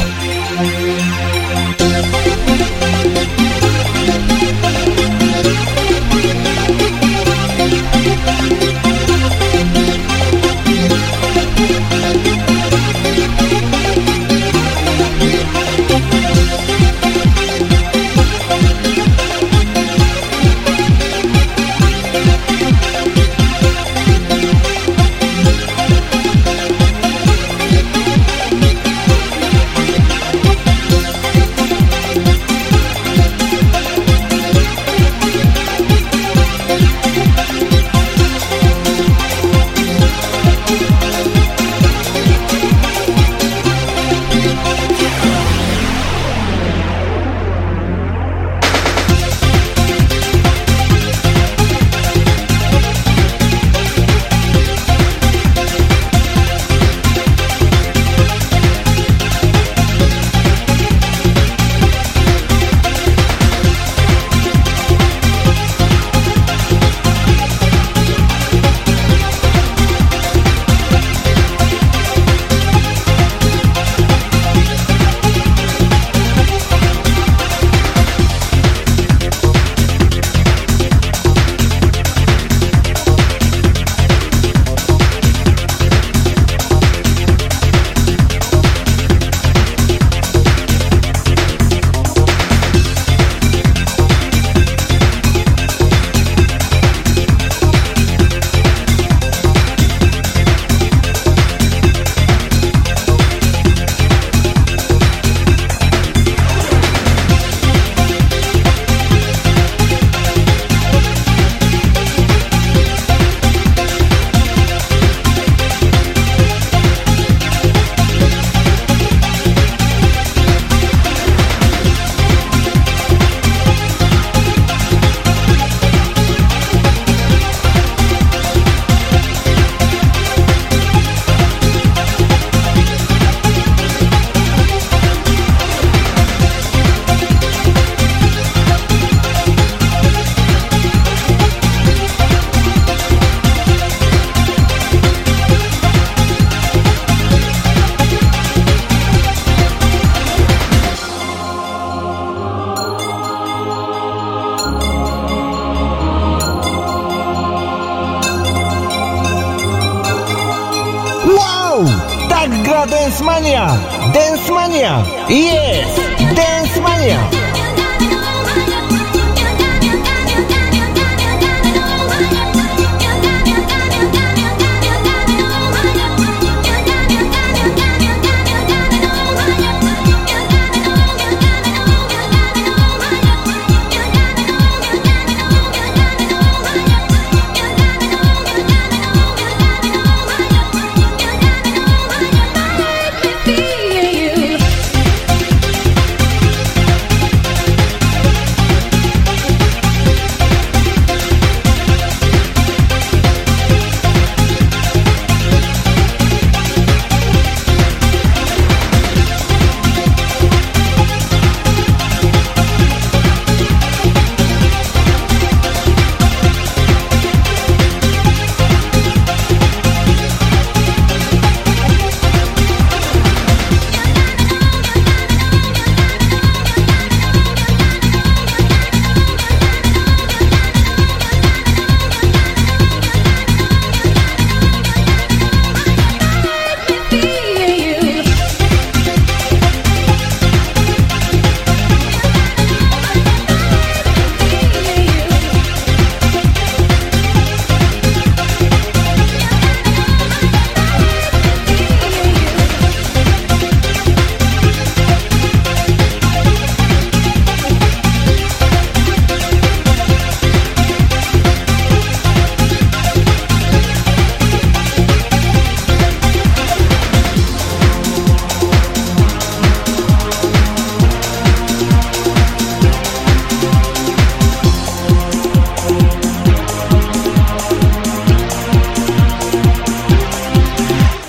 Tak gra Dance Mania! Dance Mania! Jest! Dance Mania!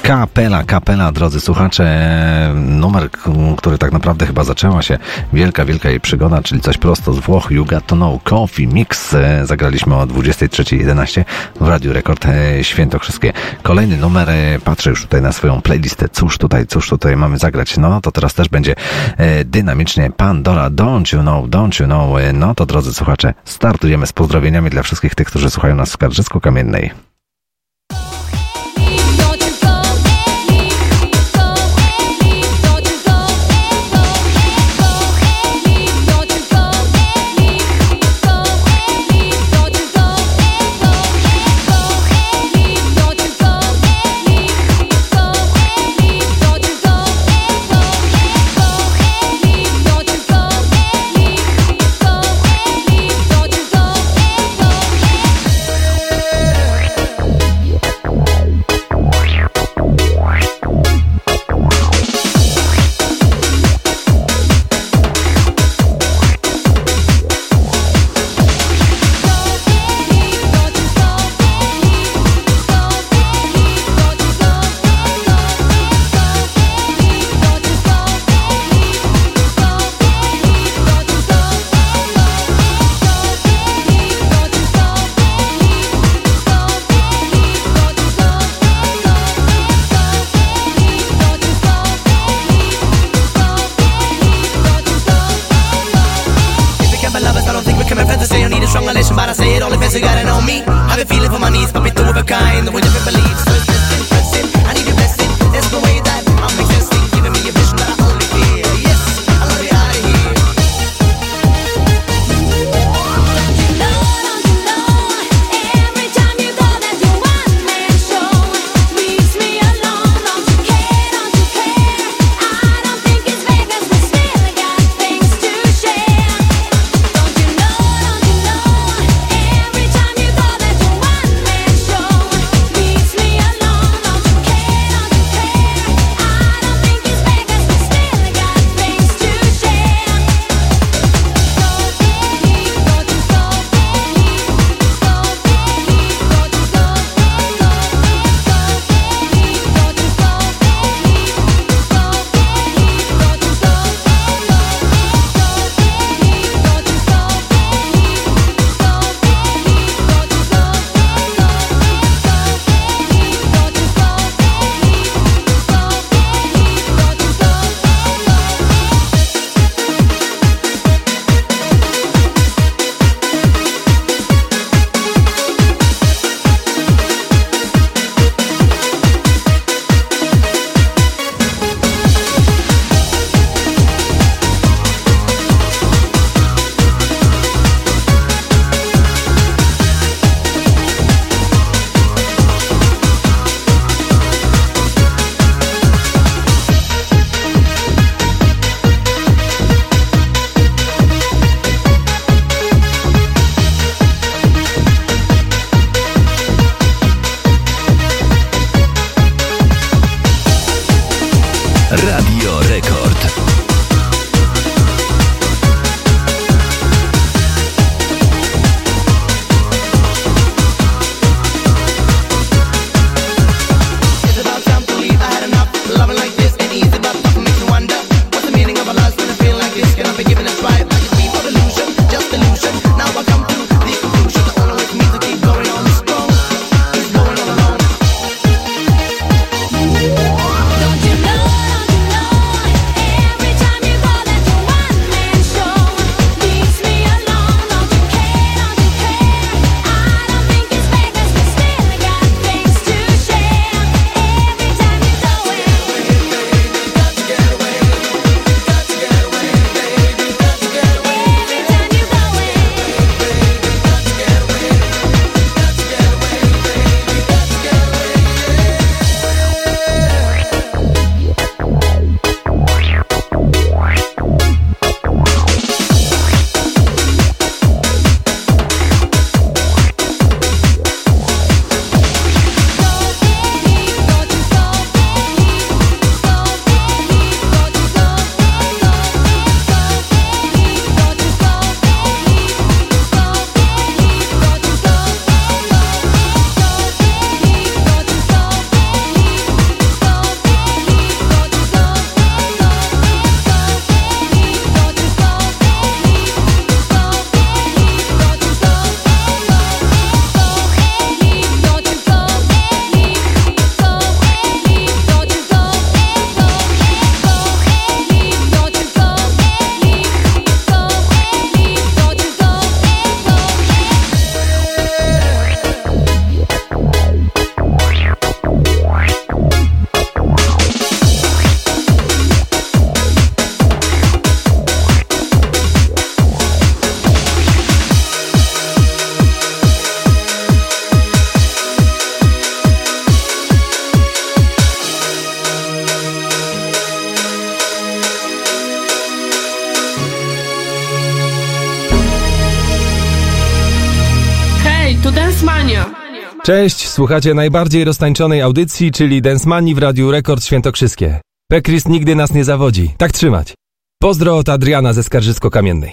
Kapela, drodzy słuchacze, numer, który tak naprawdę chyba zaczęła się wielka jej przygoda, czyli coś prosto z Włoch, You Got To Know, Coffee Mix, zagraliśmy o 23:11 w Radiu Rekord Świętokrzyskie. Kolejny numer, patrzę już tutaj na swoją playlistę, cóż tutaj mamy zagrać, no to teraz też będzie dynamicznie Pandora, Don't You Know, no to drodzy słuchacze, startujemy z pozdrowieniami dla wszystkich tych, którzy słuchają nas w Skarżysku-Kamiennej. Cześć, słuchacie najbardziej roztańczonej audycji, czyli Dance Manii w Radiu Rekord Świętokrzyskie. Pekris nigdy nas nie zawodzi. Tak trzymać. Pozdro od Adriana ze Skarżysko-Kamiennej.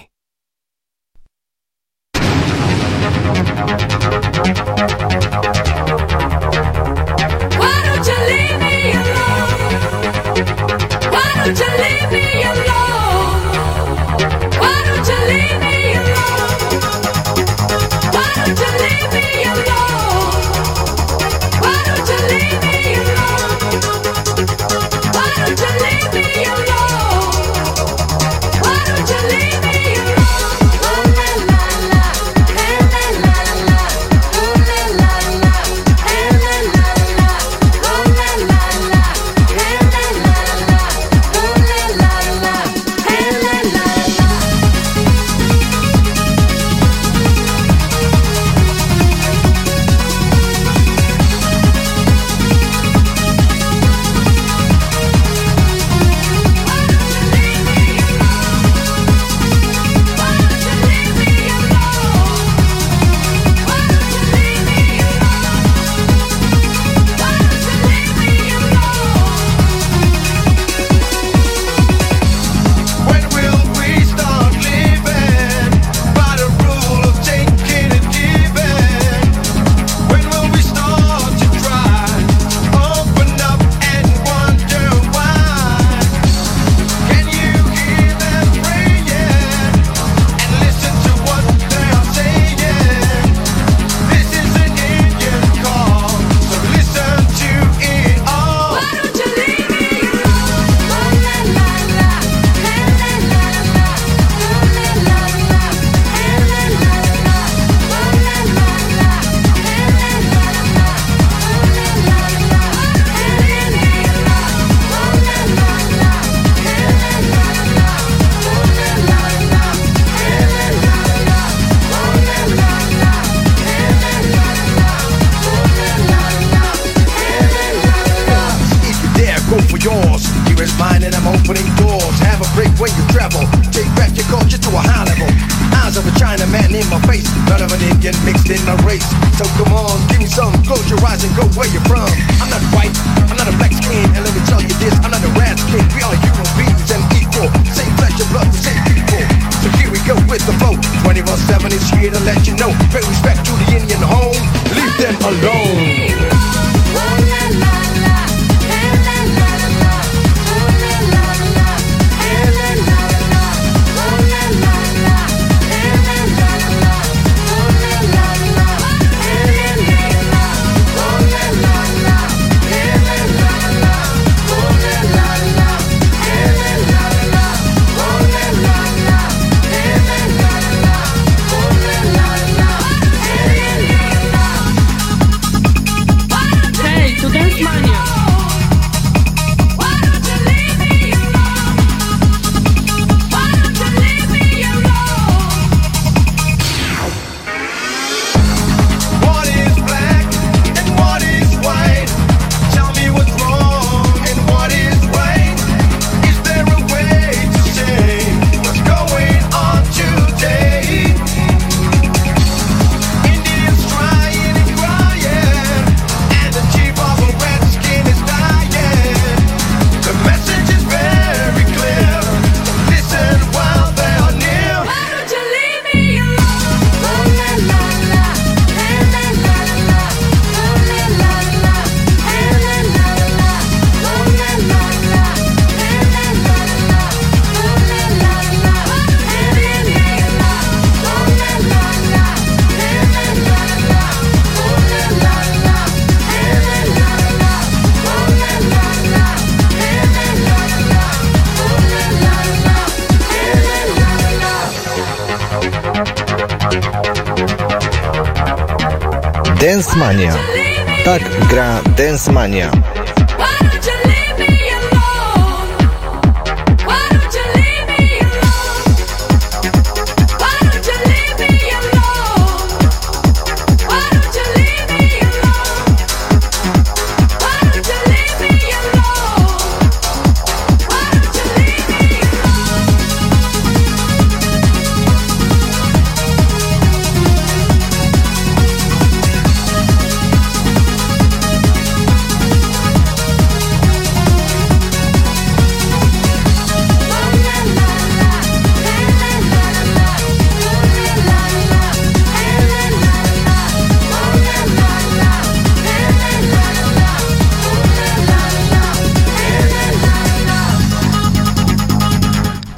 Dance Mania. Tak gra Dance Mania.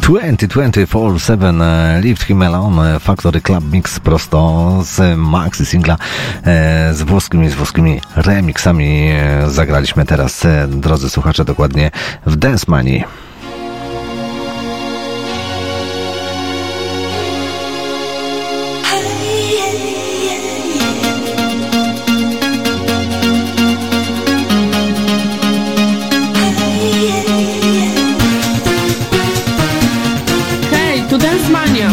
2024/7 Leave Him Alone, Factory Club Mix prosto z maxi singla z włoskimi remixami. Zagraliśmy teraz, drodzy słuchacze, dokładnie w Dance Manii. To Dance Mania.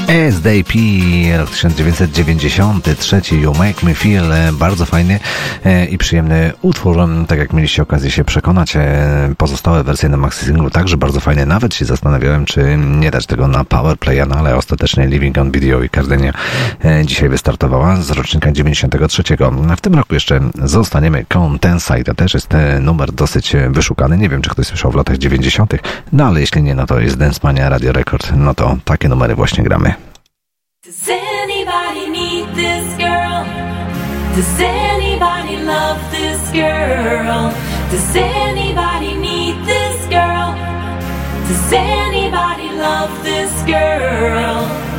SDP, rok 1993, You Make Me Feel, bardzo fajny i przyjemny utwór, tak jak mieliście okazję się przekonać. Pozostałe wersje na maxi singlu także bardzo fajne, nawet się zastanawiałem, czy nie dać tego na Powerplaya, no ale ostatecznie Living on Video i Cardenia dzisiaj wystartowała z rocznika 93. W tym roku jeszcze zostaniemy Contensite, to też jest numer dosyć wyszukany, nie wiem, czy ktoś słyszał w latach 90., no ale jeśli nie, no to jest Dance Mania Radio Record, no to takie numery właśnie gramy. Does anybody need this girl? Does anybody love this girl? Does anybody need this girl? Does anybody love this girl?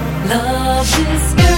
Love this girl.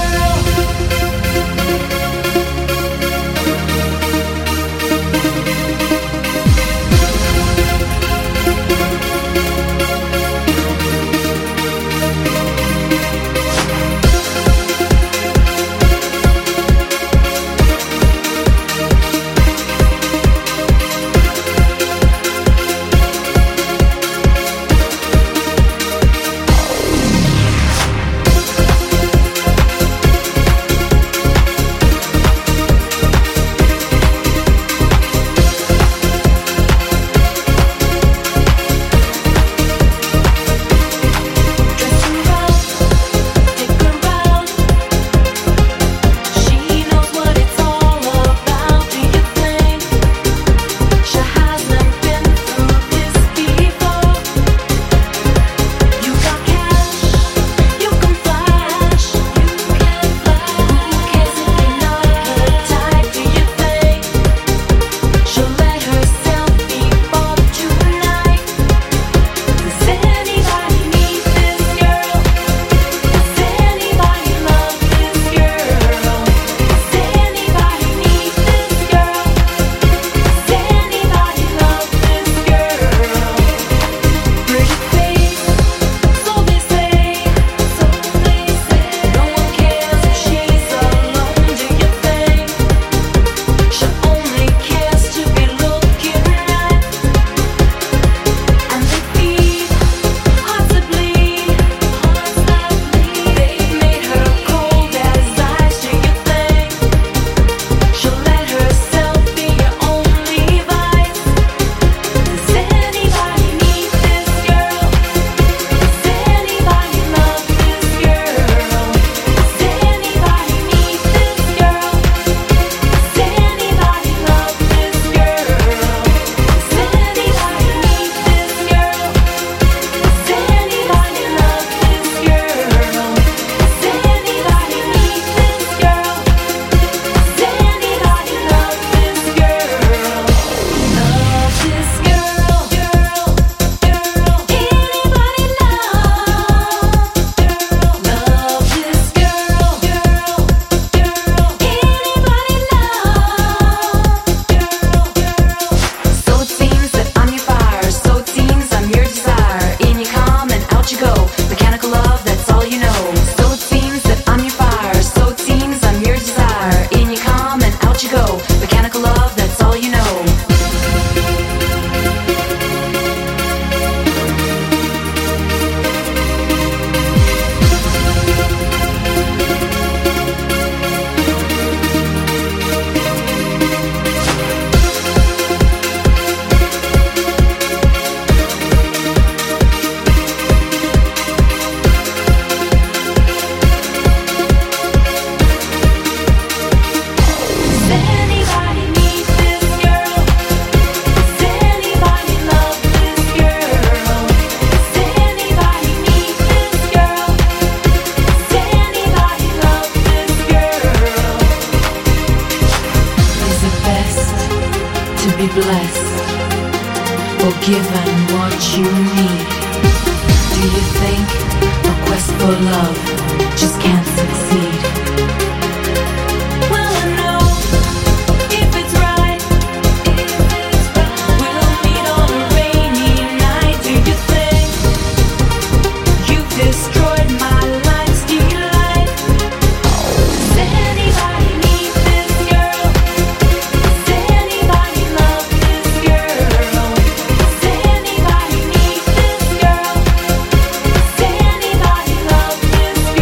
Anybody love this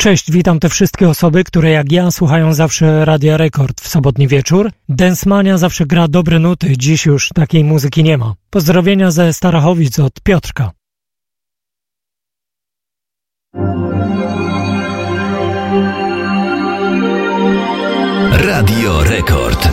Cześć, witam te wszystkie osoby, które jak ja słuchają zawsze Radia Rekord w sobotni wieczór. Dance Mania zawsze gra dobre nuty, dziś już takiej muzyki nie ma. Pozdrowienia ze Starachowic od Piotrka. Radio Rekord.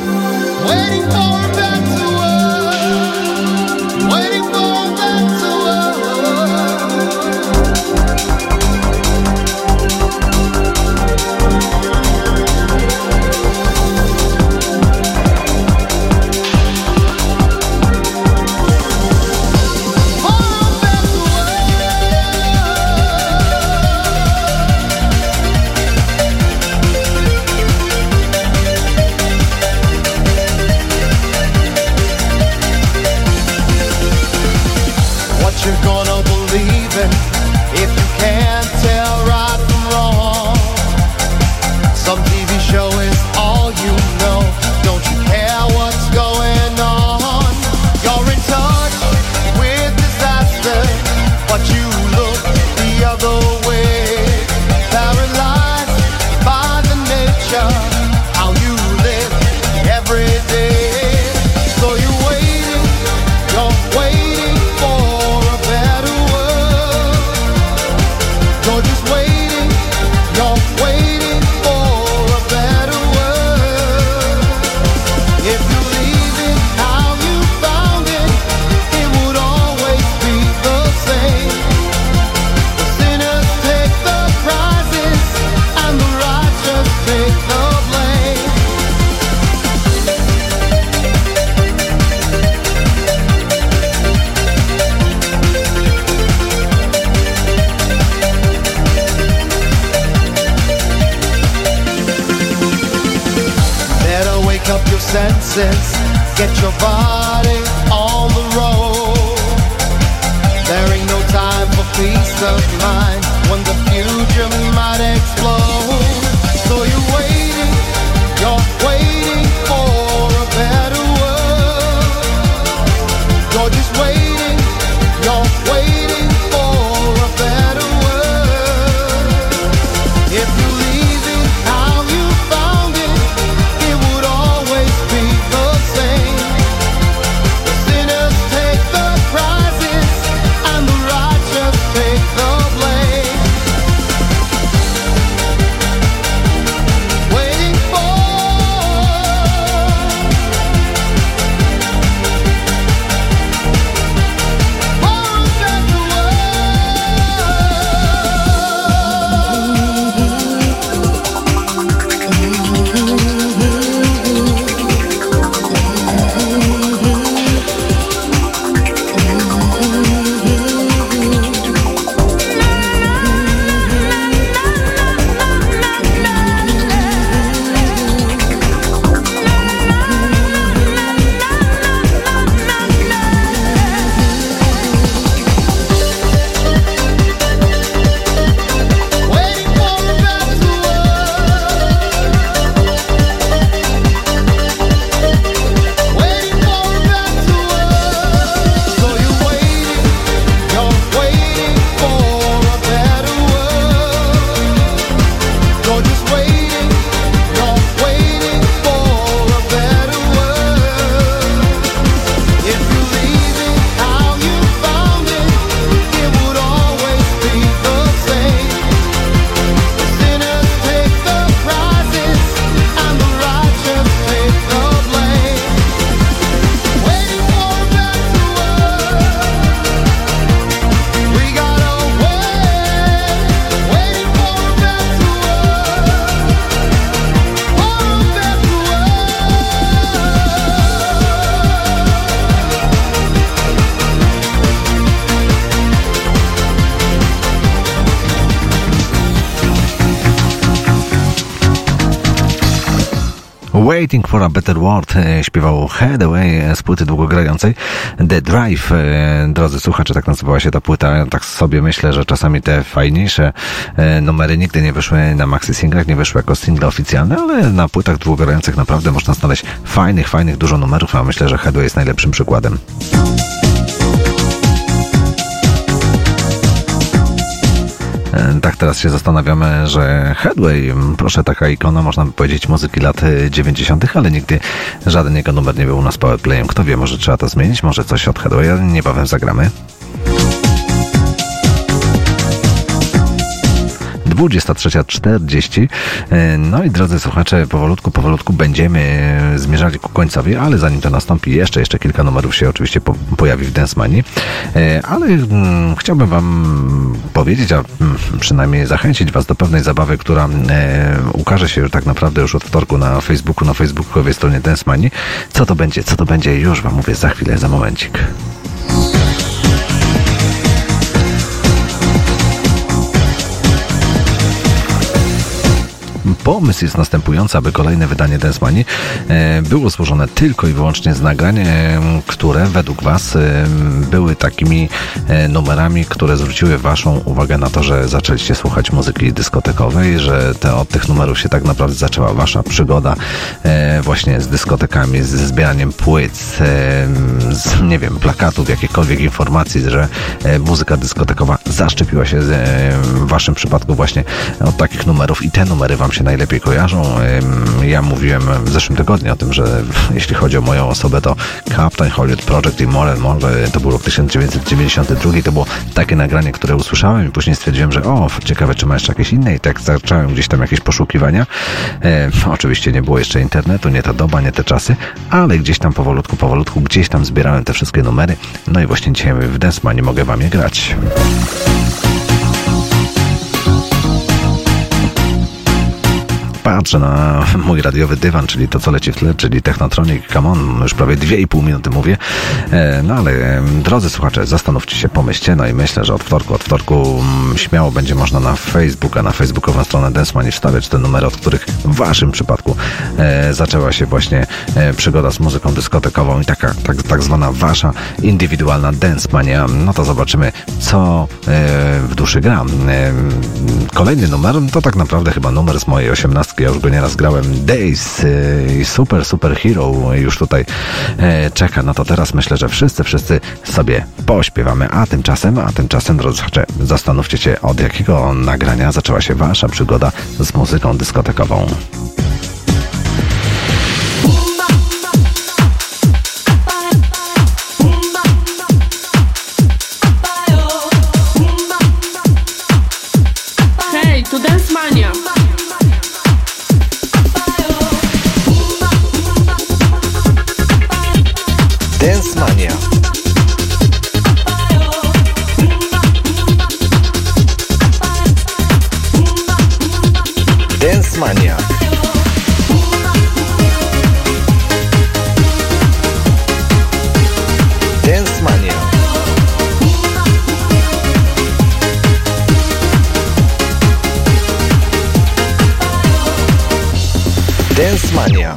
You're gonna believe it if you can't tell right from wrong. Some TV show is all you know. Don't you care what's going on? You're in touch with disaster, but you look the other way. Paralyzed by the nature, how you live every day. So you're waiting for a better world. You're just waiting, you're waiting for a better world. If you leave it how you found it, it would always be the same. The sinners take the prizes and the righteous take the blame. Better wake up your senses, get your body on the road. There ain't no time for peace of mind when the future might explode. So you're waiting for a better world. You're just waiting for a better world. If you leave it how you found it, it would always be the same. The sinners take the prizes and the righteous take the blame. Waiting for Waiting for a Better World śpiewał Head Away z płyty długogrającej The Drive. Drodzy słuchacze, tak nazywała się ta płyta. Ja tak sobie myślę, że czasami te fajniejsze numery nigdy nie wyszły na maxi singlach, nie wyszły jako single oficjalne, ale na płytach długogrających naprawdę można znaleźć fajnych dużo numerów, a myślę, że Head Away jest najlepszym przykładem. Tak teraz się zastanawiamy, że Headway, proszę, taka ikona, można by powiedzieć, muzyki lat 90., ale nigdy żaden jego numer nie był u nas powerplayem. Kto wie, może trzeba to zmienić, może coś od Headwaya niebawem zagramy. 23:40. No i drodzy słuchacze, powolutku będziemy zmierzali ku końcowi, ale zanim to nastąpi, jeszcze kilka numerów się oczywiście pojawi w Dance Manii. Ale chciałbym wam powiedzieć, a przynajmniej zachęcić was do pewnej zabawy, która ukaże się tak naprawdę już od wtorku na Facebooku, na facebookowej stronie Dance Manii. Co to będzie, już wam mówię za chwilę, za momencik. Pomysł jest następujący, aby kolejne wydanie Dance Manii było złożone tylko i wyłącznie z nagrań, które według was były takimi numerami, które zwróciły waszą uwagę na to, że zaczęliście słuchać muzyki dyskotekowej, że od tych numerów się tak naprawdę zaczęła wasza przygoda właśnie z dyskotekami, z zbieraniem płyt, z, nie wiem, plakatów, jakichkolwiek informacji, że muzyka dyskotekowa zaszczepiła się w waszym przypadku właśnie od takich numerów i te numery wam się najlepiej kojarzą. Ja mówiłem w zeszłym tygodniu o tym, że jeśli chodzi o moją osobę, to Captain Hollywood Project i More and More, to był rok 1992, to było takie nagranie, które usłyszałem i później stwierdziłem, że ciekawe, czy ma jeszcze jakieś inne i tak zacząłem gdzieś tam jakieś poszukiwania. Oczywiście nie było jeszcze internetu, nie ta doba, nie te czasy, ale gdzieś tam powolutku, gdzieś tam zbierałem te wszystkie numery, no i właśnie dzisiaj w Dance Manii mogę wam je grać. Patrzę na mój radiowy dywan, czyli to, co leci w tle, czyli Technotronic, come on, już prawie 2,5 minuty mówię. No ale drodzy słuchacze, zastanówcie się, pomyślcie, no i myślę, że od wtorku śmiało będzie można na Facebooka, na facebookową stronę Dance Manii wstawiać te numery, od których w waszym przypadku zaczęła się właśnie przygoda z muzyką dyskotekową i tak zwana wasza indywidualna Dance Mania. No to zobaczymy, co w duszy gra. Kolejny numer to tak naprawdę chyba numer z mojej 18. Ja już go nieraz grałem. Days i Super Hero już tutaj czeka. No to teraz myślę, że wszyscy sobie pośpiewamy. A tymczasem, drodzy słuchacze, zastanówcie się, od jakiego nagrania zaczęła się wasza przygoda z muzyką dyskotekową. Hej, tu Dance Mania. Dance Mania. Dance Mania. Dance Mania. Dance Mania.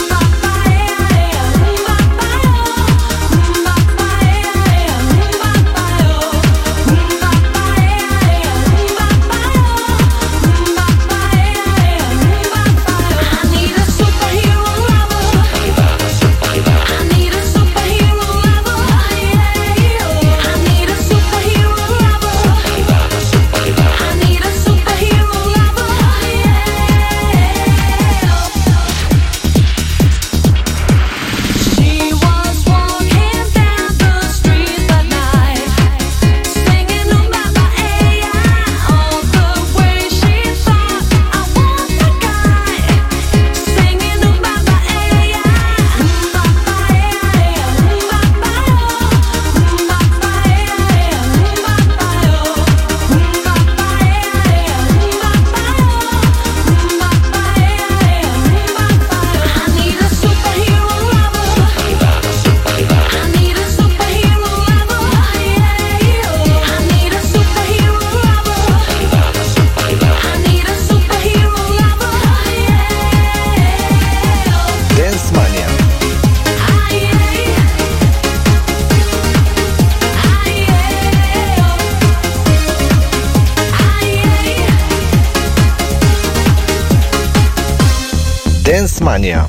Dance Mania.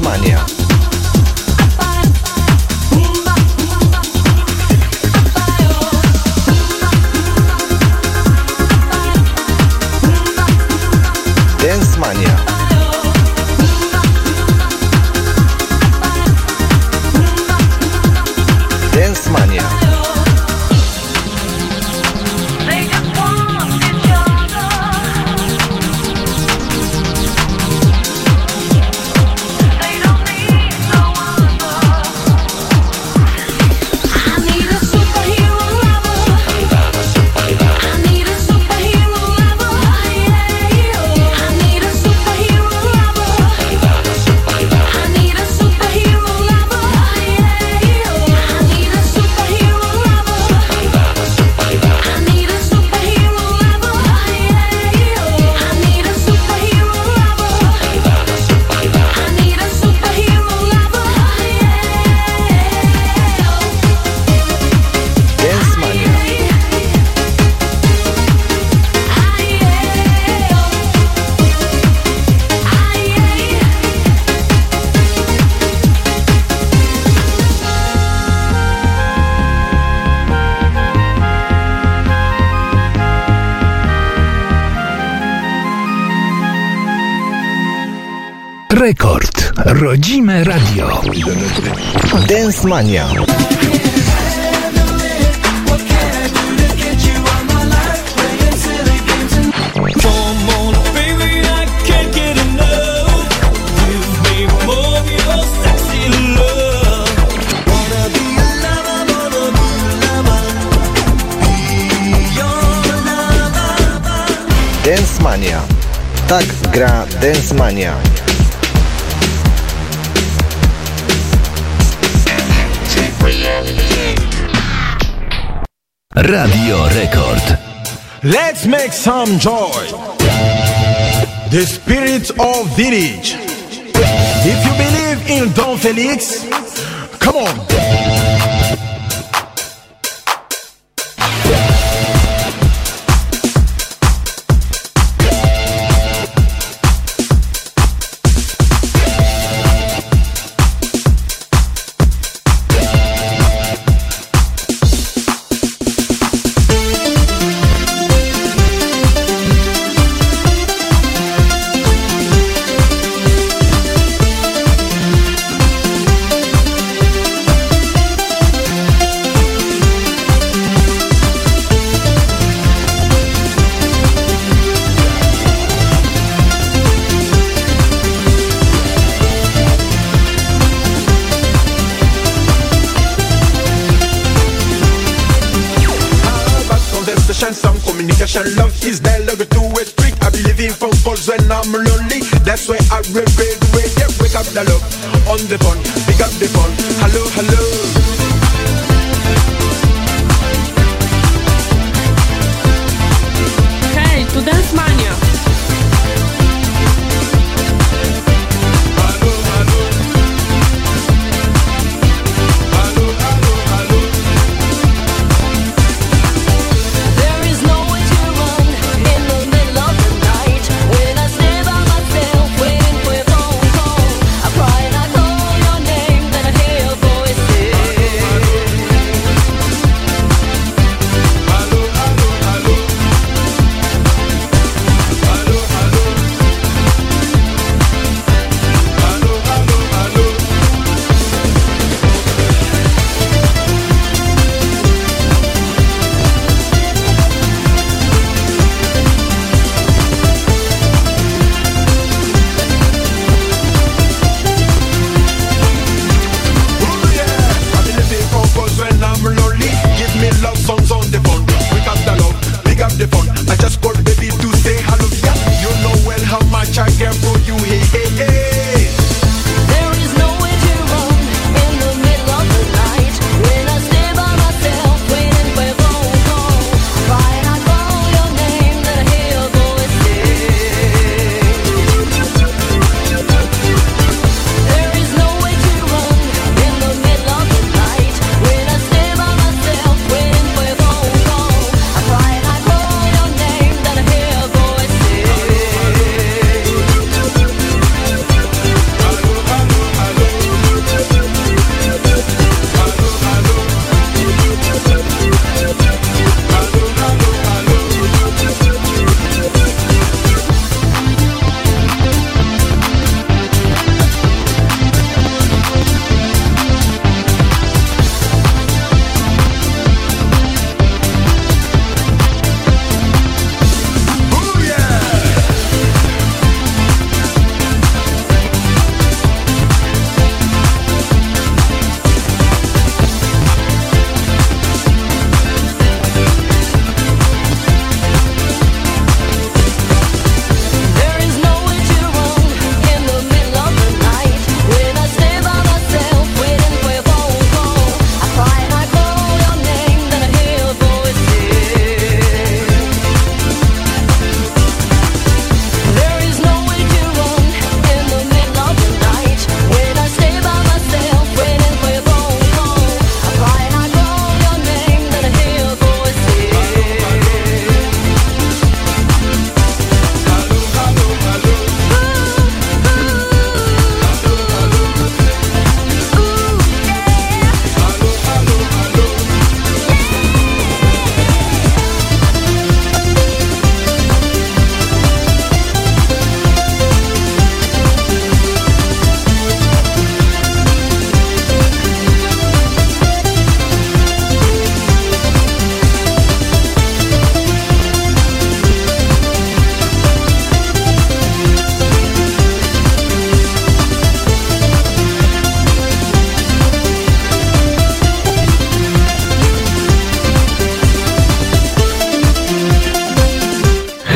Dance Mania. Dance Mania. Dance Mania. Rekord. Rodzime radio. Dance Mania. Dance Mania. Tak gra Dance Mania. Radio Rekord. Let's make some joy. The spirit of village. If you believe in Don Felix, come on. Love is dialogue to a street. I believe in phone calls when I'm lonely. That's why I repeat the way they wake up the love on the phone. Pick up the phone. Hello, hello. Hej, tu Dance Mania.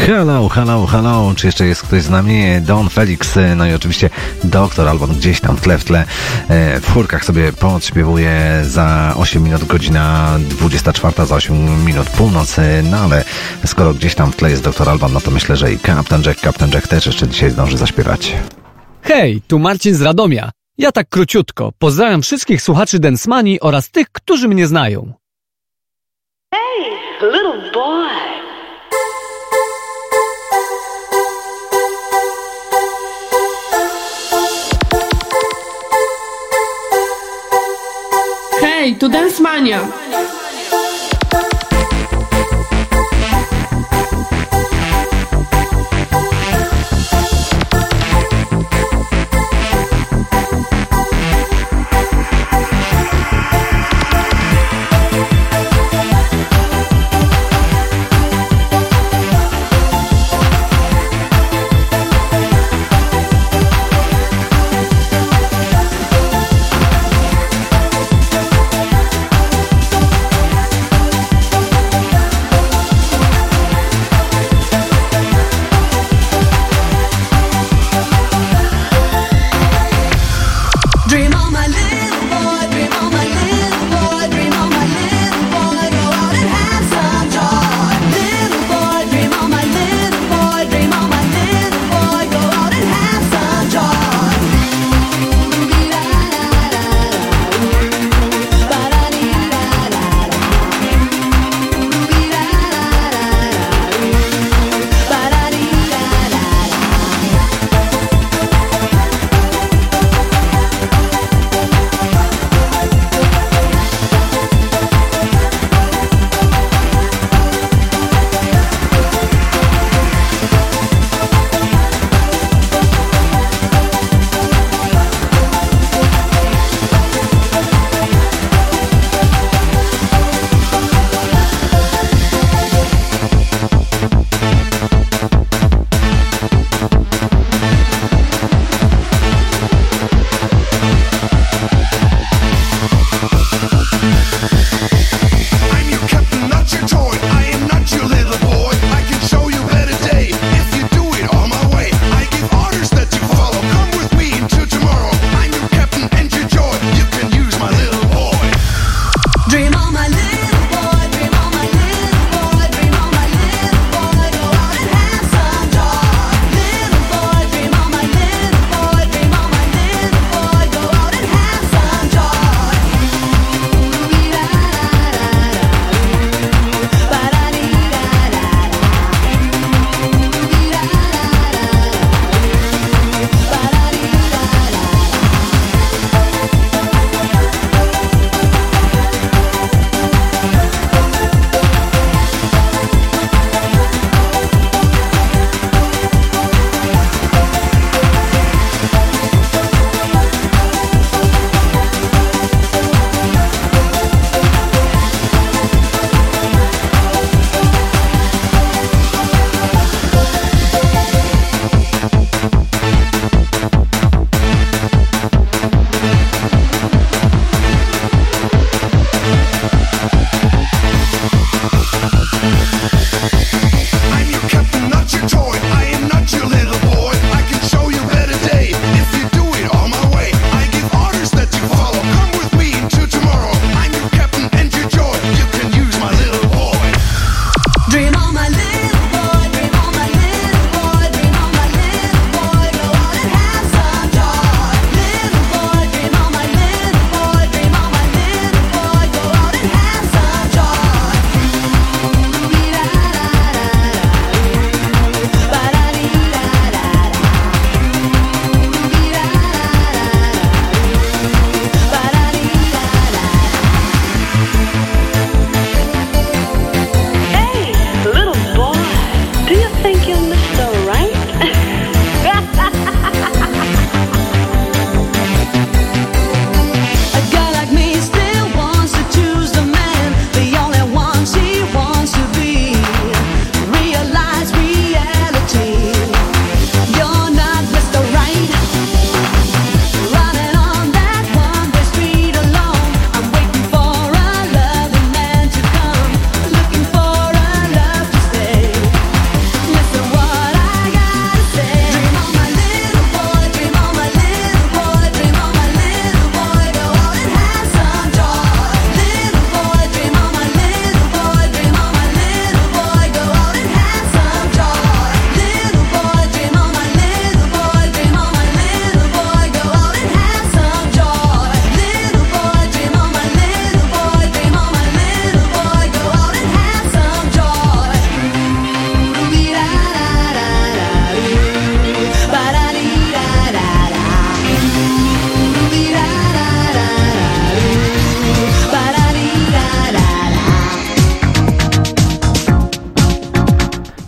Hello. Czy jeszcze jest ktoś z nami? Don Felix, no i oczywiście Doktor Alban gdzieś tam w tle w chórkach sobie podśpiewuje. Za 8 minut godzina 24, za 8 minut północ, no ale skoro gdzieś tam w tle jest Doktor Alban, no to myślę, że i Captain Jack też jeszcze dzisiaj zdąży zaśpiewać. Hej, tu Marcin z Radomia. Ja tak króciutko. Pozdrawiam wszystkich słuchaczy Dance Manii oraz tych, którzy mnie znają. Hey, little boy. Hej, tu Dance Mania.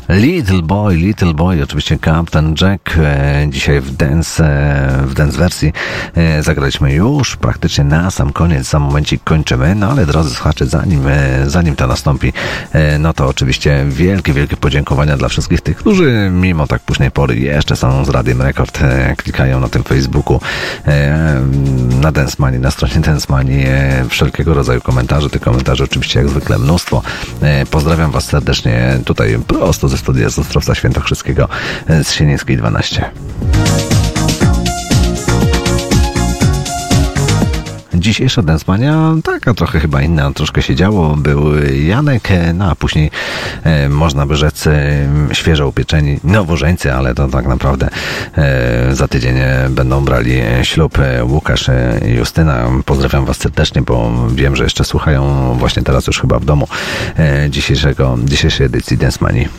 Little Boy, oczywiście Captain Jack. Dzisiaj w dance wersji zagraliśmy już praktycznie na sam koniec, za momencik kończymy, no ale drodzy słuchacze, zanim to nastąpi, no to oczywiście wielkie podziękowania dla wszystkich tych, którzy mimo tak późnej pory jeszcze są z Radiem Rekord, klikają na tym Facebooku, na Densmanii, na stronie Densmanii, wszelkiego rodzaju komentarze, tych komentarzy oczywiście jak zwykle mnóstwo. Pozdrawiam Was serdecznie tutaj prosto ze studia z Ostrowca Świętokrzyskiego z Sienińskiej 12. Dzisiejsza Densmania taka trochę chyba inna, troszkę się działo. Był Janek, no a później można by rzec świeżo upieczeni nowożeńcy, ale to tak naprawdę za tydzień będą brali ślub Łukasz i Justyna. Pozdrawiam Was serdecznie, bo wiem, że jeszcze słuchają właśnie teraz już chyba w domu dzisiejszej edycji Densmanii.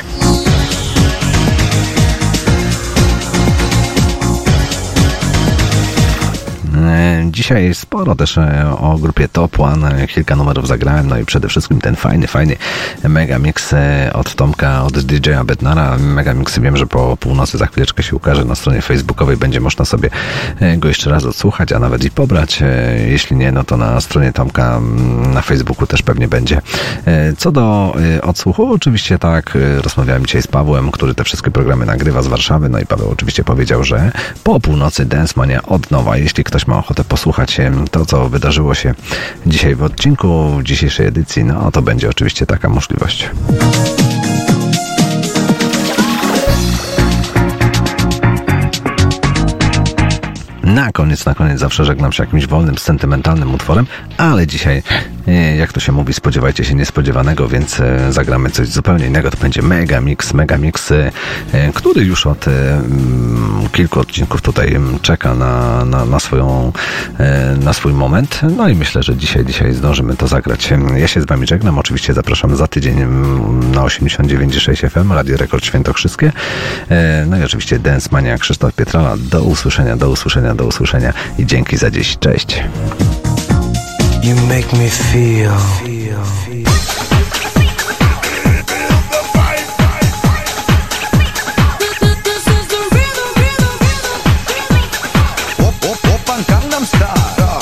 Dzisiaj sporo też o grupie Top One, kilka numerów zagrałem, no i przede wszystkim ten fajny megamix od Tomka, od DJ-a Bednara. Megamix wiem, że po północy za chwileczkę się ukaże na stronie facebookowej, będzie można sobie go jeszcze raz odsłuchać, a nawet i pobrać. Jeśli nie, no to na stronie Tomka na Facebooku też pewnie będzie. Co do odsłuchu, oczywiście tak, rozmawiałem dzisiaj z Pawłem, który te wszystkie programy nagrywa z Warszawy, no i Paweł oczywiście powiedział, że po północy Densmania od nowa. Jeśli ktoś ma ochotę posłuchać to, co wydarzyło się dzisiaj w odcinku dzisiejszej edycji, no to będzie oczywiście taka możliwość. Na koniec zawsze żegnam się jakimś wolnym, sentymentalnym utworem, ale dzisiaj, jak to się mówi, spodziewajcie się niespodziewanego, więc zagramy coś zupełnie innego. To będzie Megamix, który już od kilku odcinków tutaj czeka na swój moment. No i myślę, że dzisiaj zdążymy to zagrać. Ja się z Wami żegnam. Oczywiście zapraszam za tydzień na 89,6 FM, Radio Rekord Świętokrzyskie. No i oczywiście Densmania, Krzysztof Pietrala. Do usłyszenia i dzięki za dziś. Cześć. You make me feel. Gangnam Style.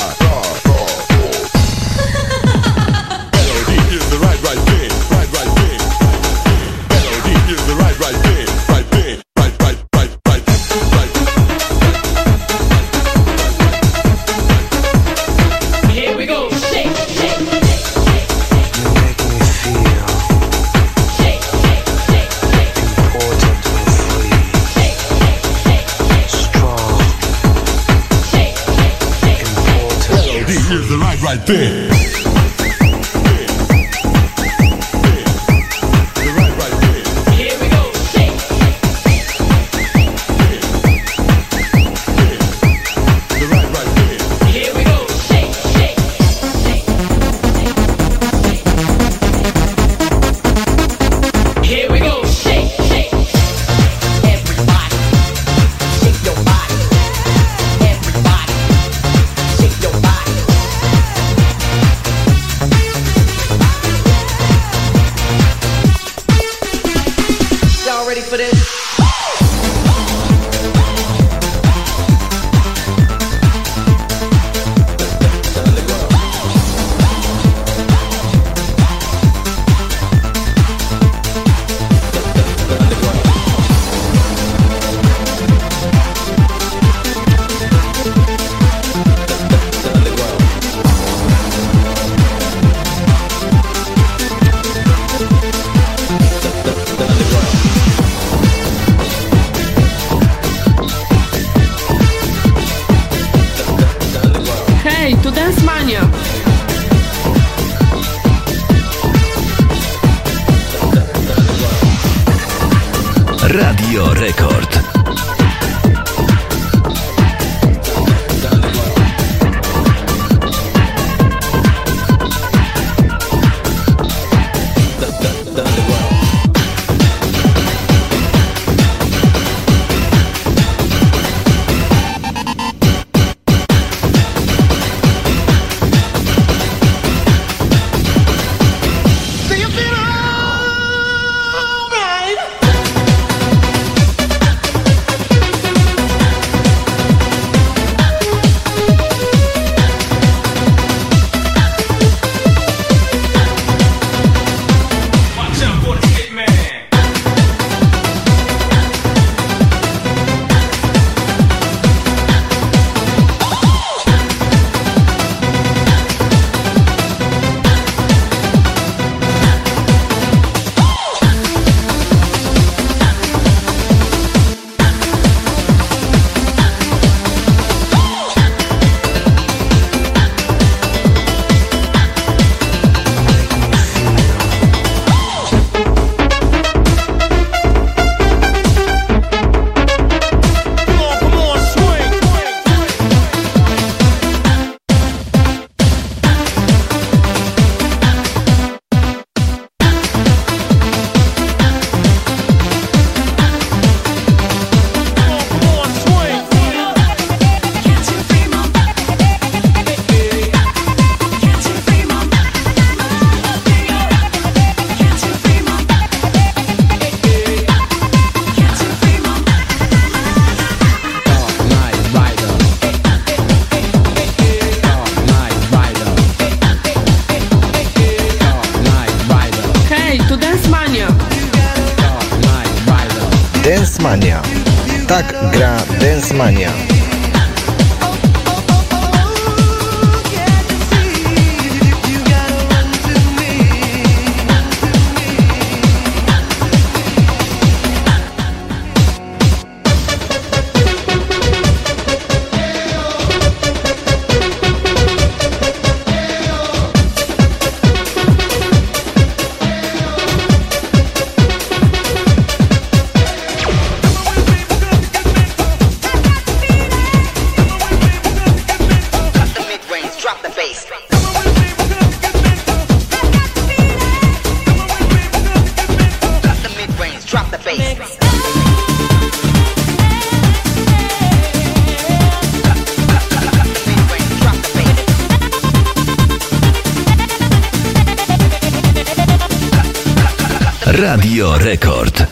Right there. Radio Rekord. Do you feel alright? Tak gra Dance Mania. Radio Rekord.